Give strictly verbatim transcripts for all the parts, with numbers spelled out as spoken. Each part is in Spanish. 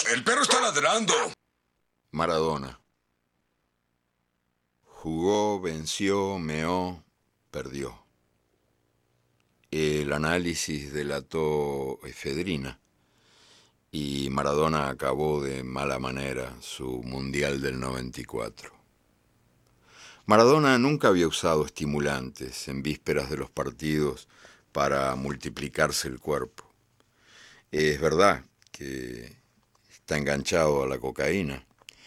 El perro está ladrando. Maradona. Jugó, venció, meó, perdió. El análisis delató efedrina y Maradona acabó de mala manera su Mundial del noventa y cuatro. Maradona nunca había usado estimulantes en vísperas de los partidos para multiplicarse el cuerpo. Es verdad que está enganchado a la cocaína,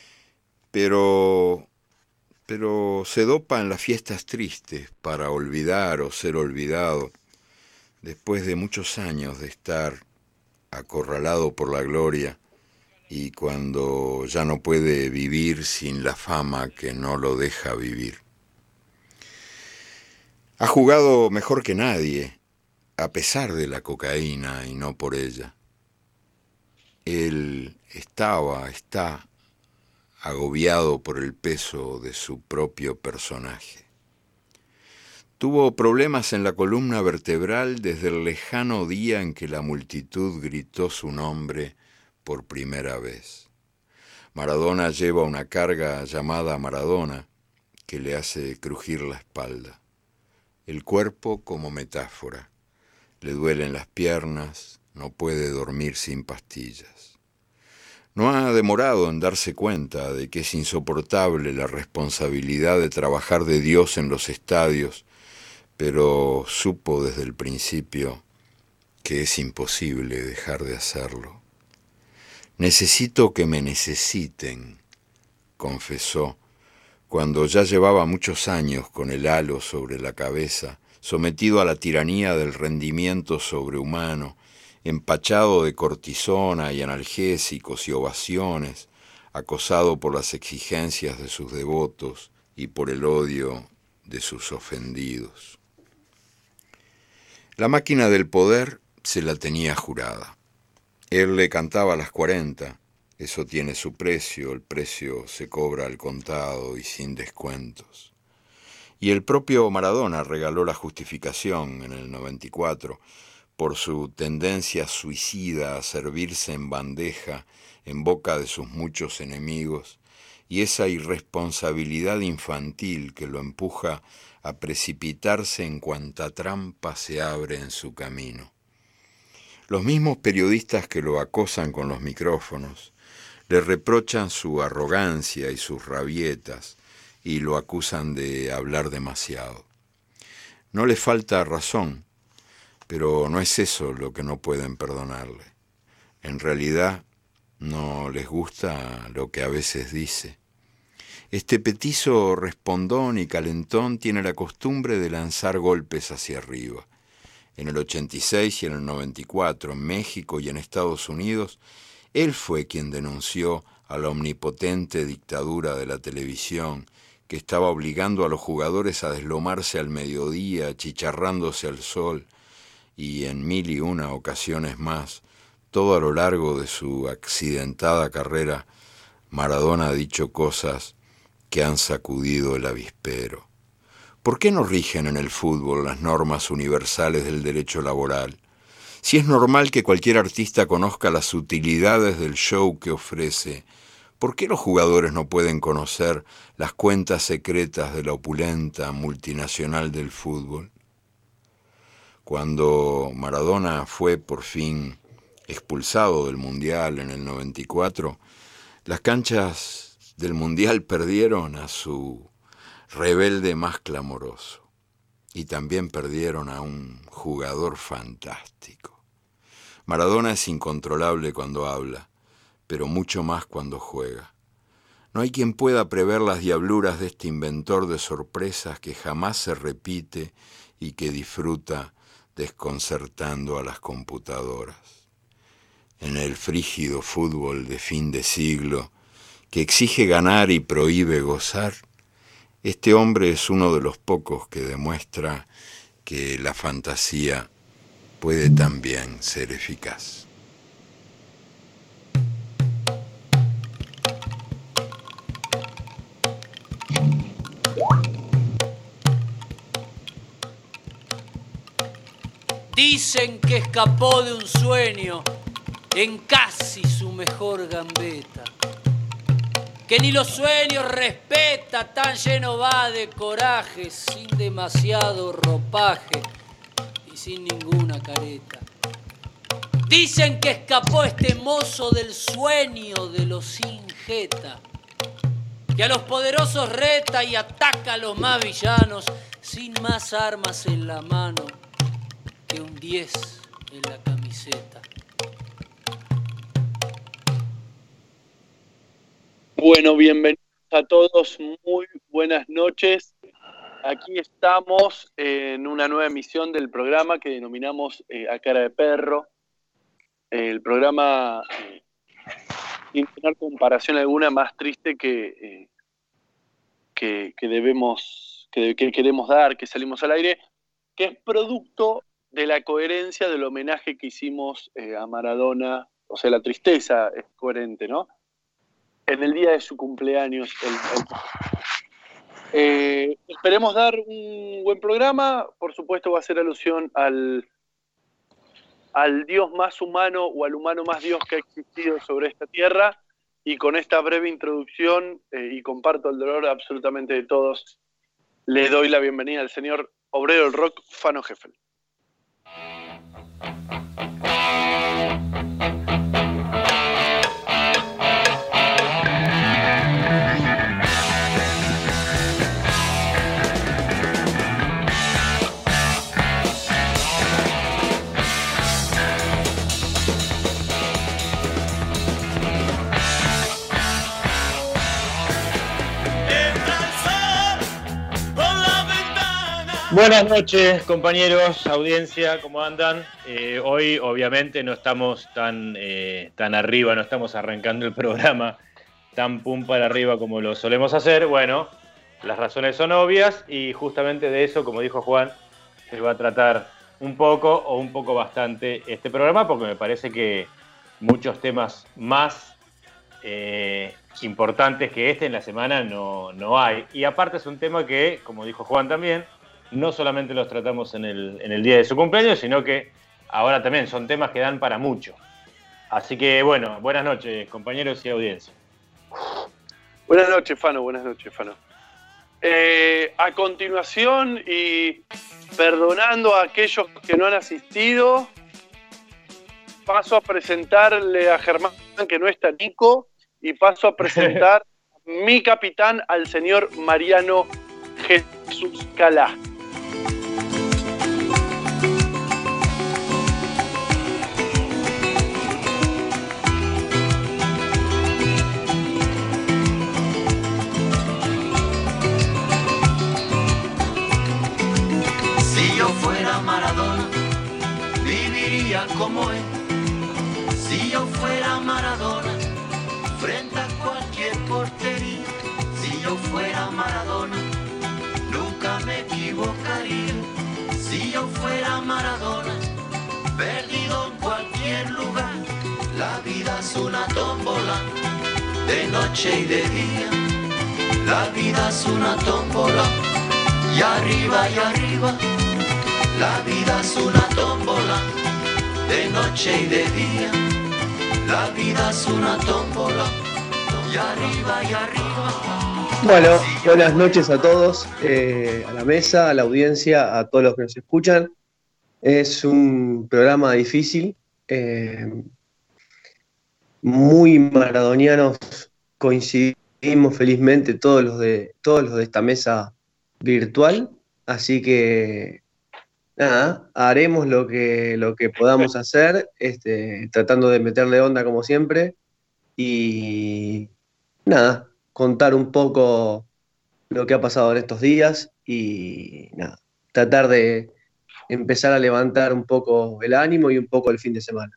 pero, pero se dopa en las fiestas tristes para olvidar o ser olvidado, después de muchos años de estar acorralado por la gloria y cuando ya no puede vivir sin la fama que no lo deja vivir. Ha jugado mejor que nadie, a pesar de la cocaína y no por ella. Él estaba, está agobiado por el peso de su propio personaje. Tuvo problemas en la columna vertebral desde el lejano día en que la multitud gritó su nombre por primera vez. Maradona lleva una carga llamada Maradona que le hace crujir la espalda. El cuerpo como metáfora. Le duelen las piernas, no puede dormir sin pastillas. No ha demorado en darse cuenta de que es insoportable la responsabilidad de trabajar de Dios en los estadios, pero supo desde el principio que es imposible dejar de hacerlo. Necesito que me necesiten, confesó, cuando ya llevaba muchos años con el halo sobre la cabeza, sometido a la tiranía del rendimiento sobrehumano, empachado de cortisona y analgésicos y ovaciones, acosado por las exigencias de sus devotos y por el odio de sus ofendidos. La máquina del poder se la tenía jurada. Él le cantaba a las cuarenta, eso tiene su precio, el precio se cobra al contado y sin descuentos. Y el propio Maradona regaló la justificación en el noventa y cuatro por su tendencia suicida a servirse en bandeja en boca de sus muchos enemigos y esa irresponsabilidad infantil que lo empuja a precipitarse en cuanta trampa se abre en su camino. Los mismos periodistas que lo acosan con los micrófonos le reprochan su arrogancia y sus rabietas y lo acusan de hablar demasiado. No le falta razón, pero no es eso lo que no pueden perdonarle. En realidad no les gusta lo que a veces dice. Este petizo respondón y calentón tiene la costumbre de lanzar golpes hacia arriba. En el ochenta y seis y en el noventa y cuatro, en México y en Estados Unidos, él fue quien denunció a la omnipotente dictadura de la televisión que estaba obligando a los jugadores a deslomarse al mediodía, achicharrándose al sol, y en mil y una ocasiones más, todo a lo largo de su accidentada carrera, Maradona ha dicho cosas que han sacudido el avispero. ¿Por qué no rigen en el fútbol las normas universales del derecho laboral? Si es normal que cualquier artista conozca las utilidades del show que ofrece, ¿por qué los jugadores no pueden conocer las cuentas secretas de la opulenta multinacional del fútbol? Cuando Maradona fue por fin expulsado del Mundial en el noventa y cuatro, las canchas del Mundial perdieron a su rebelde más clamoroso y también perdieron a un jugador fantástico. Maradona es incontrolable cuando habla, pero mucho más cuando juega. No hay quien pueda prever las diabluras de este inventor de sorpresas que jamás se repite y que disfruta desconcertando a las computadoras. En el frígido fútbol de fin de siglo, que exige ganar y prohíbe gozar, este hombre es uno de los pocos que demuestra que la fantasía puede también ser eficaz. Dicen que escapó de un sueño, en casi su mejor gambeta, que ni los sueños respeta, tan lleno va de coraje, sin demasiado ropaje y sin ninguna careta. Dicen que escapó este mozo del sueño de los sin jeta, que a los poderosos reta y ataca a los más villanos, sin más armas en la mano que un diez en la camiseta. Bueno, bienvenidos a todos, muy buenas noches. Aquí estamos en una nueva emisión del programa que denominamos eh, A Cara de Perro. El programa, eh, sin tener comparación alguna, más triste que, eh, que, que debemos, que, que queremos dar, que salimos al aire, que es producto de la coherencia del homenaje que hicimos eh, a Maradona. O sea, la tristeza es coherente, ¿no? En el día de su cumpleaños. El, el... Eh, esperemos dar un buen programa. Por supuesto va a hacer alusión al, al Dios más humano o al humano más Dios que ha existido sobre esta tierra. Y con esta breve introducción, eh, y comparto el dolor absolutamente de todos, le doy la bienvenida al señor obrero del rock, Fano Hefel. Buenas noches, compañeros, audiencia, ¿cómo andan? Eh, hoy, obviamente, no estamos tan, eh, tan arriba, no estamos arrancando el programa tan pum para arriba como lo solemos hacer. Bueno, las razones son obvias y justamente de eso, como dijo Juan, se va a tratar un poco o un poco bastante este programa, porque me parece que muchos temas más eh, importantes que este en la semana no, no hay. Y aparte es un tema que, como dijo Juan también, no solamente los tratamos en el, en el día de su cumpleaños, sino que ahora también son temas que dan para mucho. Así que, bueno, buenas noches, compañeros y audiencia. Buenas noches, Fano, buenas noches, Fano. Eh, a continuación, y perdonando a aquellos que no han asistido, paso a presentarle a Germán, que no está Nico, y paso a presentar a mi capitán, al señor Mariano Jesús Calá. Maradona, viviría como él. Si yo fuera Maradona, frente a cualquier portería. Si yo fuera Maradona, nunca me equivocaría. Si yo fuera Maradona, perdido en cualquier lugar. La vida es una tómbola, de noche y de día. La vida es una tómbola, y arriba y arriba. La vida es una tómbola, de noche y de día. La vida es una tómbola, y arriba y arriba. Bueno, buenas noches a todos, eh, a la mesa, a la audiencia, a todos los que nos escuchan. Es un programa difícil, eh, muy maradonianos, coincidimos felizmente todos los de, todos los de esta mesa virtual, así que nada, haremos lo que, lo que podamos hacer, este, tratando de meterle onda como siempre y nada, contar un poco lo que ha pasado en estos días y nada, tratar de empezar a levantar un poco el ánimo y un poco el fin de semana.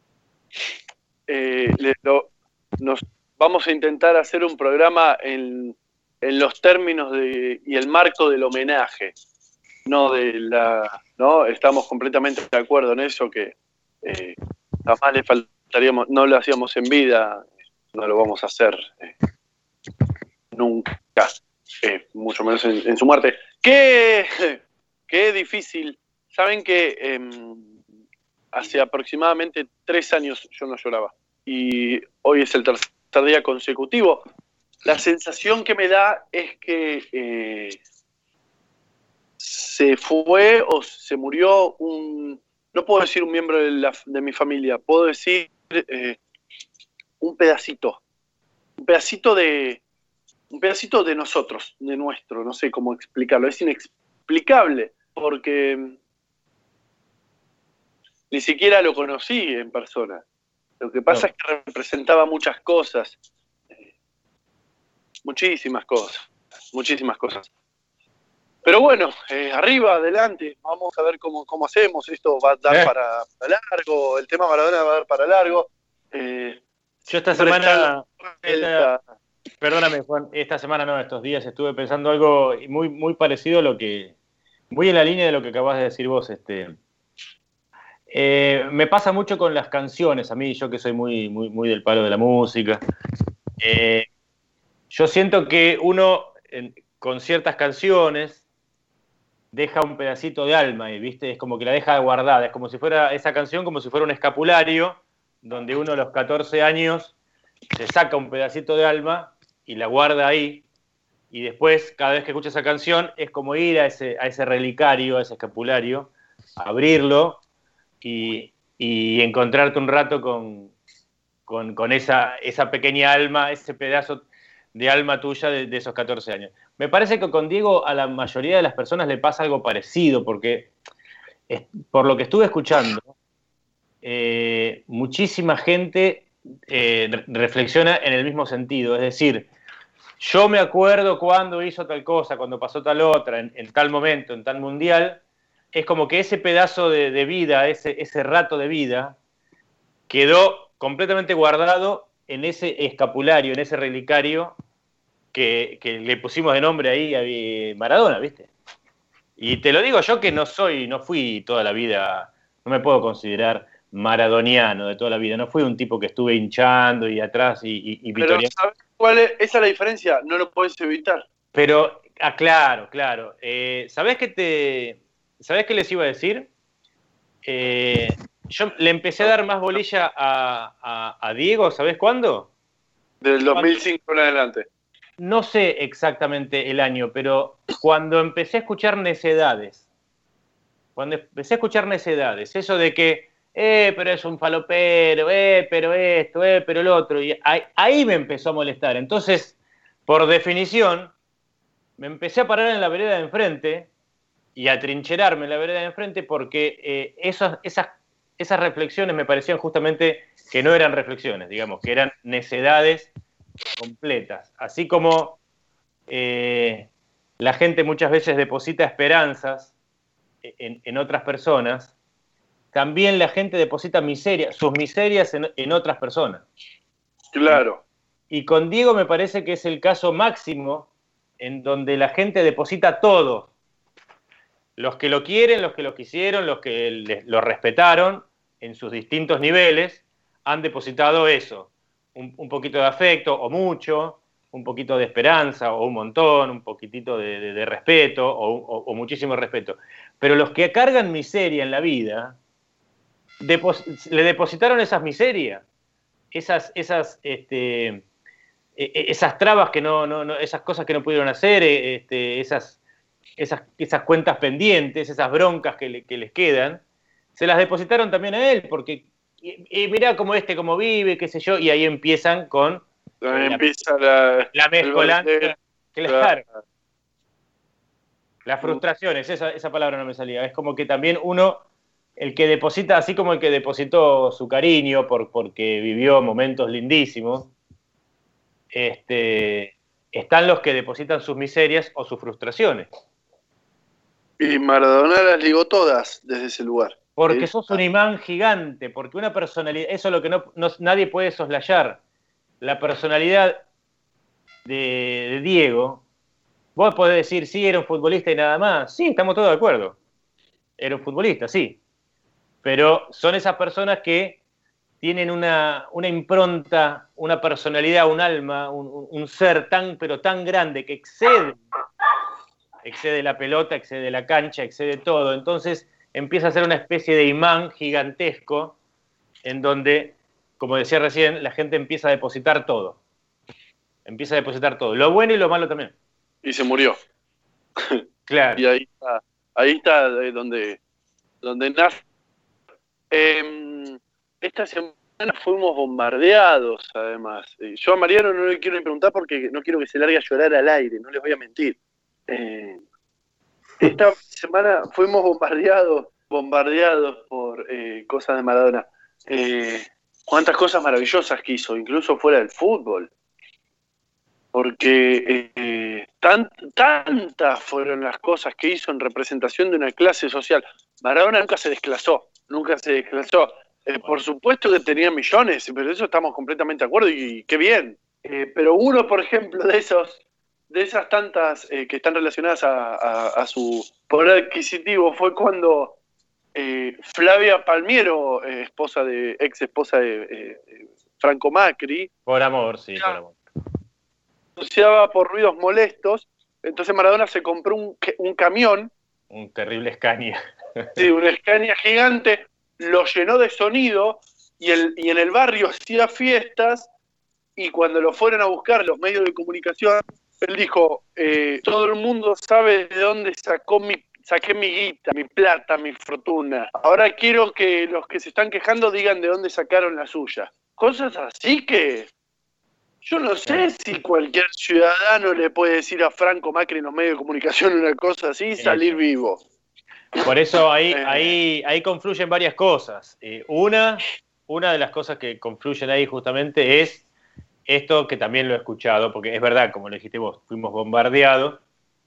Eh, le, lo, nos vamos a intentar hacer un programa en, en los términos de, y el marco del homenaje. No de la, no, estamos completamente de acuerdo en eso, que eh, jamás le faltaríamos, no lo hacíamos en vida, no lo vamos a hacer eh, nunca, eh, mucho menos en, en su muerte. Qué, qué difícil. Saben que eh, hace aproximadamente tres años yo no lloraba. Y hoy es el tercer día consecutivo. La sensación que me da es que eh, se fue o se murió un... No puedo decir un miembro de, la, de mi familia, puedo decir eh, un pedacito. Un pedacito de... Un pedacito de nosotros, de nuestro, no sé cómo explicarlo. Es inexplicable, porque ni siquiera lo conocí en persona. Lo que pasa no. es que representaba muchas cosas. Muchísimas cosas. Muchísimas cosas. Pero bueno, eh, arriba, adelante. Vamos a ver cómo, cómo hacemos. Esto va a dar eh. para, para largo. El tema Maradona va a dar para largo. Eh, Yo esta semana... Esta, perdóname, Juan. Esta semana no, estos días estuve pensando algo muy, muy parecido a lo que... Muy en la línea de lo que acabas de decir vos, este... Eh, me pasa mucho con las canciones, a mí, yo que soy muy, muy, muy del palo de la música. Eh, yo siento que uno, en, con ciertas canciones, deja un pedacito de alma, y, ¿viste? Es como que la deja guardada, es como si fuera esa canción, como si fuera un escapulario, donde uno a los catorce años se saca un pedacito de alma y la guarda ahí, y después, cada vez que escucha esa canción, es como ir a ese, a ese relicario, a ese escapulario, abrirlo, Y, y encontrarte un rato con, con, con esa, esa pequeña alma, ese pedazo de alma tuya de, de esos catorce años. Me parece que con Diego a la mayoría de las personas le pasa algo parecido, porque es, por lo que estuve escuchando, eh, muchísima gente eh, reflexiona en el mismo sentido, es decir, yo me acuerdo cuando hizo tal cosa, cuando pasó tal otra, en, en tal momento, en tal mundial. Es como que ese pedazo de, de vida, ese, ese rato de vida, quedó completamente guardado en ese escapulario, en ese relicario que, que le pusimos de nombre ahí a Maradona, ¿viste? Y te lo digo yo que no soy, no fui toda la vida, no me puedo considerar maradoniano de toda la vida, no fui un tipo que estuve hinchando y atrás y, y, y Pero ¿sabes cuál es? Esa es la diferencia, no lo podés evitar. Pero, ah, claro, claro. Eh, ¿Sabés qué te... ¿Sabés qué les iba a decir? Eh, yo le empecé a dar más bolilla a, a, a Diego, ¿sabés cuándo? Del dos mil cinco en adelante. No sé exactamente el año, pero cuando empecé a escuchar necedades, cuando empecé a escuchar necedades, eso de que, eh, pero es un falopero, eh, pero esto, eh, pero el otro, y ahí, ahí me empezó a molestar. Entonces, por definición, me empecé a parar en la vereda de enfrente y a trincherarme en la vereda de enfrente porque eh, esas, esas, esas reflexiones me parecían justamente que no eran reflexiones, digamos, que eran necedades completas. Así como eh, la gente muchas veces deposita esperanzas en, en otras personas, también la gente deposita miseria, sus miserias en, en otras personas. Claro. Y con Diego me parece que es el caso máximo en donde la gente deposita todo. Los que lo quieren, los que lo quisieron, los que le, lo respetaron en sus distintos niveles, han depositado eso. Un, un poquito de afecto o mucho, un poquito de esperanza o un montón, un poquitito de, de, de respeto o, o, o muchísimo respeto. Pero los que cargan miseria en la vida, depos, le depositaron esas miserias, esas, esas, este, esas trabas que no, no, no, esas cosas que no pudieron hacer, este, esas... Esas, esas cuentas pendientes, esas broncas que, le, que les quedan, se las depositaron también a él, porque y, y mirá cómo este, cómo vive, qué sé yo, y ahí empiezan con ahí la, empieza la, la mezcolanza, claro. Las frustraciones, esa, esa palabra no me salía, es como que también uno, el que deposita, así como el que depositó su cariño por, porque vivió momentos lindísimos, este, están los que depositan sus miserias o sus frustraciones. Y Maradona las ligó todas desde ese lugar. Porque ¿Sí? sos un imán gigante, porque una personalidad, eso es lo que no, no, nadie puede soslayar. La personalidad de, de Diego, vos podés decir, sí, era un futbolista y nada más. Sí, estamos todos de acuerdo. Era un futbolista, sí. Pero son esas personas que tienen una, una impronta, una personalidad, un alma, un, un ser tan, pero tan grande que excede excede la pelota, excede la cancha, excede todo. Entonces empieza a ser una especie de imán gigantesco en donde, como decía recién, la gente empieza a depositar todo. Empieza a depositar todo, lo bueno y lo malo también. Y se murió. Claro. Y ahí está, ahí está donde, donde nace. Eh, esta semana fuimos bombardeados, además. Eh, yo a Mariano no le quiero ni preguntar porque no quiero que se largue a llorar al aire, no les voy a mentir. Eh, esta semana fuimos bombardeados, bombardeados por eh, cosas de Maradona. Eh, cuántas cosas maravillosas que hizo, incluso fuera del fútbol. Porque eh, tan, tantas fueron las cosas que hizo en representación de una clase social. Maradona nunca se desclasó, nunca se desclasó. Eh, por supuesto que tenía millones, pero eso estamos completamente de acuerdo y, y qué bien. Eh, pero uno, por ejemplo, de esos, de esas tantas eh, que están relacionadas a, a, a su poder adquisitivo fue cuando eh, Flavia Palmiero, eh, esposa de ex esposa de eh, Franco Macri, Por amor, sí, por amor. denunciaba por ruidos molestos, entonces Maradona se compró un, un camión, Un terrible Scania. sí, un Scania gigante, lo llenó de sonido y, el, y en el barrio hacía fiestas y cuando lo fueron a buscar los medios de comunicación, él dijo, eh, todo el mundo sabe de dónde sacó mi, saqué mi guita, mi plata, mi fortuna. Ahora quiero que los que se están quejando digan de dónde sacaron la suya. Cosas así que... Yo no sé si cualquier ciudadano le puede decir a Franco Macri en los medios de comunicación una cosa así y salir Eso. vivo. Por eso ahí, Eh. ahí, ahí confluyen varias cosas. Eh, una, una de las cosas que confluyen ahí justamente es esto que también lo he escuchado, porque es verdad, como lo dijiste vos, fuimos bombardeados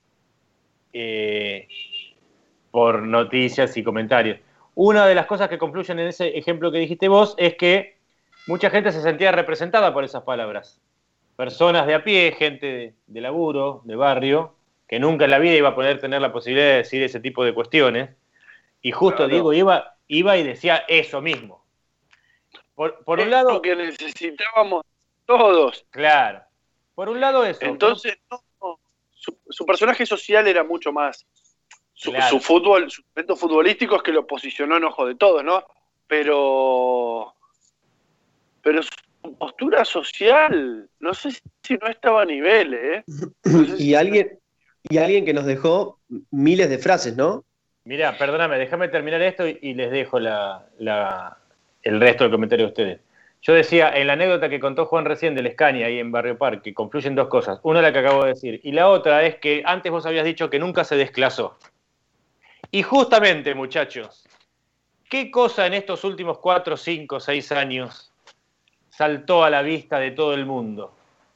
eh, por noticias y comentarios. Una de las cosas que confluyen en ese ejemplo que dijiste vos es que mucha gente se sentía representada por esas palabras. Personas de a pie, gente de, de laburo, de barrio, que nunca en la vida iba a poder tener la posibilidad de decir ese tipo de cuestiones. Y justo Claro. Diego iba, iba y decía eso mismo. Por, por un Es lado... lo que necesitábamos todos. Claro. Por un lado eso. Entonces, no, no, su, su personaje social era mucho más. Su, Claro. su fútbol, su evento futbolístico es que lo posicionó en ojo de todos, ¿no? Pero... Pero su postura social, no sé si no estaba a nivel, ¿eh? No sé Y si- alguien, y alguien que nos dejó miles de frases, ¿no? Mirá, perdóname, déjame terminar esto y, y les dejo la, la, el resto del comentario de ustedes. Yo decía, en la anécdota que contó Juan recién del Scania ahí en Barrio Parque, confluyen dos cosas. Una la que acabo de decir, y la otra es que antes vos habías dicho que nunca se desclasó. Y justamente, muchachos, ¿qué cosa en estos últimos cuatro, cinco, seis años saltó a la vista de todo el mundo?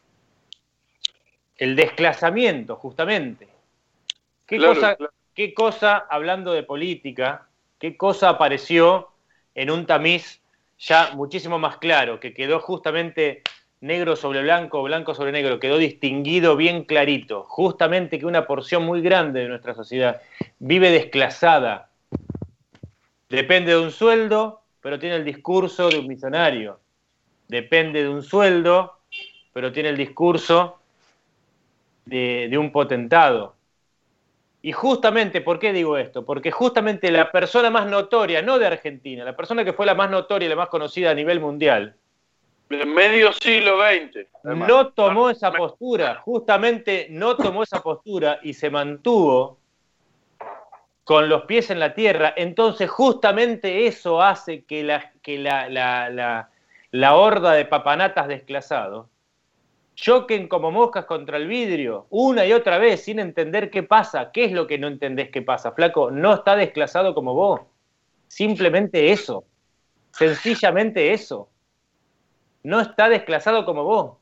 El desclasamiento, justamente. ¿Qué, Claro, cosa, claro. ¿Qué cosa, hablando de política, qué cosa apareció en un tamiz ya muchísimo más claro, que quedó justamente negro sobre blanco, blanco sobre negro, quedó distinguido bien clarito, justamente que una porción muy grande de nuestra sociedad vive desclasada, depende de un sueldo, pero tiene el discurso de un millonario, depende de un sueldo, pero tiene el discurso de, de un potentado. Y justamente, ¿por qué digo esto? Porque justamente la persona más notoria, no de Argentina, la persona que fue la más notoria y la más conocida a nivel mundial, En medio siglo veinte. además. no tomó esa postura, justamente no tomó esa postura y se mantuvo con los pies en la tierra. Entonces justamente eso hace que la, que la, la, la, la horda de papanatas desclasados choquen como moscas contra el vidrio, una y otra vez, sin entender qué pasa. ¿Qué es lo que no entendés qué pasa, flaco? No está desclasado como vos. Simplemente eso. Sencillamente eso. No está desclasado como vos.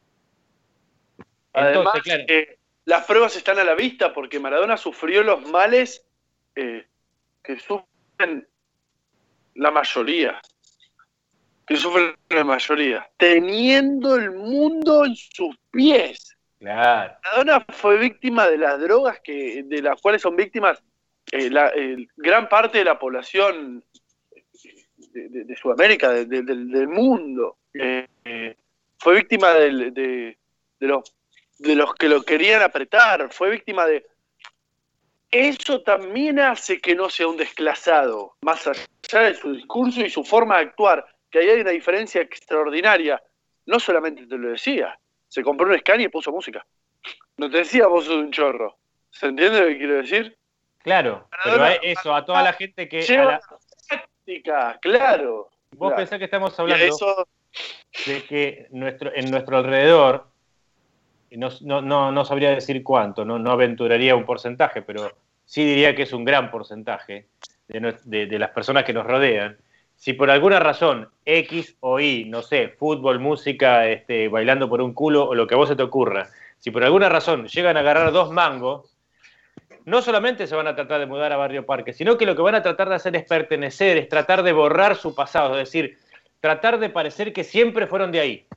Además, Entonces, claro, eh, las pruebas están a la vista porque Maradona sufrió los males eh, que sufren la mayoría. Que sufren la mayoría. Teniendo el mundo en sus pies. claro. Maradona fue víctima de las drogas que, de las cuales son víctimas eh, la, eh, gran parte de la población de, de, de Sudamérica, de, de, del, del mundo. Eh, eh, fue víctima de, de, de, los, de los que lo querían apretar, fue víctima de, eso también hace que no sea un desclasado, más allá de su discurso y su forma de actuar, que ahí hay una diferencia extraordinaria. No solamente te lo decía, se compró un Scania y puso música. No te decía vos sos un chorro. ¿Se entiende lo que quiero decir? Claro, pero a eso, a toda la gente que... Lleva a la... práctica, claro. Vos claro. pensás que estamos hablando eso... de que nuestro, en nuestro alrededor, no, no, no, no sabría decir cuánto, no, no aventuraría un porcentaje, pero sí diría que es un gran porcentaje de, de, de las personas que nos rodean. Si por alguna razón X o Y, no sé, fútbol, música, este, bailando por un culo o lo que a vos se te ocurra, si por alguna razón llegan a agarrar dos mangos, no solamente se van a tratar de mudar a Barrio Parque, sino que lo que van a tratar de hacer es pertenecer, es tratar de borrar su pasado, es decir, tratar de parecer que siempre fueron de ahí.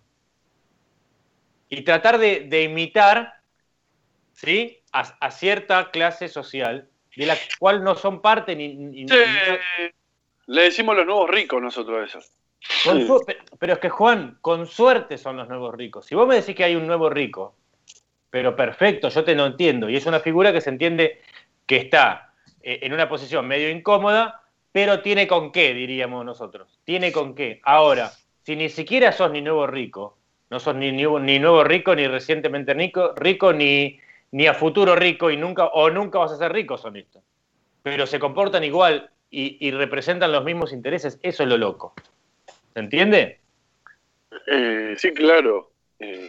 Y tratar de, de imitar, ¿sí?, a, a cierta clase social de la cual no son parte ni... ni, sí, ni... Le decimos los nuevos ricos nosotros eso. Con su... Pero es que, Juan, con suerte son los nuevos ricos. Si vos me decís que hay un nuevo rico, pero perfecto, yo te lo entiendo, y es una figura que se entiende que está eh, en una posición medio incómoda, pero tiene con qué, diríamos nosotros. Tiene con qué. Ahora, si ni siquiera sos ni nuevo rico, no sos ni, ni, ni nuevo rico, ni recientemente rico, rico ni, ni a futuro rico, y nunca, o nunca vas a ser rico, son estos. Pero se comportan igual y, y representan los mismos intereses, eso es lo loco. ¿Se entiende? Eh, sí, claro. Eh,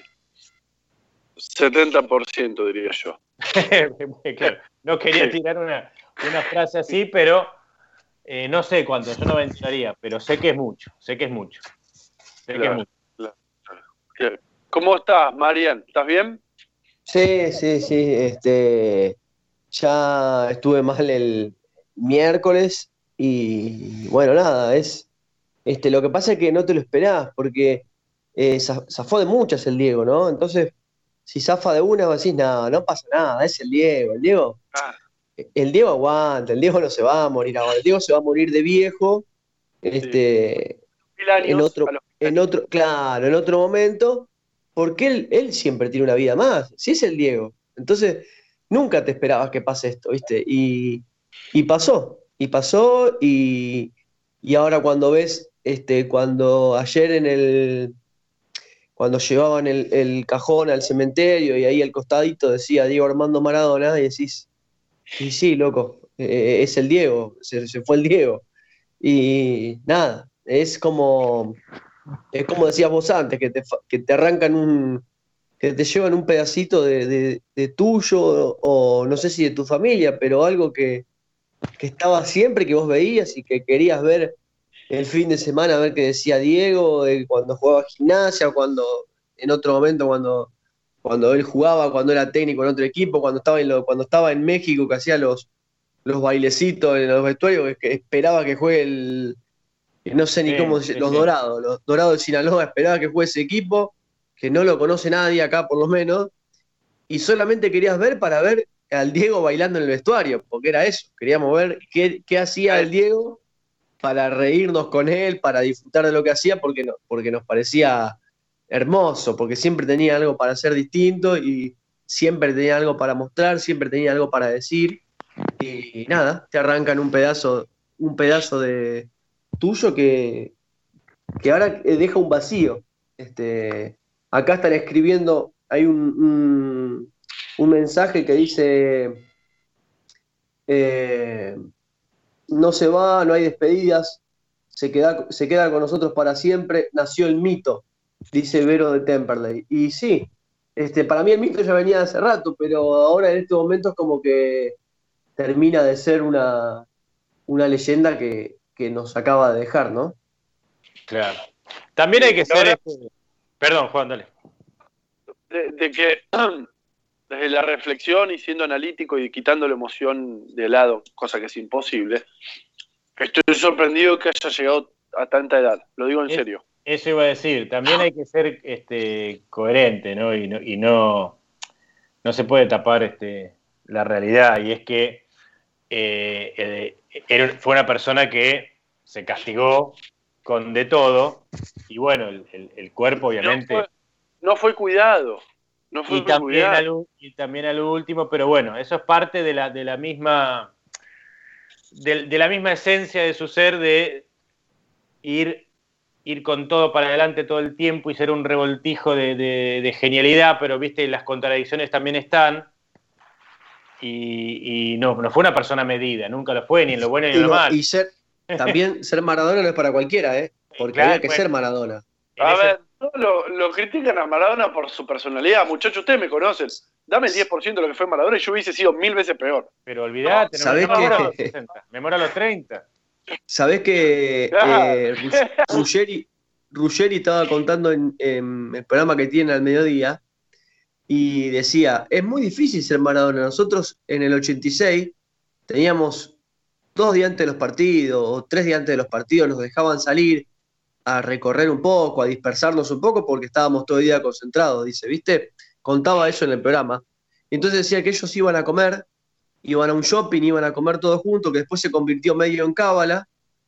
setenta por ciento diría yo. Claro, no quería tirar una, una frase así, pero eh, no sé cuánto, yo no aventuraría, pero sé que es mucho, sé que es mucho. Sé claro, que es mucho. Claro, claro. ¿Cómo estás, Marian? ¿Estás bien? Sí, sí, sí. Este, ya estuve mal el miércoles y bueno, nada, es este, lo que pasa es que no te lo esperás porque eh, zafó de muchas el Diego, ¿no? Entonces, si zafa de una, vos decís, no, no pasa nada, es el Diego, el Diego, Ah. el Diego aguanta, el Diego no se va a morir ahora, el Diego se va a morir de viejo, este, sí. Años, en otro, en otro, claro, en otro momento, porque él, él siempre tiene una vida más, si es el Diego. Entonces, nunca te esperabas que pase esto, ¿viste? Y, y pasó, y pasó, y, y ahora cuando ves, este, cuando ayer en el, cuando llevaban el, el cajón al cementerio y ahí al costadito decía Diego Armando Maradona, y decís, y sí, loco, eh, es el Diego, se, se fue el Diego. Y nada, es como, es como decías vos antes, que te, que te arrancan un, que te llevan un pedacito de, de, de tuyo, o no sé si de tu familia, pero algo que, que estaba siempre, que vos veías y que querías ver el fin de semana, a ver qué decía Diego, de cuando jugaba Gimnasia, cuando en otro momento cuando, cuando él jugaba, cuando era técnico en otro equipo, cuando estaba en, lo, cuando estaba en México, que hacía los, los bailecitos en los vestuarios, que esperaba que juegue el, no sé ni Sí, cómo, sí, los sí. Dorados, los Dorados de Sinaloa, esperaba que juegue ese equipo, que no lo conoce nadie acá por lo menos, y solamente querías ver para ver al Diego bailando en el vestuario, porque era eso, queríamos ver qué, qué hacía el Diego para reírnos con él, para disfrutar de lo que hacía, porque, no, porque nos parecía hermoso, porque siempre tenía algo para hacer distinto y siempre tenía algo para mostrar, siempre tenía algo para decir, y nada, te arrancan un pedazo, un pedazo de tuyo que, que ahora deja un vacío. Este, acá están escribiendo, hay un, un, un mensaje que dice, eh, no se va, no hay despedidas, se queda, se queda con nosotros para siempre, nació el mito, dice Vero de Temperley. Y sí, este, para mí el mito ya venía de hace rato, pero ahora en estos momentos como que termina de ser una, una leyenda que, que nos acaba de dejar, ¿no? Claro. También hay que ser... Ahora, este... Perdón, Juan, dale. De, de que desde la reflexión y siendo analítico y quitando la emoción de lado, cosa que es imposible, estoy sorprendido que haya llegado a tanta edad, lo digo en es, serio. Eso iba a decir, también hay que ser este, coherente, ¿no? Y, no, y no, no se puede tapar este, la realidad, y es que eh, eh, fue una persona que se castigó con de todo, y bueno, el, el, el cuerpo obviamente... No fue, no fue cuidado. No fue y, también peculiar. al, y también al último, pero bueno, eso es parte de la, de la misma de, de la misma esencia de su ser, de ir, ir con todo para adelante todo el tiempo y ser un revoltijo de, de, de genialidad, pero viste, las contradicciones también están. Y, y no, no fue una persona medida, nunca lo fue, ni en lo bueno ni en Y, lo no, malo. y ser, también ser Maradona no es para cualquiera, ¿eh? Porque Claro, había que bueno, ser Maradona. en A ese- ver, todos lo, lo critican a Maradona por su personalidad. Muchachos, ustedes me conocen. Dame el diez por ciento de lo que fue Maradona y yo hubiese sido mil veces peor. pero olvídate, no, me- ¿Sabés no me muero a los que, sesenta, me muero a los treinta. sabés que Claro. eh, Rug- Ruggeri, Ruggeri estaba contando en, en el programa que tiene al mediodía y decía, es muy difícil ser Maradona. Nosotros en el ochenta y seis teníamos dos días antes de los partidos o tres días antes de los partidos, nos dejaban salir a recorrer un poco, a dispersarnos un poco porque estábamos todo el día concentrados, dice, ¿viste? Contaba eso en el programa. Y entonces decía que ellos iban a comer, iban a un shopping, iban a comer todos juntos, que después se convirtió medio en cábala.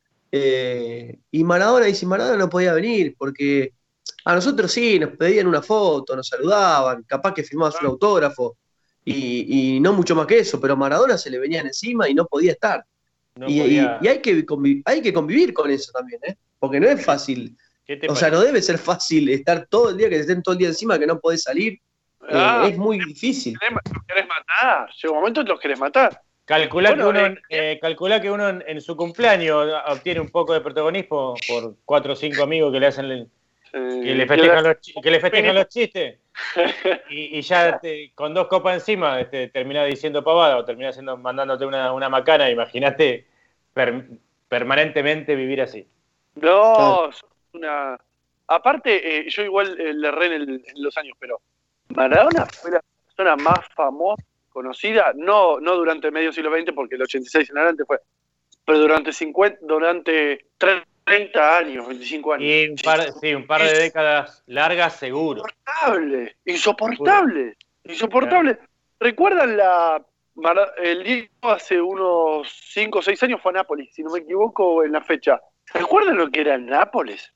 Eh, y Maradona dice, Maradona no podía venir porque a nosotros sí, nos pedían una foto, nos saludaban, capaz que firmabas un autógrafo y, y no mucho más que eso, pero Maradona se le venían encima y no podía estar. No Y, podía. y- y hay, que convi- hay que convivir con eso también, ¿eh? Porque no es fácil. ¿Qué te O sea, parece? no debe ser fácil estar todo el día, que te estén todo el día encima, que no podés salir. Eh, Ah, es muy difícil. ¿querés- ¿Los querés matar? Llega un momento que los querés matar. Calcula Bueno, que uno, eh, eh, calcula que uno en, en su cumpleaños obtiene un poco de protagonismo por cuatro o cinco amigos que le hacen el- Eh, que le festejan los, chi- que le festejan los chistes y, y ya te- con dos copas encima este, terminás diciendo pavada o terminás haciendo, mandándote una, una macana. Imagínate per- permanentemente vivir así. No, Claro. sos una. Aparte, eh, yo igual eh, le erré en, el- en los años, pero Maradona fue la persona más famosa, conocida, no, no durante el medio siglo veinte, porque el ochenta y seis en adelante fue, pero durante cincuenta, durante treinta años, veinticinco años. Y un par, sí, un par de décadas largas seguro. Insoportable, insoportable, insoportable. ¿Recuerdan la Mara- el Diego hace unos cinco o seis años fue a Nápoles, si no me equivoco en la fecha? ¿Recuerdan lo que era Nápoles?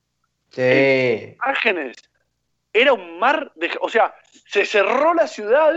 Sí. Imágenes. Era un mar de... O sea, se cerró la ciudad.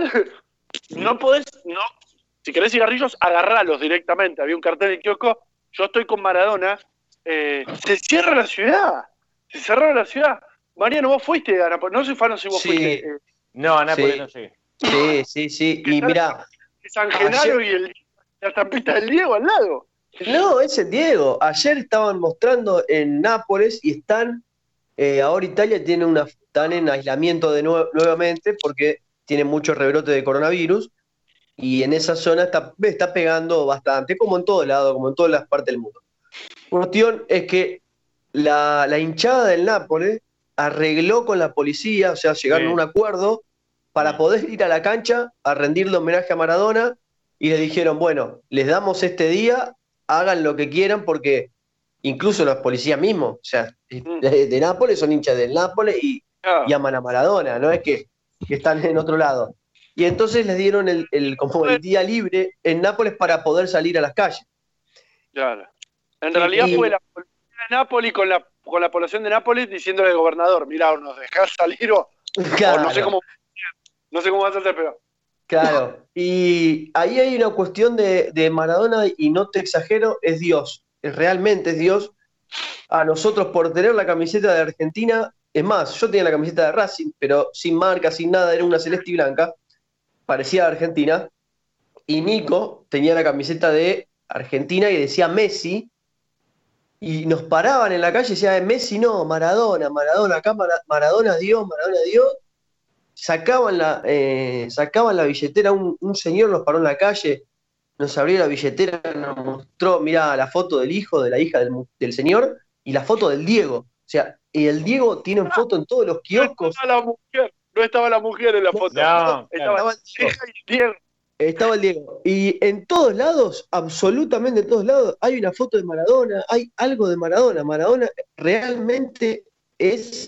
No podés... no Si querés cigarrillos, agarralos directamente. Había un cartel de kiosco. Yo estoy con Maradona. Eh, se cierra la ciudad. Se cerró la ciudad. Mariano, vos fuiste a Nápoles. No soy fan si vos Sí. fuiste. Eh, No, a Nápoles Sí. no llegué. Sí, sí, sí. Y mira, San Genaro Ayer- y el, la estampita del Diego al lado. no, es el Diego. Ayer estaban mostrando en Nápoles y están, eh, ahora Italia tiene una, están en aislamiento de nue- nuevamente porque tiene mucho rebrote de coronavirus y en esa zona está, está pegando bastante, como en todo lado, como en todas las partes del mundo. Cuestión es que la, la hinchada del Nápoles arregló con la policía, o sea, llegaron a Sí. un acuerdo para Sí. poder ir a la cancha a rendirle homenaje a Maradona y le dijeron, bueno, les damos este día, hagan lo que quieran porque incluso los policías mismos, o sea, de, de Nápoles son hinchas del Nápoles y, Ah, y aman a Maradona, no es que, que están en otro lado. Y entonces les dieron el, el- como el día libre en Nápoles para poder salir a las calles. claro. En Sí, realidad y- fue la policía de Nápoles con la, con la población de Nápoles diciéndole al gobernador, mirá, o nos dejás salir o, o no sé cómo no sé cómo vas a hacer, pero Claro, y ahí hay una cuestión de, de Maradona, y no te exagero, es Dios, es realmente es Dios. A nosotros por tener la camiseta de Argentina, es más, yo tenía la camiseta de Racing, pero sin marca, sin nada, era una celeste y blanca, parecía Argentina, y Nico tenía la camiseta de Argentina y decía Messi, y nos paraban en la calle y decían, Messi no, Maradona, Maradona, acá Mara- Maradona Dios, Maradona Dios. Sacaban la, eh, sacaban la billetera, un, un señor nos paró en la calle, nos abrió la billetera, nos mostró, mirá, la foto del hijo, de la hija del, mu- del señor y la foto del Diego. O sea, y el Diego tiene foto en todos los no kioscos. estaba la mujer, no estaba la mujer en la foto. No, estaba claro. la hija y el Diego. Estaba el Diego. Y en todos lados, absolutamente en todos lados, hay una foto de Maradona, hay algo de Maradona. Maradona realmente es...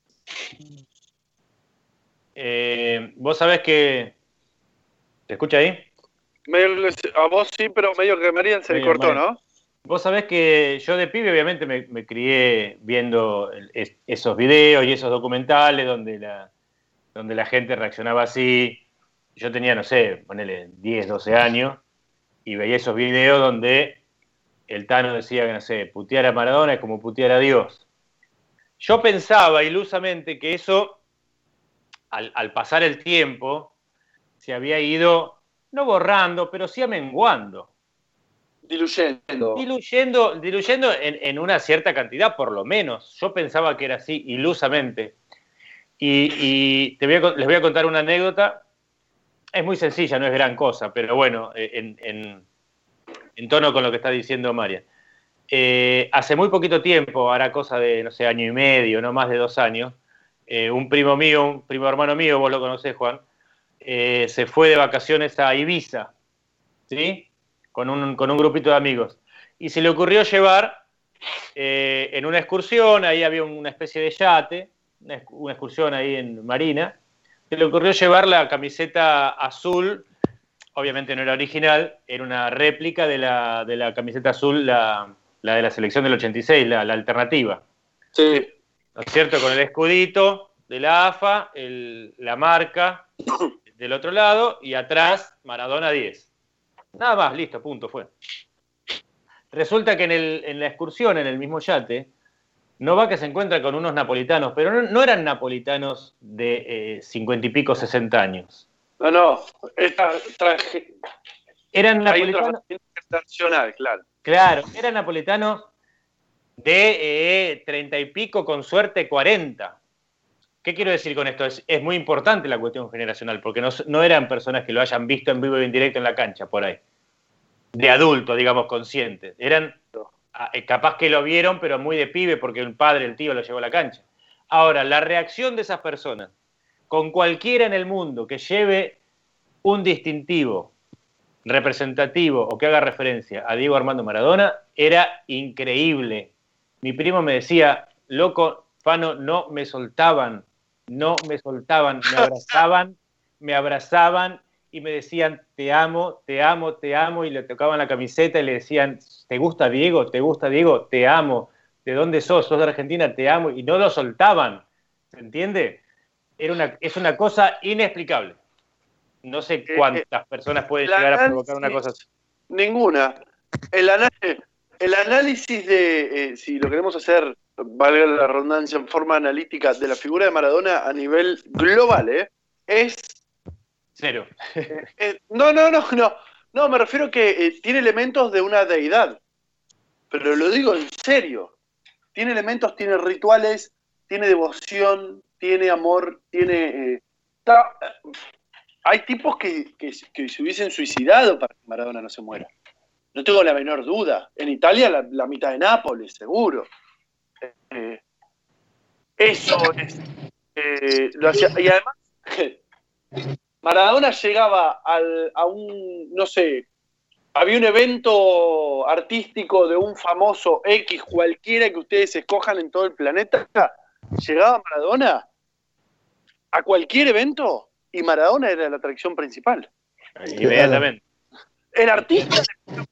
Eh, vos sabés que... ¿Te escucha ahí? Medio que- a vos sí, pero medio que Marian se le Medio cortó, mal. ¿no? Vos sabés que yo de pibe obviamente me, me crié viendo el- es- esos videos y esos documentales donde la, donde la gente reaccionaba así. Yo tenía, no sé, ponele diez, doce años, y veía esos videos donde el Tano decía que, no sé, putear a Maradona es como putear a Dios. Yo pensaba ilusamente que eso, al, al pasar el tiempo, se había ido, no borrando, pero sí amenguando. Diluyendo. Diluyendo, diluyendo en, en una cierta cantidad, por lo menos. Yo pensaba que era así, ilusamente. Y, y te voy a, les voy a contar una anécdota. Es muy sencilla, no es gran cosa, pero bueno, en, en, en tono con lo que está diciendo Marian. Eh, hace muy poquito tiempo, hará cosa de, no sé, año y medio, no más de dos años, eh, un primo mío, un primo hermano mío, vos lo conocés, Juan, eh, se fue de vacaciones a Ibiza, ¿sí? Con un, con un grupito de amigos. Y se le ocurrió llevar eh, en una excursión, ahí había una especie de yate, una, una excursión ahí en Marina, se le ocurrió llevar la camiseta azul, obviamente no era original, era una réplica de la, de la camiseta azul, la, la de la selección del ochenta y seis, la, la alternativa. Sí. ¿No es cierto? Con el escudito de la A F A, el, la marca del otro lado, y atrás Maradona diez. Nada más, listo, punto, fue. Resulta que en, el, en la excursión, en el mismo yate, no va que se encuentra con unos napolitanos, pero no, no eran napolitanos de cincuenta eh, y pico, sesenta años. No, no, esta traje... Eran napolitanos... internacional, claro. Claro, eran napolitanos de eh, treinta y pico, con suerte cuarenta. ¿Qué quiero decir con esto? Es, es muy importante la cuestión generacional, porque no, no eran personas que lo hayan visto en vivo y en directo en la cancha, por ahí. De adulto, digamos, conscientes. Eran... capaz que lo vieron, pero muy de pibe, porque el padre, el tío, lo llevó a la cancha. Ahora, la reacción de esas personas, con cualquiera en el mundo que lleve un distintivo representativo o que haga referencia a Diego Armando Maradona, era increíble. Mi primo me decía, loco, Fano, no me soltaban, no me soltaban, me abrazaban, me abrazaban, y me decían, te amo, te amo, te amo, y le tocaban la camiseta y le decían, ¿te gusta Diego? ¿Te gusta Diego? Te amo. ¿De dónde sos? ¿Sos de Argentina? Te amo. Y no lo soltaban. ¿Se entiende? Era una, es una cosa inexplicable. No sé cuántas personas pueden llegar a provocar una cosa así. Ninguna. El, análisis, el análisis de, eh, si lo queremos hacer, valga la redundancia, en forma analítica, de la figura de Maradona a nivel global, ¿eh? es... Cero. Eh, eh, no, no, no, no. No, me refiero que eh, tiene elementos de una deidad. Pero lo digo en serio. Tiene elementos, tiene rituales, tiene devoción, tiene amor, tiene... Eh, ta, hay tipos que, que, que se hubiesen suicidado para que Maradona no se muera. No tengo la menor duda. En Italia, la, la mitad de Nápoles, seguro. Eh, eso es... Eh, lo hacía, y además... Maradona llegaba al, a un, no sé, había un evento artístico de un famoso X, cualquiera que ustedes escojan en todo el planeta, llegaba Maradona a cualquier evento y Maradona era la atracción principal. Inmediatamente. El artista...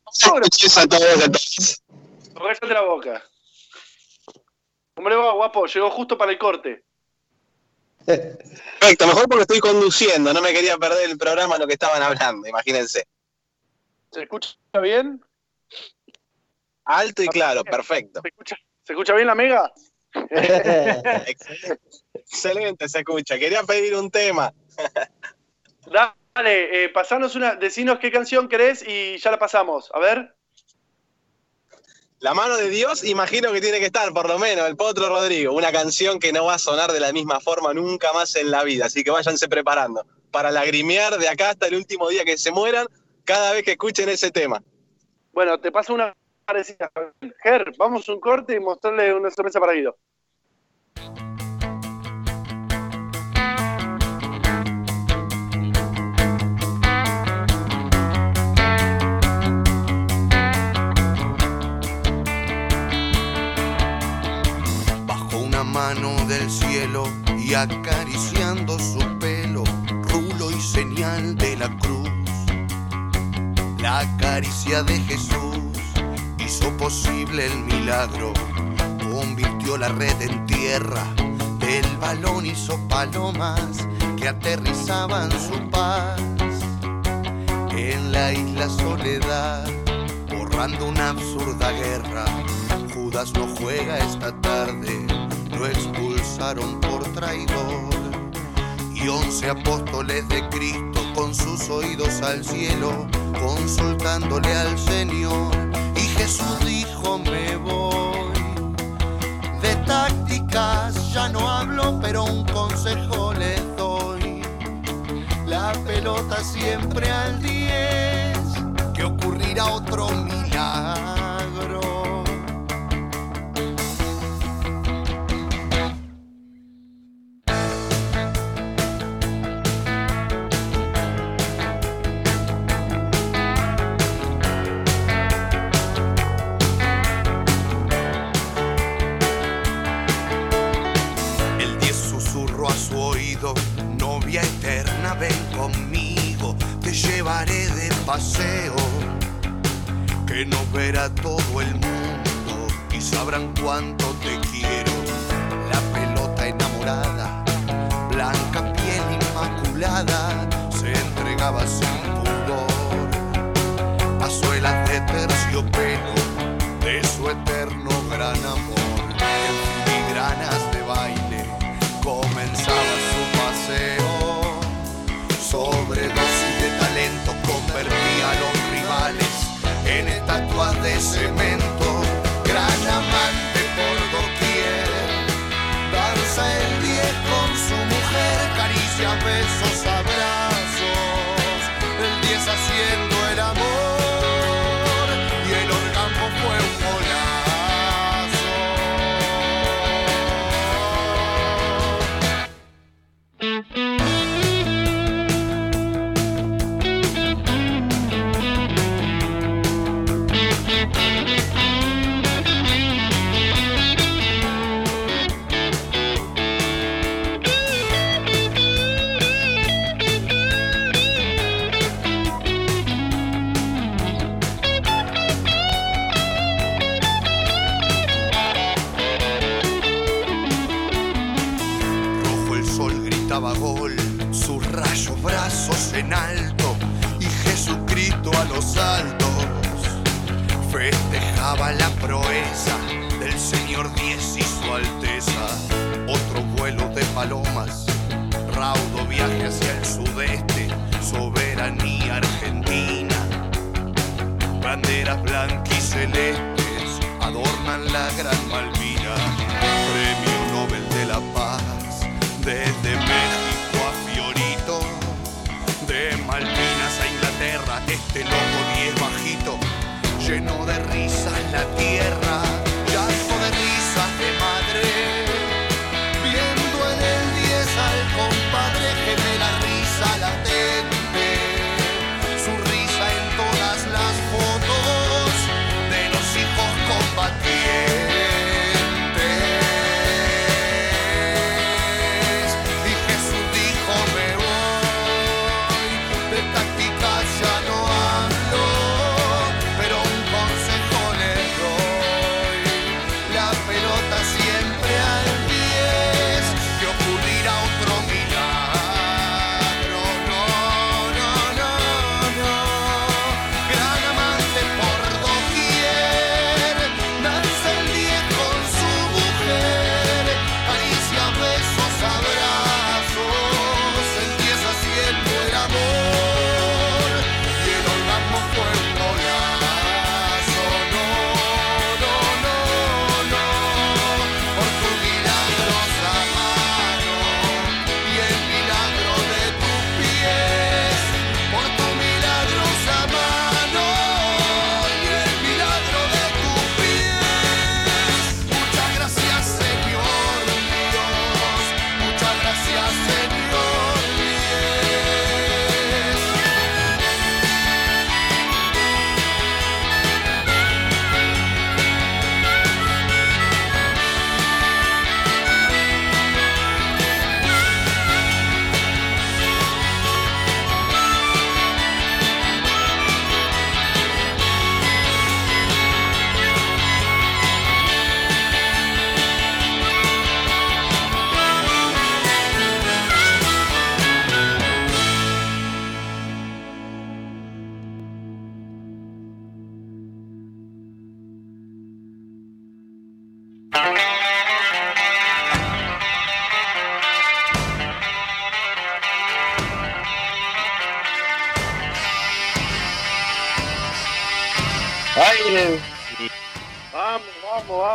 Cállate la boca. Hombre, guapo, llegó justo para el corte. Perfecto, mejor porque estoy conduciendo, no me quería perder el programa en lo que estaban hablando, imagínense. ¿Se escucha bien? Alto y claro, perfecto. ¿Se escucha, ¿se escucha bien la mega? Excelente, excelente, se escucha. Quería pedir un tema. Dale, eh, pasanos una, decinos qué canción querés y ya la pasamos. A ver. La mano de Dios, imagino que tiene que estar, por lo menos, el Potro Rodrigo. Una canción que no va a sonar de la misma forma nunca más en la vida. Así que váyanse preparando para lagrimear de acá hasta el último día que se mueran cada vez que escuchen ese tema. Bueno, te paso una parecida. Ger, vamos a un corte y mostrarle una sorpresa para Guido. Mano del cielo y acariciando su pelo, rulo y señal de la cruz. La caricia de Jesús hizo posible el milagro, convirtió la red en tierra, El balón hizo palomas que aterrizaban su paz en la isla Soledad, borrando una absurda guerra. Judas no juega esta tarde, lo expulsaron por traidor. Y once apóstoles de Cristo con sus oídos al cielo, consultándole al Señor. Y Jesús dijo: me voy. De tácticas ya no hablo, pero un consejo les doy. La pelota siempre al diez, que ocurrirá otro milagro. El diez susurró a su oído: novia eterna, ven conmigo, te llevaré de paseo, que no verá todo el mundo y sabrán cuánto te quiero. La pelota enamorada, blanca piel inmaculada, se entregaba sin pudor a suelas de terciopelo de su eterno gran amor. En filigranas de baile comenzaba su paseo. Sobredosis de talento convertía a los rivales en estatuas de cemento. Gran amante por doquier, danza el diez con su mujer, caricia, besos, abrazos. El diez haciendo el amor y el orgasmo fue un golazo. Gol, sus rayos brazos en alto y Jesucristo a los altos festejaba la proeza del Señor diez y su Alteza. Otro vuelo de palomas, raudo viaje hacia el sudeste, soberanía argentina. Banderas blancas y celestes adornan la Gran Malvina. Premio Nobel de la Paz desde México a Fiorito, de Malvinas a Inglaterra, este loco diez bajito llenó de risas la tierra, llanto de risas de madre, viendo en el diez al compadre gemela risa latente, su risa en todas las fotos de los hijos combatientes.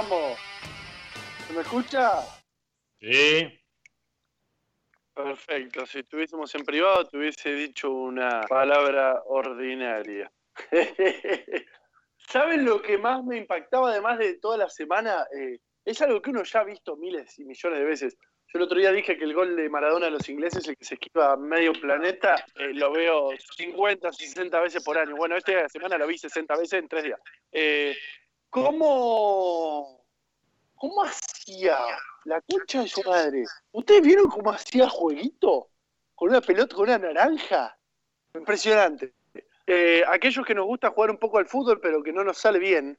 estamos. ¿Se me escucha? Sí. Perfecto. Si estuviésemos en privado, te hubiese dicho una palabra ordinaria. ¿Saben lo que más me impactaba, además de toda la semana? Eh, es algo que uno ya ha visto miles y millones de veces. Yo el otro día dije que el gol de Maradona a los ingleses, el que se esquiva a medio planeta, eh, lo veo cincuenta, sesenta veces por año. Bueno, esta semana lo vi sesenta veces en tres días. Eh, ¿Cómo, cómo hacía la concha de su madre? ¿Ustedes vieron cómo hacía jueguito? Con una pelota, con una naranja. Impresionante. Eh, aquellos que nos gusta jugar un poco al fútbol, pero que no nos sale bien,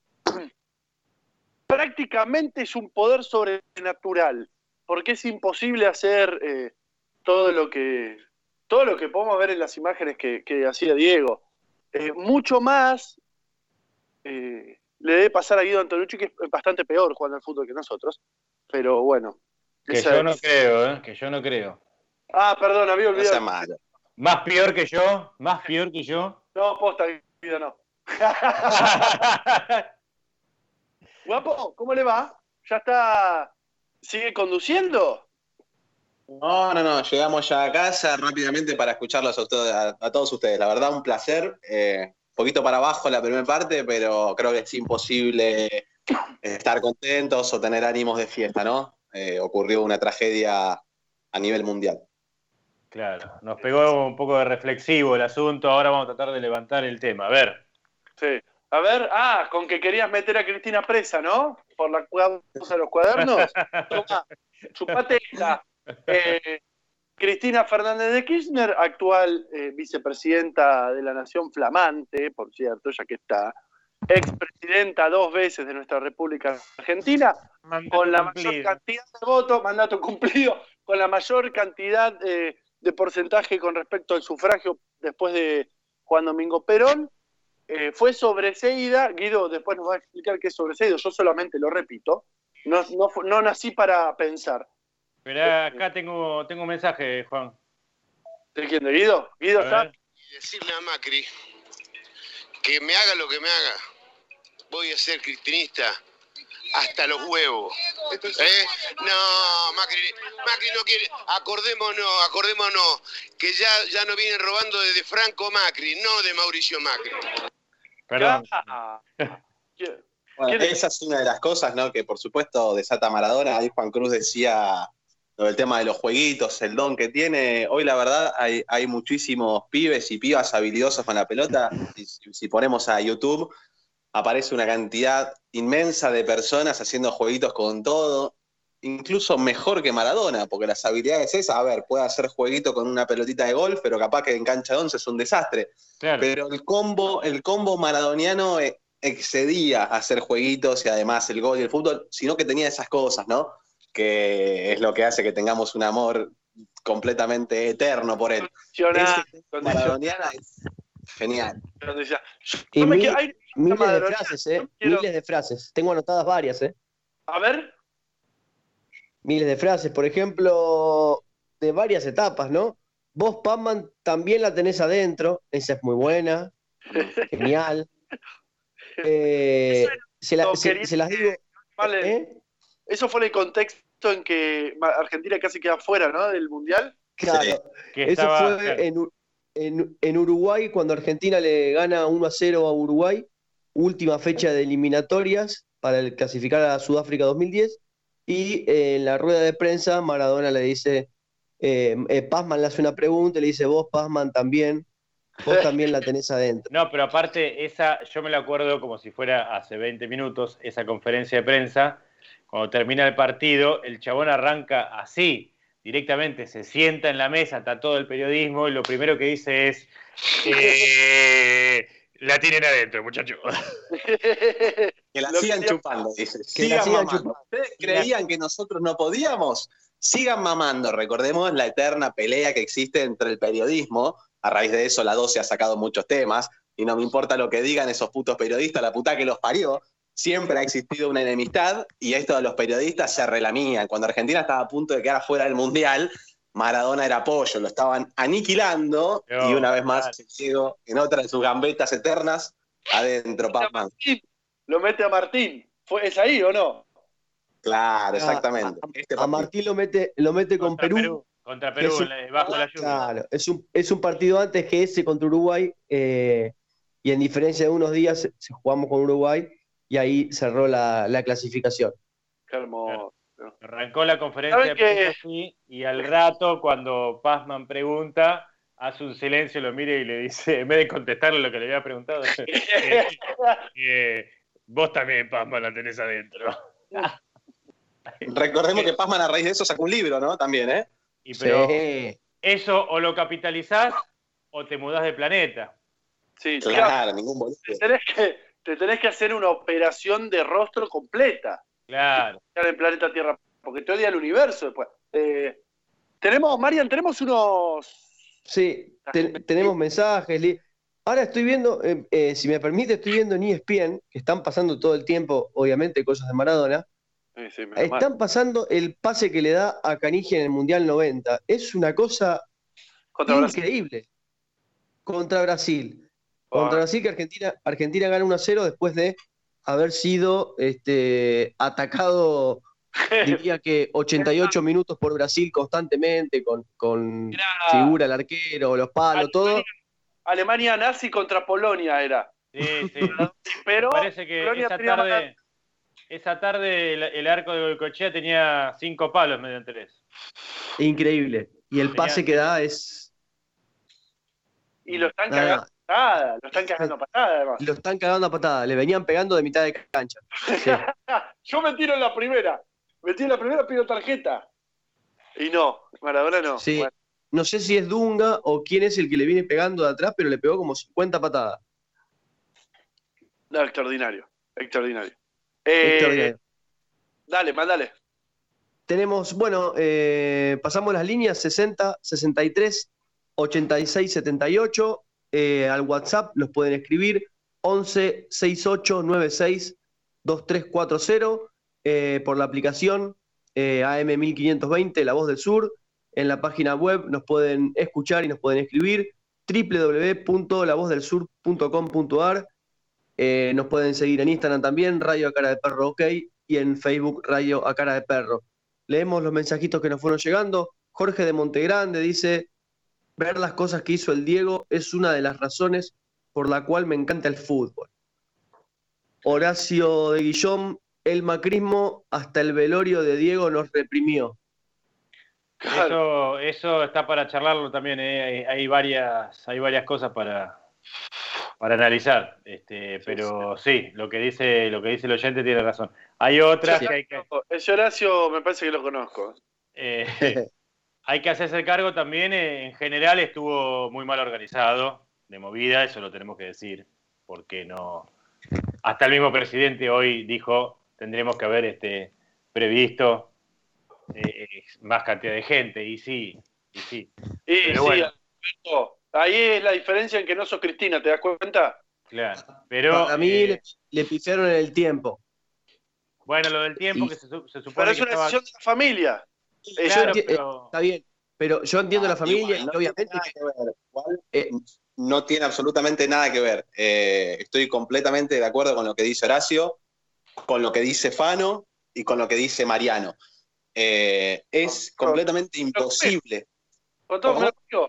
prácticamente es un poder sobrenatural. Porque es imposible hacer eh, todo lo que todo lo que podemos ver en las imágenes que, que hacía Diego. Eh, mucho más eh, le debe pasar a Guido Antonucci, que es bastante peor jugando al fútbol que nosotros. Pero bueno. Que yo es... no creo, ¿eh? Que yo no creo. Ah, perdón, había olvidado. No sea malo. ¿Más peor que yo? ¿Más peor que yo? No, posta, Guido, no. Guapo, ¿cómo le va? ¿Ya está... ¿Sigue conduciendo? No, no, no, llegamos ya a casa rápidamente para escucharlos a, ustedes, a, a todos ustedes. La verdad, un placer. Eh, un poquito para abajo la primera parte, pero creo que es imposible estar contentos o tener ánimos de fiesta, ¿no? Eh, ocurrió una tragedia a nivel mundial. Claro, nos pegó un poco de reflexivo el asunto, ahora vamos a tratar de levantar el tema. A ver. Sí. A ver, ah, con que querías meter a Cristina presa, ¿no? Por la causa de los cuadernos. Toma, chupate esta. Eh, Cristina Fernández de Kirchner, actual eh, vicepresidenta de la Nación flamante, por cierto, ya que está, expresidenta dos veces de nuestra República Argentina, mandato con la cumplido. Mayor cantidad de votos, mandato cumplido, con la mayor cantidad eh, de porcentaje con respecto al sufragio después de Juan Domingo Perón. Eh, fue sobreseída. Guido después nos va a explicar qué es sobreseído, yo solamente lo repito, no, no, no nací para pensar. Pero acá tengo, tengo un mensaje, Juan. ¿De quién? ¿De Guido? ¿Guido está? Y decirle a Macri que me haga lo que me haga, voy a ser cristinista hasta los huevos. ¿Eh? No, Macri, Macri no quiere. Acordémonos, acordémonos que ya, ya no vienen robando desde Franco Macri, no de Mauricio Macri. Perdón. Bueno, esa es una de las cosas, ¿no? Que por supuesto desata Maradona. Ahí Juan Cruz decía lo del tema de los jueguitos, el don que tiene. Hoy la verdad hay, hay muchísimos pibes y pibas habilidosos con la pelota. Si, si ponemos a YouTube, aparece una cantidad inmensa de personas haciendo jueguitos con todo, incluso mejor que Maradona, porque las habilidades esas, a ver, puede hacer jueguito con una pelotita de golf, pero capaz que en cancha de once es un desastre. Claro. Pero el combo, el combo maradoniano excedía a hacer jueguitos y además el gol y el fútbol, sino que tenía esas cosas, ¿no? Que es lo que hace que tengamos un amor completamente eterno por él. Ese maradoniana es genial. Y mil, quiero, miles de frases, ¿eh? Quiero... Miles de frases. Tengo anotadas varias, ¿eh? A ver. Miles de frases, por ejemplo, de varias etapas, ¿no? Vos, Pazman, también la tenés adentro. Esa es muy buena. Genial. Eh, se, la, se, se las digo. Vale. ¿Eh? Eso fue el contexto en que Argentina casi queda fuera, ¿no? Del Mundial. Claro. Sí. Eso estaba... fue en, en, en Uruguay, cuando Argentina le gana uno a cero a Uruguay. Última fecha de eliminatorias para el clasificar a Sudáfrica dos mil diez. Y eh, en la rueda de prensa, Maradona le dice, eh, eh, Pazman le hace una pregunta, le dice, vos, Pazman, también, vos también la tenés adentro. No, pero aparte, esa yo me la acuerdo como si fuera hace veinte minutos, esa conferencia de prensa, cuando termina el partido, el chabón arranca así, directamente, se sienta en la mesa, está todo el periodismo, y lo primero que dice es, eh, la tienen adentro, muchachos. Que la sigan que chupando, dice. Que sigan la sigan mamando. Chupando. ¿Ustedes creían que nosotros no podíamos? Sigan mamando. Recordemos la eterna pelea que existe entre el periodismo. A raíz de eso, la doce ha sacado muchos temas. Y no me importa lo que digan esos putos periodistas, la puta que los parió. Siempre ha existido una enemistad y esto de los periodistas se relamían. Cuando Argentina estaba a punto de quedar fuera del Mundial, Maradona era pollo, lo estaban aniquilando. Yo, y una vez más se llegó en otra de sus gambetas eternas adentro, Pazman. Lo mete a Martín, ¿Fue, ¿Es ahí o no? Claro, exactamente. A, Este a Martín lo mete, lo mete con Contra Perú. Perú. Contra Perú, un, en la- bajo la lluvia. Claro, es un, es un partido antes que ese contra Uruguay, eh, y en diferencia de unos días se, se jugamos con Uruguay y ahí cerró la, la clasificación. Qué hermoso. Arrancó la conferencia de ¿Saben qué? prensa así, y al rato, cuando Pazman pregunta, hace un silencio, lo mira y le dice, en vez de contestarle lo que le había preguntado, eh, eh, vos también, Pazman, la tenés adentro. Recordemos que Pazman a raíz de eso sacó un libro, ¿no? También, ¿eh? Y pero Sí. eso o lo capitalizás o te mudás de planeta. Sí, Claro, claro. ningún boludo. Te tenés, que, te tenés que hacer una operación de rostro completa. Claro. En el planeta Tierra, porque te odia el universo después. Eh, tenemos, Marian, tenemos unos... Sí, te- tenemos mensajes. li- Ahora estoy viendo, eh, eh, si me permite, estoy viendo en E S P N, que están pasando todo el tiempo, obviamente, cosas de Maradona. Sí, sí, menos mal. Están pasando el pase que le da a Canigia en el Mundial noventa. Es una cosa Contra Brasil. increíble. Contra Brasil. Contra Ah. Brasil, que Argentina, Argentina gana uno a cero después de haber sido este, atacado, diría que ochenta y ocho minutos por Brasil constantemente, con, con Era figura el arquero, los palos, todo. Alemania, Alemania nazi contra Polonia era. Sí, sí. Pero Me parece que Polonia esa tenía tarde, esa tarde el, el arco de Goicoechea tenía cinco palos en vez de tres. Increíble. Y el pase que da es. Y lo están Nada. cagando a patada, lo están cagando a patada además. Lo están cagando a patada. Le venían pegando de mitad de cancha. Sí. Yo me tiro en la primera. Me tiro en la primera, pido tarjeta. Y no, Maradona no. Sí. Bueno, No sé si es Dunga o quién es el que le viene pegando de atrás, pero le pegó como cincuenta patadas. no, extraordinario. Extraordinario. Eh, Extraordinario. Dale, mandale. Tenemos, bueno, eh, pasamos las líneas sesenta, sesenta y tres, ochenta y seis, setenta y ocho. Eh, al WhatsApp nos pueden escribir once, sesenta y ocho, noventa y seis, veintitrés cuarenta. Eh, por la aplicación eh, A M mil quinientos veinte, La Voz del Sur. En la página web nos pueden escuchar y nos pueden escribir doble u doble u doble u punto la voz del sur punto com punto a r. Eh, nos pueden seguir en Instagram también, Radio a Cara de Perro OK, y en Facebook, Radio a Cara de Perro. Leemos los mensajitos que nos fueron llegando. Jorge de Montegrande dice: ver las cosas que hizo el Diego es una de las razones por la cual me encanta el fútbol. Horacio de Guillón: el macrismo hasta el velorio de Diego nos reprimió. Eso, eso está para charlarlo también, ¿eh? hay, hay varias, hay varias cosas para, para analizar, este, pero sí, lo que dice, lo que dice el oyente tiene razón. Hay otras Sí. que hay que, Ese Horacio me parece que lo conozco. eh, hay que hacerse cargo también. eh, en general estuvo muy mal organizado, de movida, eso lo tenemos que decir, porque no. Hasta el mismo presidente hoy dijo, tendremos que haber este, previsto eh, más cantidad de gente, y sí, y sí. Y Pero sí, bueno. Alberto, ahí es la diferencia en que no sos Cristina, ¿te das cuenta? Claro, pero Para mí eh, le, le pifiaron en el tiempo. bueno, lo del tiempo Y- que se, su- se Pero supone es que una estaba. decisión de la familia. Eh, Claro, Yo enti- pero- Está bien, pero yo entiendo Ah, la familia igual, y no obviamente tiene nada que ver. Igual, eh, no tiene absolutamente nada que ver. Eh, estoy completamente de acuerdo con lo que dice Horacio, con lo que dice Fano y con lo que dice Mariano. Eh, es completamente imposible. con todo ¿Cómo? me lo digo.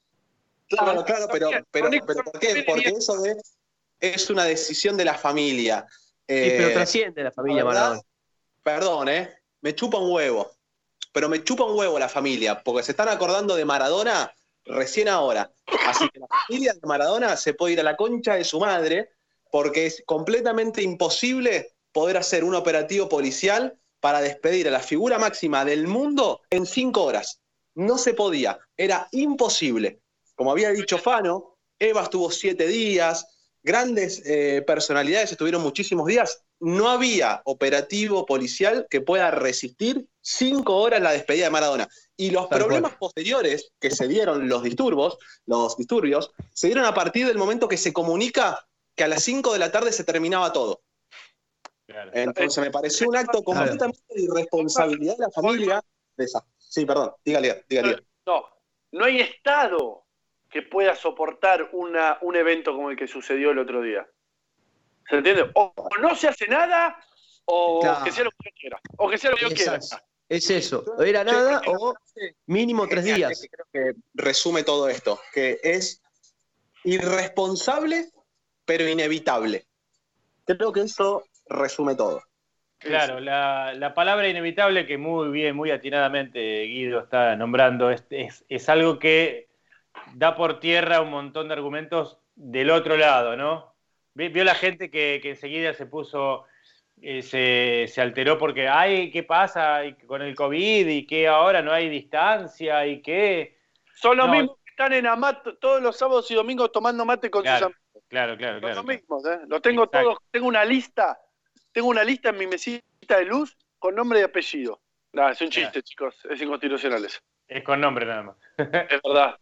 Claro, claro, pero, Con- pero, con- pero ¿por qué? Porque eso de- es una decisión de la familia. sí, Eh, pero trasciende la familia la verdad, Maradona. Perdón, ¿eh? Me chupa un huevo. Pero me chupa un huevo la familia, porque se están acordando de Maradona recién ahora. Así que la familia de Maradona se puede ir a la concha de su madre, porque es completamente imposible poder hacer un operativo policial para despedir a la figura máxima del mundo en cinco horas. No se podía, era imposible. Como había dicho Fano, Eva estuvo siete días, grandes eh, personalidades estuvieron muchísimos días. No había operativo policial que pueda resistir cinco horas la despedida de Maradona. Y los Tal problemas cual. posteriores que se dieron, los disturbios, los disturbios, se dieron a partir del momento que se comunica que a las cinco de la tarde se terminaba todo. Claro. Entonces me pareció un acto completamente de irresponsabilidad de la familia. De esa. Sí, perdón, dígale, dígale. No, no hay Estado que pueda soportar una, un evento como el que sucedió el otro día. ¿Se entiende? O, o no se hace nada, o Claro. que sea lo que yo quiera. O que sea lo que yo quiera. Esas- Es eso, era nada o mínimo tres Genial, días. que creo que resume todo esto, que es irresponsable, pero inevitable. Creo que eso resume todo. Claro, la, la palabra inevitable que muy bien, muy atinadamente Guido está nombrando, es, es, es algo que da por tierra un montón de argumentos del otro lado, ¿no? Vio la gente que, que enseguida se puso, eh, se, se alteró porque, ay, ¿qué pasa y con el COVID? Y que ahora no hay distancia y que... Son los No. mismos que están en Amat todos los sábados y domingos tomando mate con Claro, sus amigos. claro, claro, Son claro. los claro. mismos, ¿eh? Los tengo Exacto. todos. Tengo una lista. Tengo una lista en mi mesita de luz con nombre y apellido. Nada, es un chiste, Claro. chicos. Es inconstitucional eso. Es con nombre nada más. Es verdad.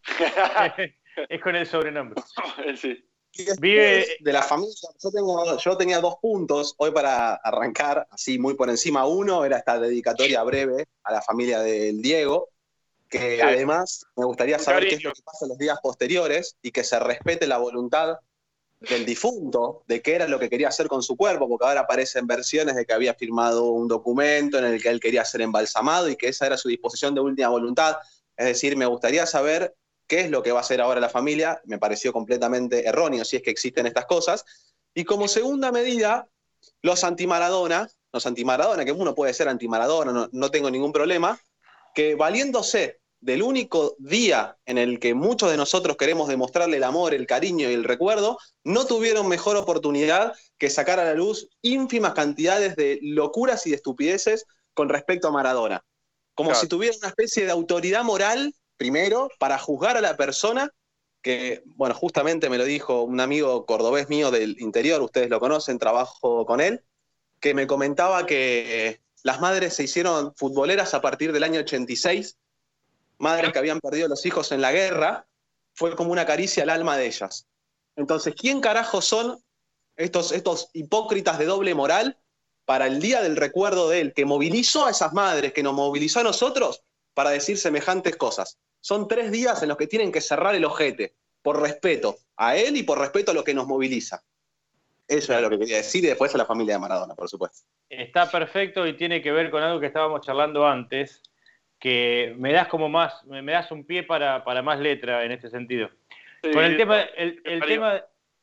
Es con el sobrenombre. Sí. Y después Vive- de la familia, yo, tengo, yo tenía dos puntos hoy para arrancar, así muy por encima. Uno era esta dedicatoria breve a la familia del Diego, que Sí. además me gustaría Con saber qué es cariño. lo que pasa en los días posteriores y que se respete la voluntad del difunto, de qué era lo que quería hacer con su cuerpo, porque ahora aparecen versiones de que había firmado un documento en el que él quería ser embalsamado y que esa era su disposición de última voluntad. Es decir, me gustaría saber qué es lo que va a hacer ahora la familia. Me pareció completamente erróneo, si es que existen estas cosas. Y como segunda medida, los anti-Maradona, los anti-Maradona, que uno puede ser anti-Maradona, no, no tengo ningún problema, que valiéndose del único día en el que muchos de nosotros queremos demostrarle el amor, el cariño y el recuerdo, no tuvieron mejor oportunidad que sacar a la luz ínfimas cantidades de locuras y de estupideces con respecto a Maradona. Como Claro. si tuviera una especie de autoridad moral, primero, para juzgar a la persona que, bueno, justamente me lo dijo un amigo cordobés mío del interior, ustedes lo conocen, trabajo con él, que me comentaba que eh, las madres se hicieron futboleras a partir del año ochenta y seis, madres que habían perdido los hijos en la guerra, fue como una caricia al alma de ellas. Entonces, ¿quién carajo son estos, estos hipócritas de doble moral para el día del recuerdo de él, que movilizó a esas madres, que nos movilizó a nosotros para decir semejantes cosas? Son tres días en los que tienen que cerrar el ojete, por respeto a él y por respeto a lo que nos moviliza. Eso era lo que quería decir, y después a la familia de Maradona, por supuesto. Está perfecto y tiene que ver con algo que estábamos charlando antes, que me das como más, me, me das un pie para, para más letra en este sentido. Sí, Con el tema, el, el Mario. tema,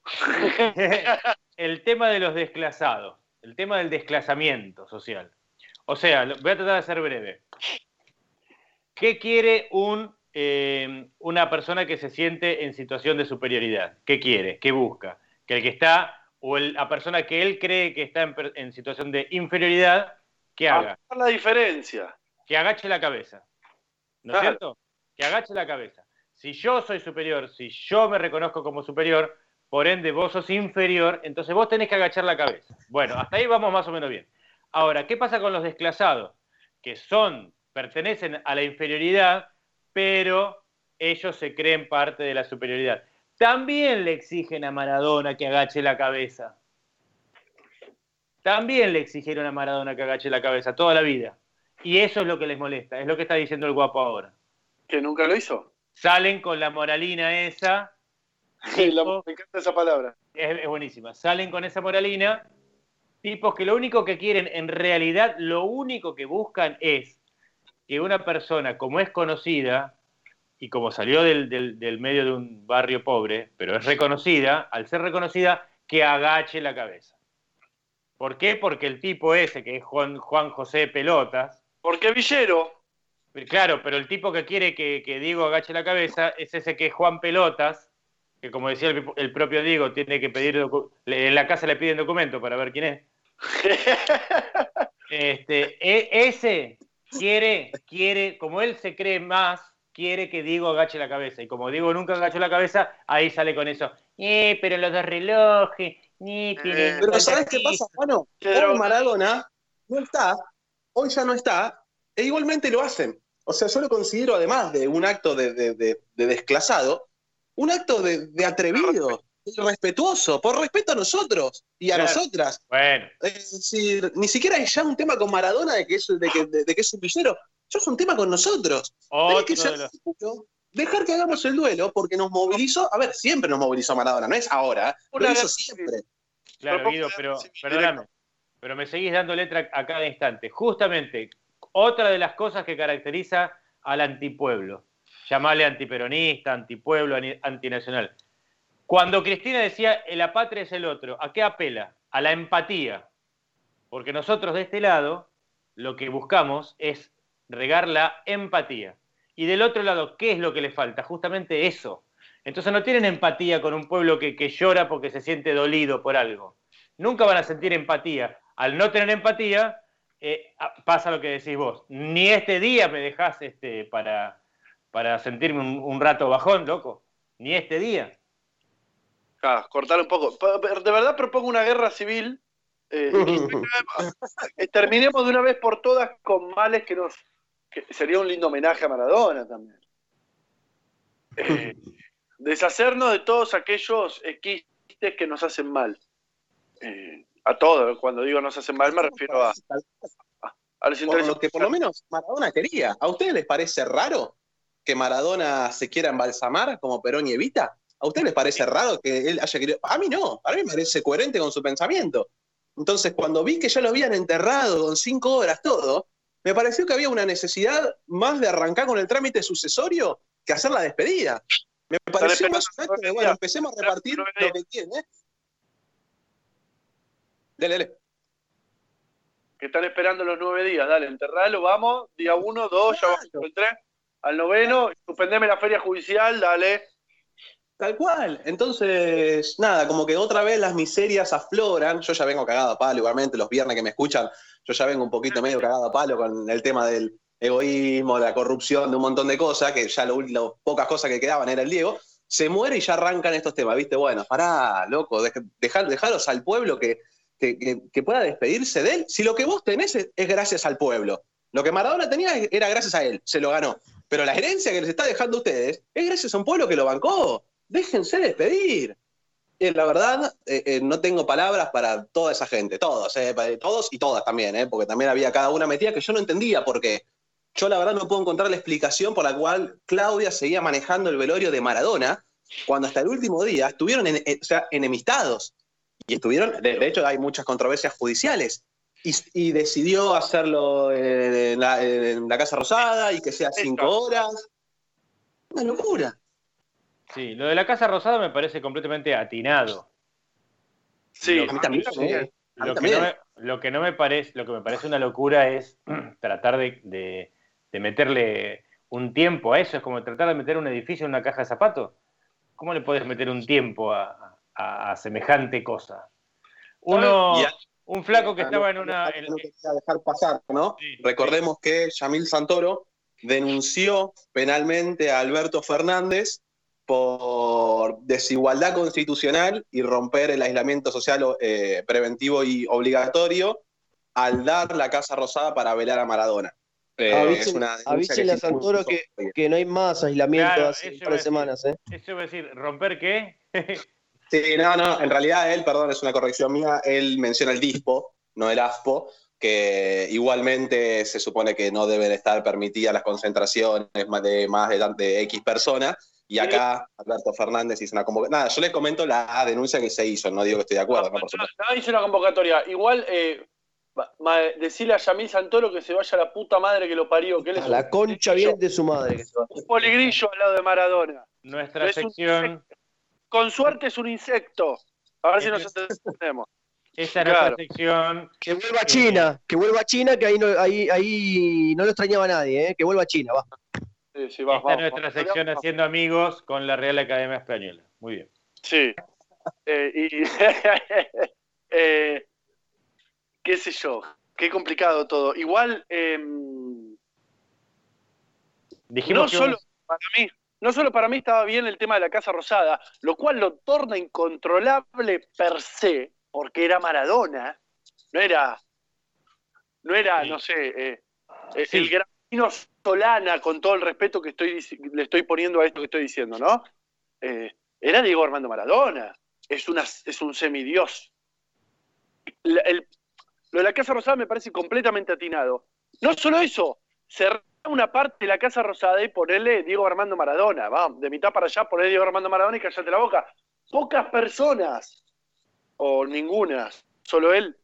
el tema de los desclasados, el tema del desclasamiento social. O sea, lo- voy a tratar de ser breve. ¿Qué quiere un, eh, una persona que se siente en situación de superioridad? ¿Qué quiere? ¿Qué busca? Que el que está, o el- la persona que él cree que está en, per- en situación de inferioridad, ¿qué haga? Marcar la diferencia. Que agache la cabeza. ¿No es Claro. cierto? Que agache la cabeza. Si yo soy superior, si yo me reconozco como superior, por ende vos sos inferior, entonces vos tenés que agachar la cabeza. Bueno, hasta ahí vamos más o menos bien. Ahora, ¿qué pasa con los desclasados? Que son, pertenecen a la inferioridad, pero ellos se creen parte de la superioridad. También le exigen a Maradona que agache la cabeza. También le exigieron a Maradona que agache la cabeza toda la vida. Y eso es lo que les molesta, es lo que está diciendo el guapo ahora. Que nunca lo hizo. Salen con la moralina esa, Sí, la- tipo- me encanta esa palabra. es, es buenísima, salen con esa moralina, tipos que lo único que quieren, en realidad, lo único que buscan es que una persona, como es conocida, y como salió del, del- del medio de un barrio pobre, pero es reconocida, al ser reconocida, que agache la cabeza. ¿Por qué? Porque el tipo ese, que es Juan, Juan José Pelotas, Porque Villero. claro, pero el tipo que quiere que, que Diego agache la cabeza es ese que es Juan Pelotas, que como decía el, el propio Diego, tiene que pedir docu- le- en la casa le piden documento para ver quién es. Este, e- ese quiere, quiere, como él se cree más, quiere que Diego agache la cabeza. Y como Diego nunca agachó la cabeza, ahí sale con eso. Eh, pero los dos relojes, ni pero, Eh, Pero ¿sabés qué pasa, Juano? Qué Hoy droga. Maradona no está, hoy ya no está, e igualmente lo hacen. O sea, yo lo considero, además de un acto de, de- de- de desclasado, un acto de, de atrevido, irrespetuoso, por respeto a nosotros y a Claro. nosotras. Bueno, Es decir, ni siquiera es ya un tema con Maradona de que es, de que, de, de que es un villero, ya es un tema con nosotros. Tenés otro que de ser los... seguro, dejar que hagamos el duelo porque nos movilizó, a ver, siempre nos movilizó Maradona, no es ahora, lo Una hizo vez- siempre. Claro, Pero Guido, pongo- pero sí, perdóname. directo. pero me seguís dando letra a cada instante. Justamente, otra de las cosas que caracteriza al antipueblo, llamarle antiperonista, antipueblo, antinacional. Cuando Cristina decía, la patria es el otro, ¿a qué apela? A la empatía. Porque nosotros de este lado, lo que buscamos es regar la empatía. Y del otro lado, ¿qué es lo que le falta? Justamente eso. Entonces no tienen empatía con un pueblo que, que llora porque se siente dolido por algo. Nunca van a sentir empatía. Al no tener empatía, eh, pasa lo que decís vos. Ni este día me dejás este, para, para sentirme un, un rato bajón, loco. Ni este día. Ah, cortar un poco. De verdad propongo una guerra civil. Eh, y terminemos de una vez por todas con males que nos... que sería un lindo homenaje a Maradona también. Eh, deshacernos de todos aquellos quistes que nos hacen mal. Eh, a todos, cuando digo nos hacen mal me refiero a, a, a los intereses. Por lo que por lo menos Maradona quería. ¿A ustedes les parece raro que Maradona se quiera embalsamar como Perón y Evita? ¿A ustedes les parece raro que él haya querido? A mí no, a mí me parece coherente con su pensamiento. Entonces, cuando vi que ya lo habían enterrado con cinco horas todo, me pareció que había una necesidad más de arrancar con el trámite sucesorio que hacer la despedida. Me pareció más un acto de, bueno, empecemos a repartir lo que tiene. Dale, dale. Que están esperando los nueve días, dale, enterralo, vamos, día uno, dos, ya vamos al tres, al noveno, suspendeme la feria judicial, dale. Tal cual. Entonces, nada, como que otra vez las miserias afloran. Yo ya vengo cagado a palo, igualmente, los viernes que me escuchan, yo ya vengo un poquito medio cagado a palo con el tema del egoísmo, la corrupción, de un montón de cosas, que ya lo, lo pocas cosas que quedaban era el Diego. Se muere y ya arrancan estos temas, ¿viste? Bueno, pará, loco, dejar, dejaros al pueblo que, que, que, que pueda despedirse de él. Si lo que vos tenés es, es gracias al pueblo. Lo que Maradona tenía era gracias a él, se lo ganó. Pero la herencia que les está dejando a ustedes es gracias a un pueblo que lo bancó. Déjense despedir. Eh, la verdad, eh, eh, no tengo palabras para toda esa gente, todos, eh, todos y todas también, eh, porque también había cada una metida que yo no entendía por qué. Yo la verdad no puedo encontrar la explicación por la cual Claudia seguía manejando el velorio de Maradona cuando hasta el último día estuvieron en, eh, o sea, enemistados. Y estuvieron, de, de hecho hay muchas controversias judiciales. Y, y decidió hacerlo en, en, la, en la Casa Rosada y que sea cinco horas. Una locura. Sí, lo de la Casa Rosada me parece completamente atinado. Sí, lo, a mí también. Eh, lo, que no me, lo que no me parece, lo que me parece una locura es tratar de, de, de meterle un tiempo a eso. Es como tratar de meter un edificio en una caja de zapatos. ¿Cómo le podés meter un tiempo a, a, a semejante cosa? Uno, un flaco que estaba en una... En, no quería dejar pasar, ¿no? Sí, Recordemos sí. que Yamil Santoro denunció penalmente a Alberto Fernández por desigualdad constitucional y romper el aislamiento social eh, preventivo y obligatorio al dar la Casa Rosada para velar a Maradona. Eh, avisen, es una avísenle a Santoro que, que no hay más aislamiento claro, hace un par de semanas. ¿eh? Eso iba a decir, ¿romper qué? Sí, no, no, en realidad él, perdón, es una corrección mía, él menciona el DISPO, no el ASPO, que igualmente se supone que no deben estar permitidas las concentraciones de más de, de X personas. Y acá Alberto Fernández hizo una convocatoria. Nada, yo les comento la denuncia que se hizo, no digo que estoy de acuerdo. No, no, no, no hizo una convocatoria. Igual, eh, decirle a Yamil Santoro que se vaya a la puta madre que lo parió. Que él es a la concha bien de su madre. Que se va. Un poligrillo al lado de Maradona. Nuestra sección... Con suerte es un insecto. A ver si nos entendemos. Esa es claro. Nuestra sección. Que vuelva a China, eh... que vuelva a China, que ahí no, ahí, ahí no lo extrañaba nadie, ¿eh? Que vuelva a China, va. Sí, sí, va, Esta es nuestra sección Haciendo Amigos con la Real Academia Española. Muy bien. Sí. Eh, y eh, qué sé yo, qué complicado todo. Igual, eh, Dijimos no solo vamos... para mí, no solo para mí estaba bien el tema de la Casa Rosada, lo cual lo torna incontrolable per se, porque era Maradona, no era, no era, sí. no sé, eh, sí. el gran Solana, con todo el respeto que estoy le estoy poniendo a esto que estoy diciendo, ¿no? Eh, era Diego Armando Maradona. Es, una, es un semidios. La, el, lo de la Casa Rosada me parece completamente atinado. No solo eso, cerrar una parte de la Casa Rosada y ponerle Diego Armando Maradona. Vamos, de mitad para allá, poner Diego Armando Maradona y callate la boca. Pocas personas, o ninguna, solo él,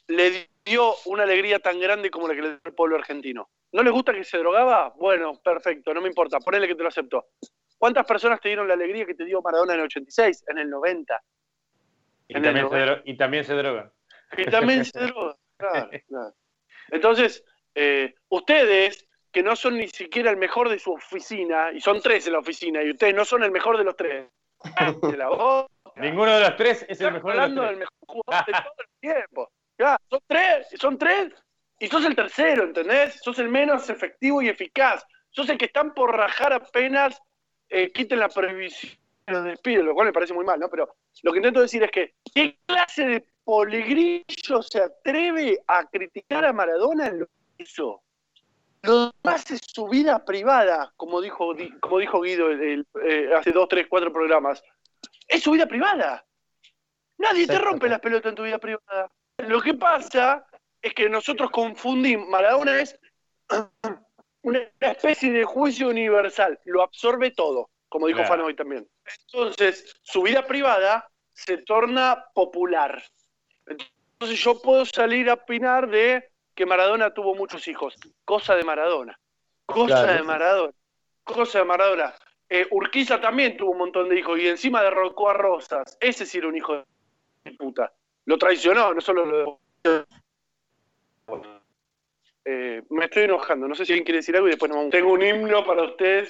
le dio una alegría tan grande como la que le dio al pueblo argentino? ¿No les gusta que se drogaba? Bueno, perfecto, no me importa, ponele que te lo acepto. ¿Cuántas personas te dieron la alegría que te dio Maradona en el ochenta y seis, en el noventa? Y, en también, el noventa. Se y también se drogan. Y también se drogan, claro, claro. Entonces, eh, ustedes, que no son ni siquiera el mejor de su oficina, y son tres en la oficina, y ustedes no son el mejor de los tres. De la boca. Ninguno de los tres es el mejor hablando de los tres. del mejor jugador de todo el tiempo. Ya, son tres, son tres, y sos el tercero, ¿entendés? Sos el menos efectivo y eficaz. Sos el que están por rajar apenas eh, quiten la prohibición de los despidos, lo cual me parece muy mal, ¿no? Pero lo que intento decir es que, ¿qué clase de poligrillo se atreve a criticar a Maradona en lo que hizo? Lo demás es su vida privada, como dijo, como dijo Guido el, el, eh, hace dos, tres, cuatro programas. Es su vida privada. Nadie te rompe las pelotas en tu vida privada. Lo que pasa es que nosotros confundimos. Maradona es una especie de juicio universal. Lo absorbe todo, como dijo claro. Fanoy también. Entonces, su vida privada se torna popular. Entonces yo puedo salir a opinar de que Maradona tuvo muchos hijos. Cosa de Maradona. Cosa claro. de Maradona. Cosa de Maradona. Eh, Urquiza también tuvo un montón de hijos y encima derrocó a Rosas. Ese sí era un hijo de puta. Lo traicionó, no solo lo... Eh, me estoy enojando. No sé si alguien quiere decir algo y después nos vamos. Tengo un himno para ustedes.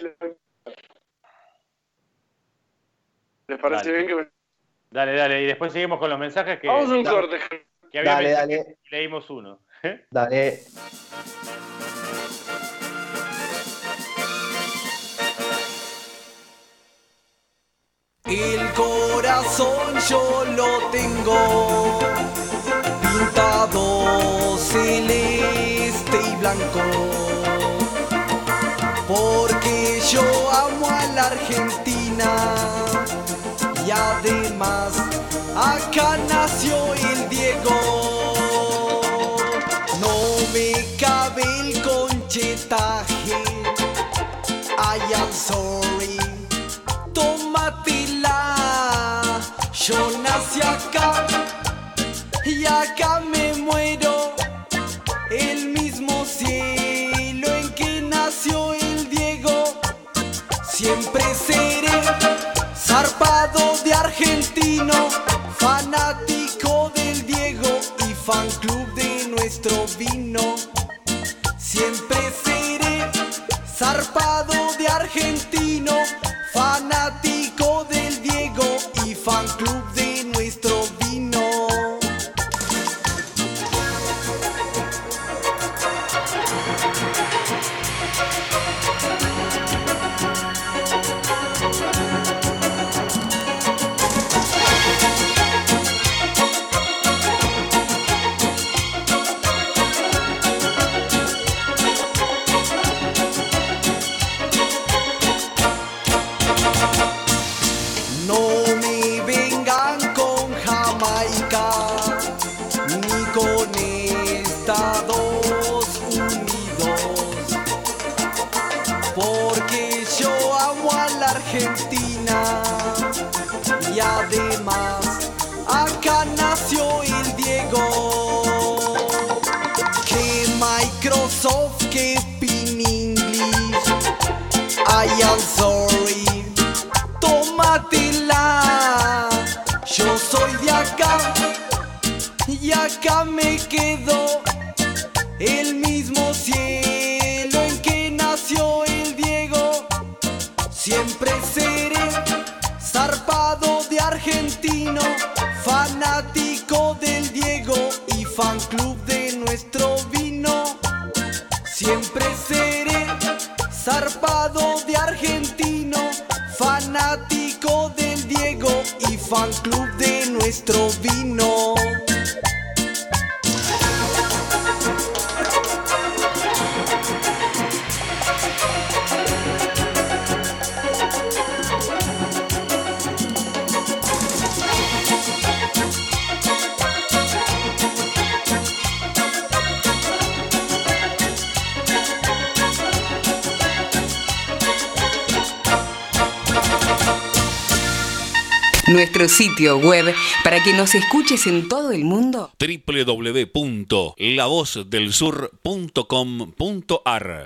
¿Les parece dale. bien que me... Dale, dale. Y después seguimos con los mensajes que... Vamos a un dale. corte. Que había dale, dale. Leímos uno. Dale. El corazón yo lo tengo pintado celeste y blanco, porque yo amo a la Argentina y además acá nació el Diego. No me cabe el conchetaje, I am sorry, tómatela. Yo nací acá y acá me muero, el mismo cielo en que nació el Diego. Siempre seré zarpado de argentino, fanático del Diego y fan club de nuestro vino. Siempre seré zarpado de argentino, fanático del Diego y fan club de nuestro vino. Argentina y además acá nació el Diego. Que Microsoft, que Pin English, I am sorry, tómatela. Yo soy de acá y acá me quedo, el mismo cielo en que nació el Diego. Siempre seré zarpado de argentino, fanático del Diego y fan club de nuestro vino. Siempre seré zarpado de argentino, fanático del Diego y fan club de nuestro vino. nuestro sitio web para que nos escuches en todo el mundo. doble u doble u doble u punto la voz del sur punto com punto a r.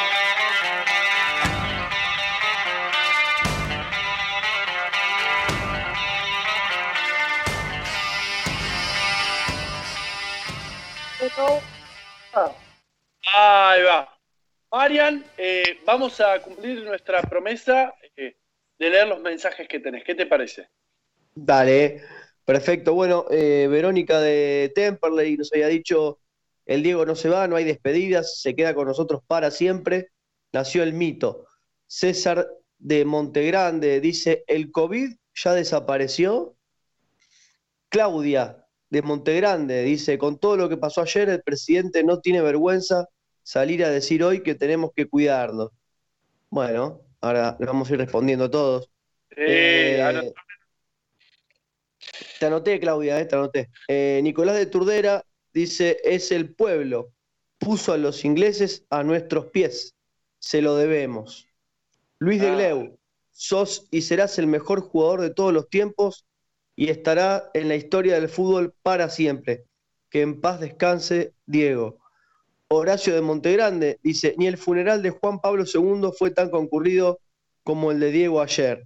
Ahí va. Marian, eh, vamos a cumplir nuestra promesa eh, de leer los mensajes que tenés. ¿Qué te parece? Dale, perfecto. Bueno, eh, Verónica de Temperley nos había dicho, el Diego no se va, no hay despedidas, se queda con nosotros para siempre. Nació el mito. César de Montegrande dice, ¿el COVID ya desapareció? Claudia de Montegrande dice, con todo lo que pasó ayer, el presidente no tiene vergüenza salir a decir hoy que tenemos que cuidarnos. Bueno, ahora le vamos a ir respondiendo a todos. Eh, Eh, ahora- Te anoté, Claudia, eh, te anoté. Eh, Nicolás de Turdera dice, es el pueblo, puso a los ingleses a nuestros pies, se lo debemos. Luis de Ah. Gleu, sos y serás el mejor jugador de todos los tiempos y estará en la historia del fútbol para siempre. Que en paz descanse, Diego. Horacio de Montegrande dice, ni el funeral de Juan Pablo segundo fue tan concurrido como el de Diego ayer.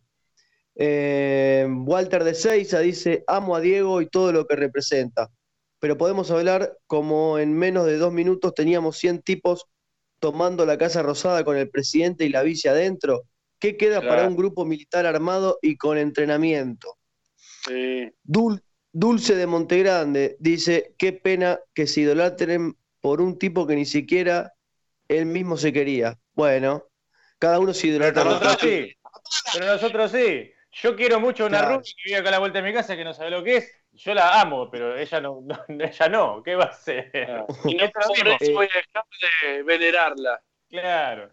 Eh, Walter de Seiza dice, amo a Diego y todo lo que representa, pero podemos hablar como en menos de dos minutos teníamos cien tipos tomando la Casa Rosada con el presidente y la vice adentro. ¿Qué queda Claro. para un grupo militar armado y con entrenamiento? Sí. Dul- Dulce de Montegrande dice, qué pena que se idolatren por un tipo que ni siquiera él mismo se quería. Bueno, cada uno se idolatra. Nosotros sí, pero nosotros sí. Yo quiero mucho a una Claro. rubia que vive acá a la vuelta de mi casa que no sabe lo que es. Yo la amo, pero ella no, no ella no. ¿Qué va a hacer? Y no por mismo. eso voy a dejar de venerarla. Claro.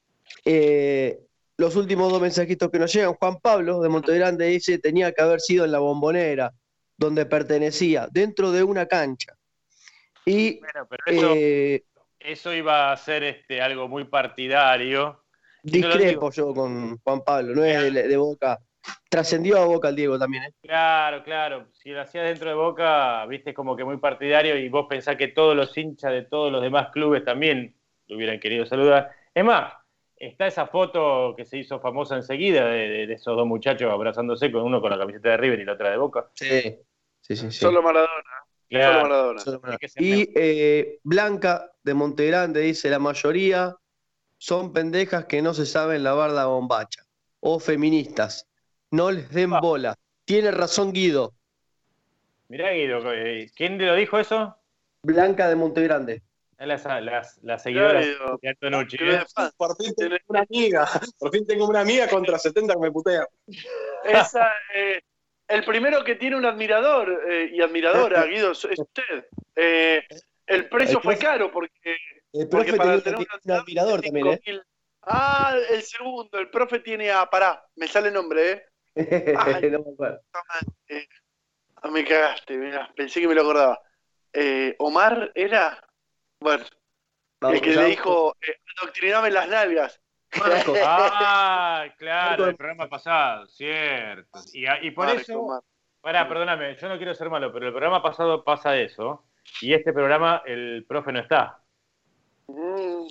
Eh, los últimos dos mensajitos que nos llegan, Juan Pablo de Montegrande dice, tenía que haber sido en la Bombonera, donde pertenecía, dentro de una cancha. Y Bueno, pero eso, eh, eso iba a ser este, algo muy partidario. Y no lo discrepo yo con Juan Pablo, no es de, de Boca. Trascendió a Boca el Diego también, ¿eh? Claro, claro. Si lo hacías dentro de Boca, viste, como que muy partidario y vos pensás que todos los hinchas de todos los demás clubes también lo hubieran querido saludar. Es más, está esa foto que se hizo famosa enseguida de, de- de esos dos muchachos abrazándose, con uno con la camiseta de River y la otra de Boca. Sí, sí, sí. sí. Solo Maradona. Claro. Solo Maradona. Solo para- Hay que ser Y eh, Blanca de Montegrande dice, la mayoría son pendejas que no se saben lavar la bombacha. O feministas. No les den Ah. bola. Tiene razón Guido. Mirá, Guido, eh, ¿quién te lo dijo eso? Blanca de Montegrande. Las, las, las seguidoras Guido. de Antonucci. Que ¿eh? de- Por fin tengo una amiga. Por fin tengo una amiga contra setenta que me putea. Esa, eh, el primero que tiene un admirador eh, y admiradora, Guido, es usted. Eh, el precio El fue profe- caro porque, El porque profe para tenía tener un admirador también, ¿eh? cinco mil. Ah, el segundo, el profe tiene a. Pará, me sale el nombre, ¿eh? Ay. No me acuerdo. Eh, ah, me cagaste, mirá, pensé que me lo acordaba. Eh, Omar era. Bueno, Vamos, el que ya. le dijo, eh, adoctriname las nalgas. Marco. Ah, claro, Marco. el programa pasado, cierto. Y, y por Marco, eso, Marco. pará, perdóname, yo no quiero ser malo, pero el programa pasado pasa eso, y este programa el profe no está. Mm,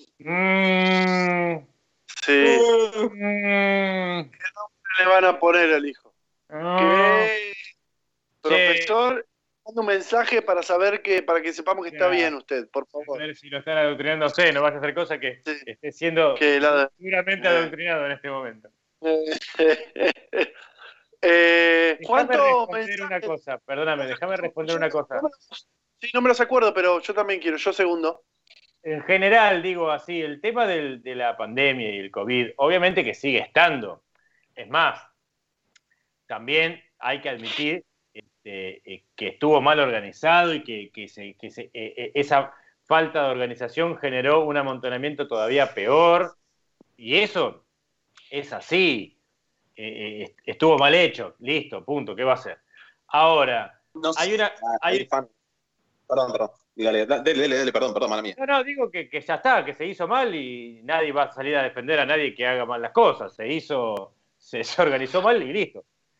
Mm, sí, mm, le van a poner al hijo. mm. ¿Qué? Profesor, manda un mensaje para saber que, para que sepamos que está Ya. bien usted, por favor. Ver si lo están adoctrinando, no sé, no vaya a hacer cosa que Sí. esté siendo Que la- seguramente Eh. adoctrinado en este momento. eh, Déjame ¿Cuántos responder una mensajes? cosa, perdóname, déjame responder una cosa. Sí, no me los acuerdo, pero yo también quiero. Yo segundo. En general, digo así, el tema del- de la pandemia y el COVID, obviamente que sigue estando. Es más, también hay que admitir este, eh, que estuvo mal organizado y que, que se- que se- eh, eh, esa falta de organización generó un amontonamiento todavía peor. Y eso es así. Eh, eh, estuvo mal hecho. Listo, punto. ¿Qué va a hacer? Ahora, No sé. hay una... Ah, hay- ahí, fan. Perdón, perdón. Dígale, da- dele, dele, dele, perdón, perdón, mala mía. No, no, digo que, que ya está, que se hizo mal y nadie va a salir a defender a nadie que haga mal las cosas. Se hizo, se, se organizó mal y listo.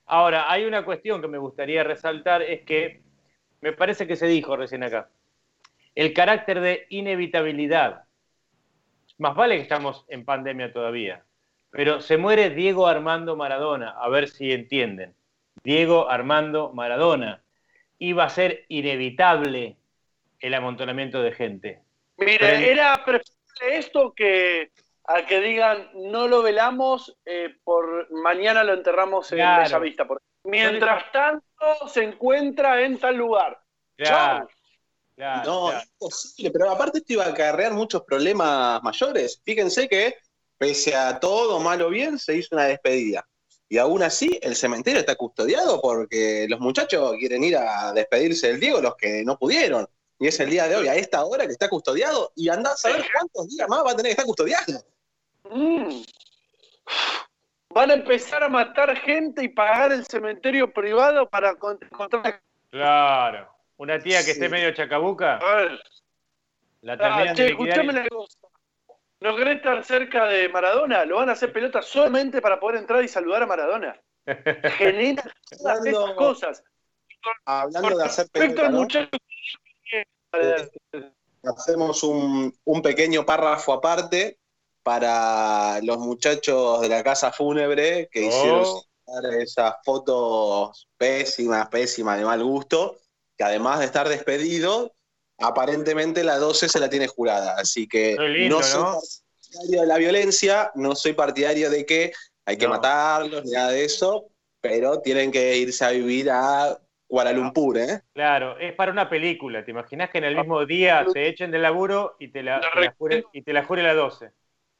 Ahora, hay una cuestión que me gustaría resaltar, es que me parece que se dijo recién acá, el carácter de inevitabilidad. Más vale que estamos en pandemia todavía, pero se muere Diego Armando Maradona, a ver si entienden. Diego Armando Maradona. Iba a ser inevitable el amontonamiento de gente. Mire, Pero en- era preferible esto que a que digan no lo velamos, eh, por mañana lo enterramos en Claro. Bellavista. Porque mientras tanto se encuentra en tal lugar. Claro, Chau. claro, No, claro. es imposible, pero aparte esto iba a acarrear muchos problemas mayores. Fíjense que, pese a todo, mal o bien, se hizo una despedida. Y aún así, el cementerio está custodiado porque los muchachos quieren ir a despedirse del Diego, los que no pudieron. Y es el día de hoy, a esta hora, que está custodiado, y andá a saber cuántos días más va a tener que estar custodiado. Mm. Van a empezar a matar gente y pagar el cementerio privado para con- encontrar. Claro. Una tía que Sí. esté medio chacabuca, A ver, la ah, terminan che, de liquidar. escuchame una cosa. ¿No querés estar cerca de Maradona? Lo van a hacer pelota solamente para poder entrar y saludar a Maradona. Genera todas Hablando- estas cosas. Hablando Con de hacer respecto pelota, al ¿no? muchacho que- Hacemos un, un pequeño párrafo aparte para los muchachos de la casa fúnebre que Oh. hicieron circular esas fotos pésimas, pésimas, de mal gusto, que además de estar despedido, aparentemente la doce se la tiene jurada. Así que Qué lindo, no soy ¿no? partidario de la violencia, no soy partidario de que hay que No. matarlos, ni nada de eso, pero tienen que irse a vivir a Kuala Lumpur, ¿eh? Claro, es para una película. ¿Te imaginas que en el mismo día te echen del laburo y te la, te la jure, y te la jure la doce?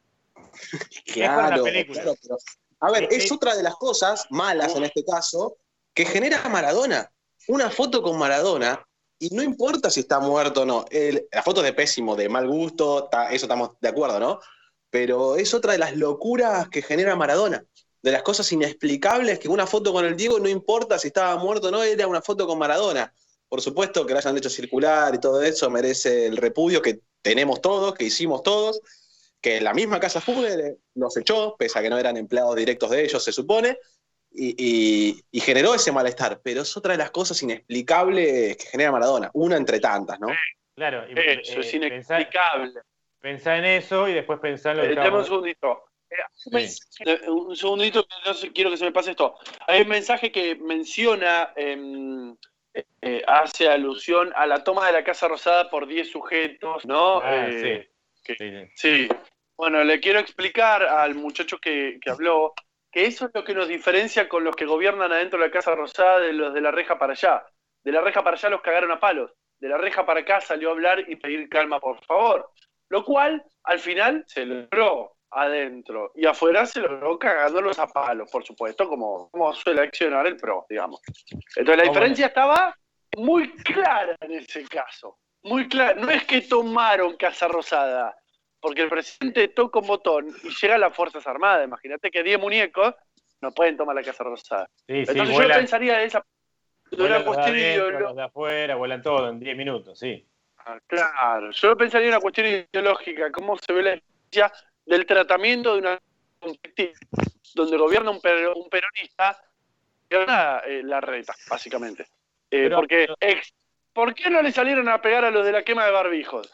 Es para una película. claro, pero- a ver, Eh, es eh. otra de las cosas malas en este caso que genera Maradona. Una foto con Maradona, y no importa si está muerto o no. El- la foto es de pésimo, de mal gusto, ta- eso estamos de acuerdo, ¿no? Pero es otra de las locuras que genera Maradona. De las cosas inexplicables que una foto con el Diego, no importa si estaba muerto o no, era una foto con Maradona. Por supuesto que la hayan hecho circular y todo eso merece el repudio que tenemos todos, que hicimos todos, que la misma casa fúnebre los echó, pese a que no eran empleados directos de ellos, se supone, y, y- y generó ese malestar. Pero es otra de las cosas inexplicables que genera Maradona, una entre tantas, ¿no? Claro, y, Eso eh, es pensá, inexplicable. pensá en eso y después pensá en lo que Eh, Dame un estábamos- segundito. Sí. Eh, Un segundito, que no sé, quiero que se me pase esto. Hay un mensaje que menciona, em, eh, eh, hace alusión a la toma de la Casa Rosada por diez sujetos, ¿no? Ah, Eh, sí. Sí, sí. Sí. Bueno, le quiero explicar al muchacho que, que habló que eso es lo que nos diferencia con los que gobiernan adentro de la Casa Rosada de los de la reja para allá. De la reja para allá los cagaron a palos. De la reja para acá salió a hablar y pedir calma, por favor. Lo cual, al final, se logró adentro. Y afuera se logró cagándolos a palos, por supuesto, como, como suele accionar el PRO, digamos. Entonces la ¿Cómo diferencia estaba muy clara en ese caso. Muy clara. No es que tomaron Casa Rosada, porque el presidente toca un botón y llegan las Fuerzas Armadas. Imagínate que diez muñecos no pueden tomar la Casa Rosada. Sí, sí, Entonces yo vuelan, pensaría de esa de vuelan una los de cuestión adentro, ideológica. los de afuera, vuelan todo en diez minutos, sí. Claro, yo pensaría en una cuestión ideológica, cómo se ve la diferencia del tratamiento de una competición donde gobierna un, per- un peronista y gobierna eh, la reta, básicamente. Eh, Pero- porque ex- ¿por qué no le salieron a pegar a los de la quema de barbijos?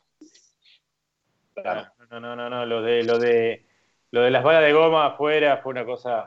Claro, no, no, no, no, lo de, lo de, lo de las balas de goma afuera fue una cosa,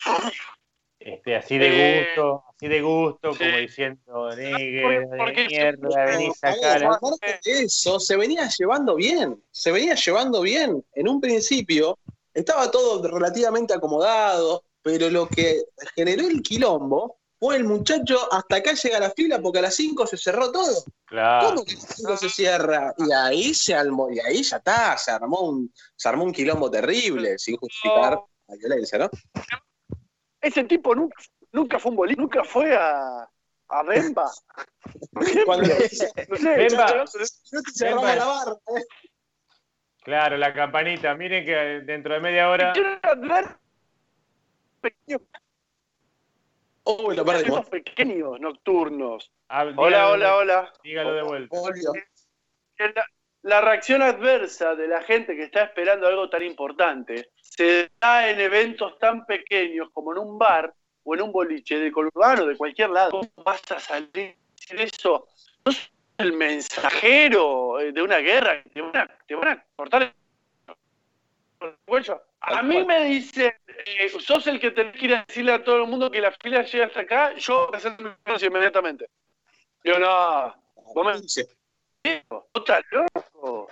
este, así de Eh, gusto, así de gusto, sí. como diciendo, negue, ¿Por- por de qué? mierda, vení, A ver, sacala. aparte de eso, se venía llevando bien, se venía llevando bien. En un principio estaba todo relativamente acomodado, pero lo que generó el quilombo fue el muchacho, hasta acá llega la fila porque a las cinco se cerró todo. Claro, ¿Cómo que a las cinco se cierra? Y ahí se armó, y ahí ya está, se armó un, se armó un quilombo terrible, sin justificar la violencia, ¿no? Ese tipo nunca, nunca fue un bolí, nunca fue a, a Bemba. Cuando le dice, No sé, Bemba. no te cerramos Bemba. la barra, ¿eh? claro, la campanita, miren que dentro de media hora, quiero ver pequeños, Uy, lo perdimos. esos pequeños nocturnos. ah, Hola, dígalo de hola, vuelta, hola. dígalo de vuelta. Volvió. Que La, la reacción adversa de la gente que está esperando algo tan importante se da en eventos tan pequeños como en un bar, o en un boliche del conurbano, de cualquier lado, ¿cómo vas a salir a decir eso? No sos el mensajero de una guerra, te van a, te van a cortar el cuello. A mí me dicen, eh, sos el que tenés que ir a decirle a todo el mundo que la fila llega hasta acá, yo voy a hacer mi negocio inmediatamente. Yo no, vos me dices, vos estás loco.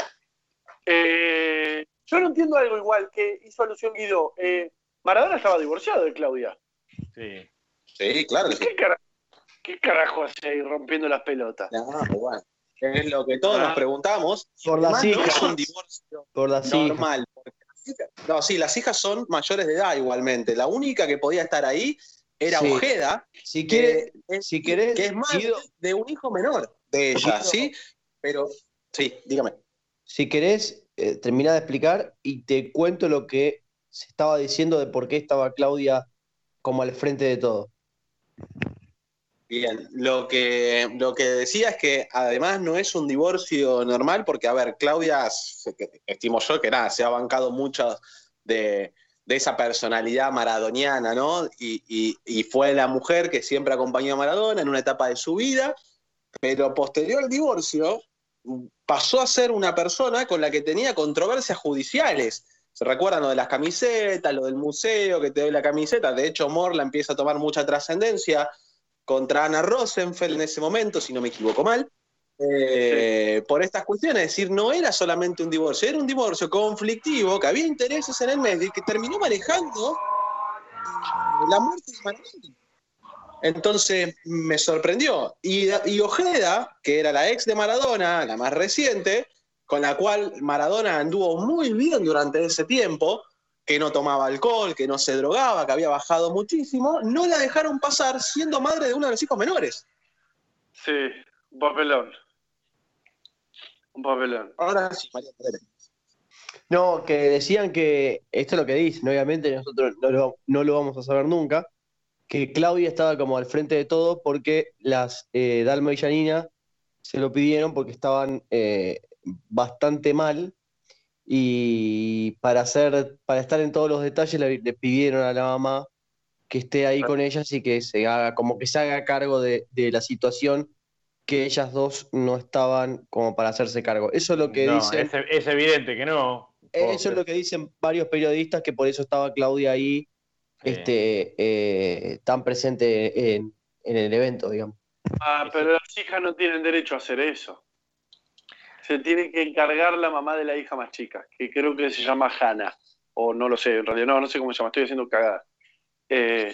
Eh, yo no entiendo algo igual que hizo alusión Guido. Eh, Maradona estaba divorciado de Claudia. Sí. Sí, claro que sí. ¿Qué, cara ¿Qué carajo hace ahí rompiendo las pelotas? No, bueno, es lo que todos ah, nos preguntamos. Por las hijas. No es un divorcio por las normal. Hijas. No, sí, las hijas son mayores de edad igualmente. La única que podía estar ahí era sí. Ojeda, si quiere, que, es, si querés, que es más Guido, de un hijo menor de ella, Guido, ¿sí? Pero, sí, dígame. Si querés, eh, terminá de explicar y te cuento lo que se estaba diciendo de por qué estaba Claudia como al frente de todo. Bien, lo que, lo que decía es que además no es un divorcio normal porque, a ver, Claudia, estimo yo que nada, se ha bancado mucho de, de esa personalidad maradoniana, ¿no? Y, y, y fue la mujer que siempre acompañó a Maradona en una etapa de su vida, pero posterior al divorcio pasó a ser una persona con la que tenía controversias judiciales. ¿Se recuerdan lo de las camisetas, lo del museo que te doy la camiseta? De hecho, Morla empieza a tomar mucha trascendencia contra Ana Rosenfeld en ese momento, si no me equivoco mal, eh, sí. por estas cuestiones. Es decir, no era solamente un divorcio, era un divorcio conflictivo, que había intereses en el medio y que terminó manejando la muerte de Maradona. Entonces, me sorprendió. Y, y Ojeda, que era la ex de Maradona, la más reciente, con la cual Maradona anduvo muy bien durante ese tiempo, que no tomaba alcohol, que no se drogaba, que había bajado muchísimo, no la dejaron pasar siendo madre de uno de los hijos menores. Sí, un papelón. Un papelón. Ahora sí, María Teresa. No, que decían que, esto es lo que dicen, obviamente nosotros no lo, no lo vamos a saber nunca, que Claudia estaba como al frente de todo porque las eh, Dalma y Janina se lo pidieron porque estaban eh, bastante mal. Y para hacer, para estar en todos los detalles le, le pidieron a la mamá que esté ahí con ellas y que se haga, como que se haga cargo de, de la situación, que ellas dos no estaban como para hacerse cargo. Eso es lo que no, dicen. Es, es evidente que no. Eso es lo que dicen varios periodistas, que por eso estaba Claudia ahí, sí. este, eh, tan presente en, en el evento, digamos. Ah, pero las hijas no tienen derecho a hacer eso. Se tiene que encargar la mamá de la hija más chica, que creo que se llama Hannah, o no lo sé, en realidad no, no sé cómo se llama, estoy haciendo cagada. Eh,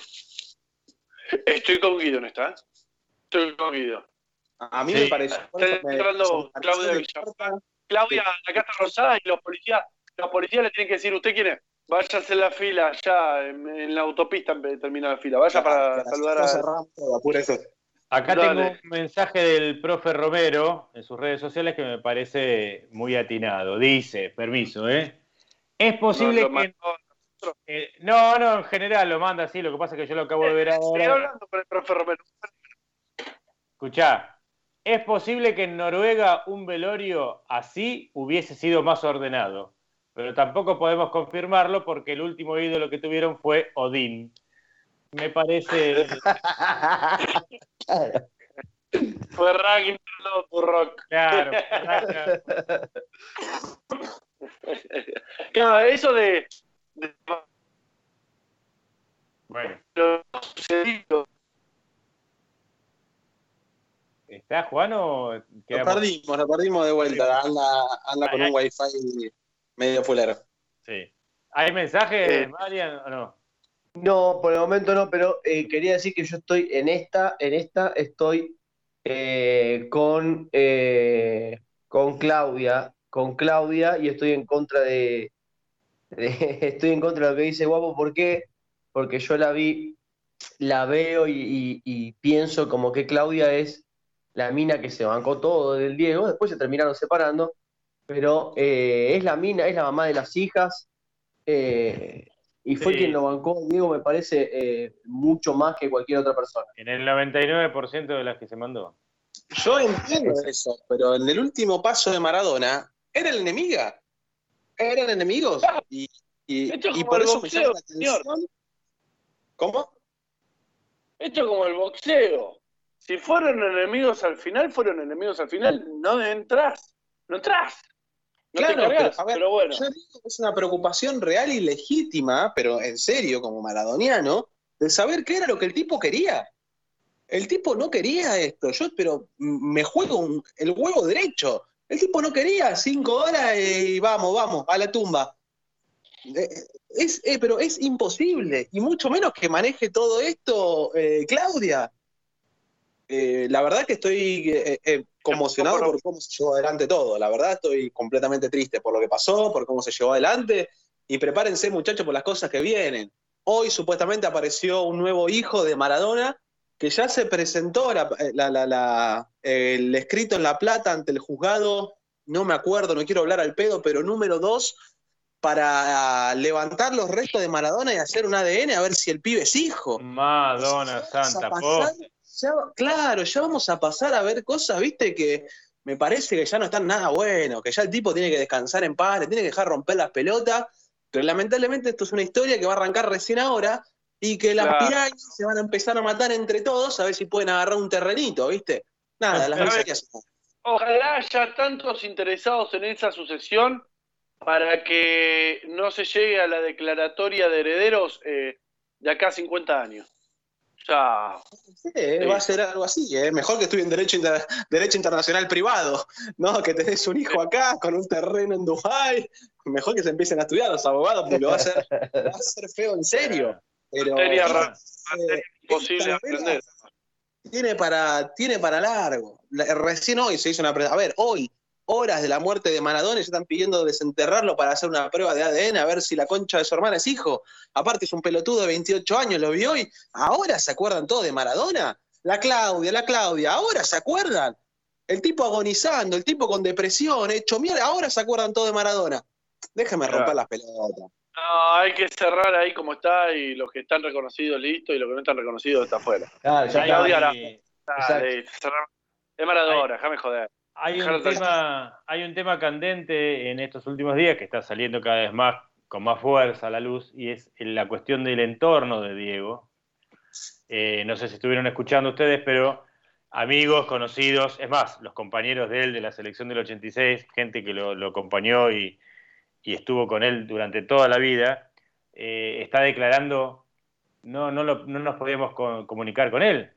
estoy con Guido, ¿no está? Estoy con Guido. A mí sí. me parece. Está entrando Claudia Villar. Claudia, acá está Rosada y los policías, los policías le tienen que decir, ¿usted quién es? Vaya a hacer la fila ya en, en la autopista en vez de terminar la fila. Vaya para, para saludar a... Cerramos todo, apura eso. Acá Dale. Tengo un mensaje del profe Romero en sus redes sociales que me parece muy atinado. Dice, permiso, ¿eh? Es posible no, que... No, eh, no, no, en general lo manda así, lo que pasa es que yo lo acabo de ver ahora. Estoy hablando con el profe Romero. Escuchá, es posible que en Noruega un velorio así hubiese sido más ordenado, pero tampoco podemos confirmarlo porque el último ídolo que tuvieron fue Odín. Me parece... Claro. Fue Ragnar Lothbrok. Claro. Claro. Claro, eso de... de... Bueno. Lo sucedido. ¿Está Juan o quedamos? Lo perdimos, lo perdimos de vuelta. Anda, anda con un wifi medio fulero. Sí. ¿Hay mensajes, eh. Marian, o no? No, por el momento no, pero eh, quería decir que yo estoy en esta, en esta estoy eh, con, eh, con Claudia, con Claudia y estoy en contra de, de estoy en contra de lo que dice Guapo. ¿Por qué? Porque yo la vi, la veo y, y, y pienso como que Claudia es la mina que se bancó todo del Diego, después se terminaron separando, pero eh, es la mina, es la mamá de las hijas. Eh, Y fue sí. quien lo bancó, Diego, me parece, eh, mucho más que cualquier otra persona. En el noventa y nueve por ciento de las que se mandó. Yo entiendo eso, pero en el último paso de Maradona, era la enemiga. Eran enemigos. Y, y, y por eso me llama la atención. ¿Cómo? Esto es como el boxeo. Si fueron enemigos al final, fueron enemigos al final. No entras. No entras. No Claro, te cargas, pero, a ver, pero bueno. yo digo que es una preocupación real y legítima, pero en serio, como maradoniano, de saber qué era lo que el tipo quería. El tipo no quería esto, yo pero me juego un- el huevo derecho. El tipo no quería cinco horas y vamos, vamos, a la tumba. Eh, Es, eh, pero es imposible, y mucho menos que maneje todo esto eh, Claudia. Eh, la verdad que estoy eh, eh, conmocionado por cómo se llevó adelante todo. La verdad estoy completamente triste por lo que pasó, por cómo se llevó adelante. Y prepárense, muchachos, por las cosas que vienen. Hoy supuestamente apareció un nuevo hijo de Maradona que ya se presentó la- la- la- la- el escrito en La Plata ante el juzgado, no me acuerdo, no quiero hablar al pedo, pero número dos, para levantar los restos de Maradona y hacer un A D N a ver si el pibe es hijo. Madonna Vamos a Santa, pasar, po. ya- claro, ya vamos a pasar a ver cosas, viste, que me parece que ya no están nada bueno, que ya el tipo tiene que descansar en paz, le tiene que dejar romper las pelotas, pero lamentablemente esto es una historia que va a arrancar recién ahora y que las Claro. pirañas se van a empezar a matar entre todos a ver si pueden agarrar un terrenito, viste. Nada, las A ver, miserias. ojalá haya tantos interesados en esa sucesión para que no se llegue a la declaratoria de herederos eh, de acá a cincuenta años. Ya. Sí, va a ser algo así, ¿eh? Mejor que estudien derecho, inter- derecho internacional privado, ¿no? Que tenés un hijo acá con un terreno en Dubái. Mejor que se empiecen a estudiar los abogados, porque lo va a hacer, va a ser feo en serio. Pero Materia ra- eh, materia imposible de esta novela aprender. tiene para, tiene para largo. La- recién hoy se hizo una prueba. A ver, hoy, horas de la muerte de Maradona, ya están pidiendo desenterrarlo para hacer una prueba de A D N, a ver si la concha de su hermana es hijo. Aparte es un pelotudo de veintiocho años, lo vi hoy. ¿Ahora se acuerdan todos de Maradona? La Claudia, la Claudia, ¿ahora se acuerdan? El tipo agonizando, el tipo con depresión, hecho mierda, ahora se acuerdan todos de Maradona. Déjame romper las pelotas. No, hay que cerrar ahí como está y los que están reconocidos, listo, y los que no están reconocidos está afuera. Claro, ya Y Claudia está. Araujo, dale, cerrar. Es Maradona, déjame joder. Hay Dejalo un, tranquilo. tema, hay un tema candente en estos últimos días que está saliendo cada vez más con más fuerza a la luz y es la cuestión del entorno de Diego. Eh, no sé si estuvieron escuchando ustedes, pero amigos, conocidos, es más, los compañeros de él de la selección del ochenta y seis, gente que lo, lo acompañó y, y estuvo con él durante toda la vida, eh, está declarando no, no, lo, no nos podíamos co- comunicar con él.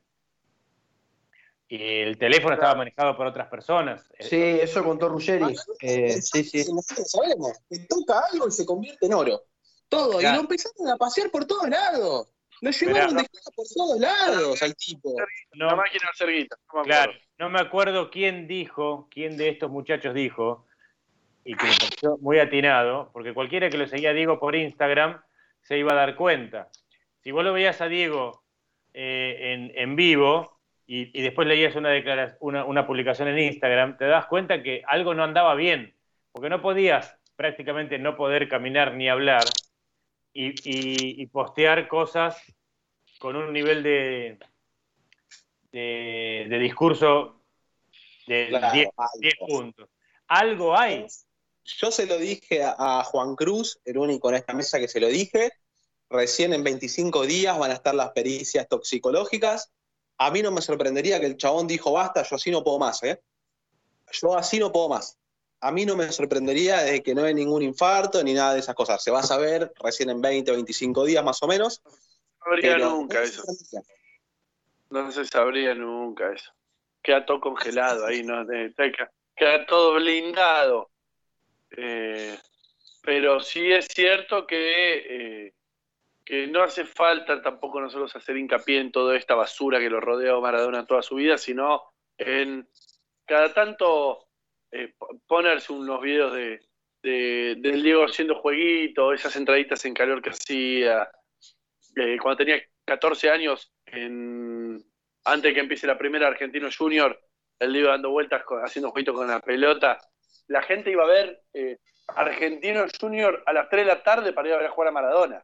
Y el teléfono estaba manejado por otras personas. Sí, eso contó Ruggeri. Eh, sí, sí. Nosotros sabemos que toca algo y se convierte en oro. Todo, y Claro. lo empezaron a pasear por todos lados. Lo llevaron Mirá. de gira por todos lados al tipo. No, La máquina de hacer guita, no me claro, acuerdo. no me acuerdo quién dijo, quién de estos muchachos dijo, y que me pareció muy atinado, porque cualquiera que lo seguía a Diego por Instagram se iba a dar cuenta. Si vos lo veías a Diego eh, en, en vivo y, y después leías una, declara- una, una publicación en Instagram, te das cuenta que algo no andaba bien, porque no podías prácticamente no poder caminar ni hablar y, y- y postear cosas con un nivel de, de, de discurso de Claro, diez algo. puntos. Algo hay. Yo se lo dije a, a Juan Cruz, el único en esta mesa que se lo dije. Recién en veinticinco días van a estar las pericias toxicológicas. A mí no me sorprendería que el chabón dijo, basta, yo así no puedo más, ¿eh? Yo así no puedo más. A mí no me sorprendería de que no hay ningún infarto ni nada de esas cosas. Se va a saber recién en veinte, veinticinco días más o menos. No sabría Pero- nunca eso. No se sabría nunca eso. Queda todo congelado ahí, ¿no? De- de- Queda todo blindado. Eh, pero sí es cierto que, eh, que no hace falta tampoco nosotros hacer hincapié en toda esta basura que lo rodea a Maradona toda su vida, sino en cada tanto eh, ponerse unos videos de, de, del Diego haciendo jueguito, esas entraditas en calor que hacía. Eh, cuando tenía catorce años, en, antes de que empiece la primera Argentino Junior, el Diego dando vueltas, con, haciendo jueguito con la pelota. La gente iba a ver eh, Argentino Junior a las tres de la tarde para ir a ver a jugar a Maradona.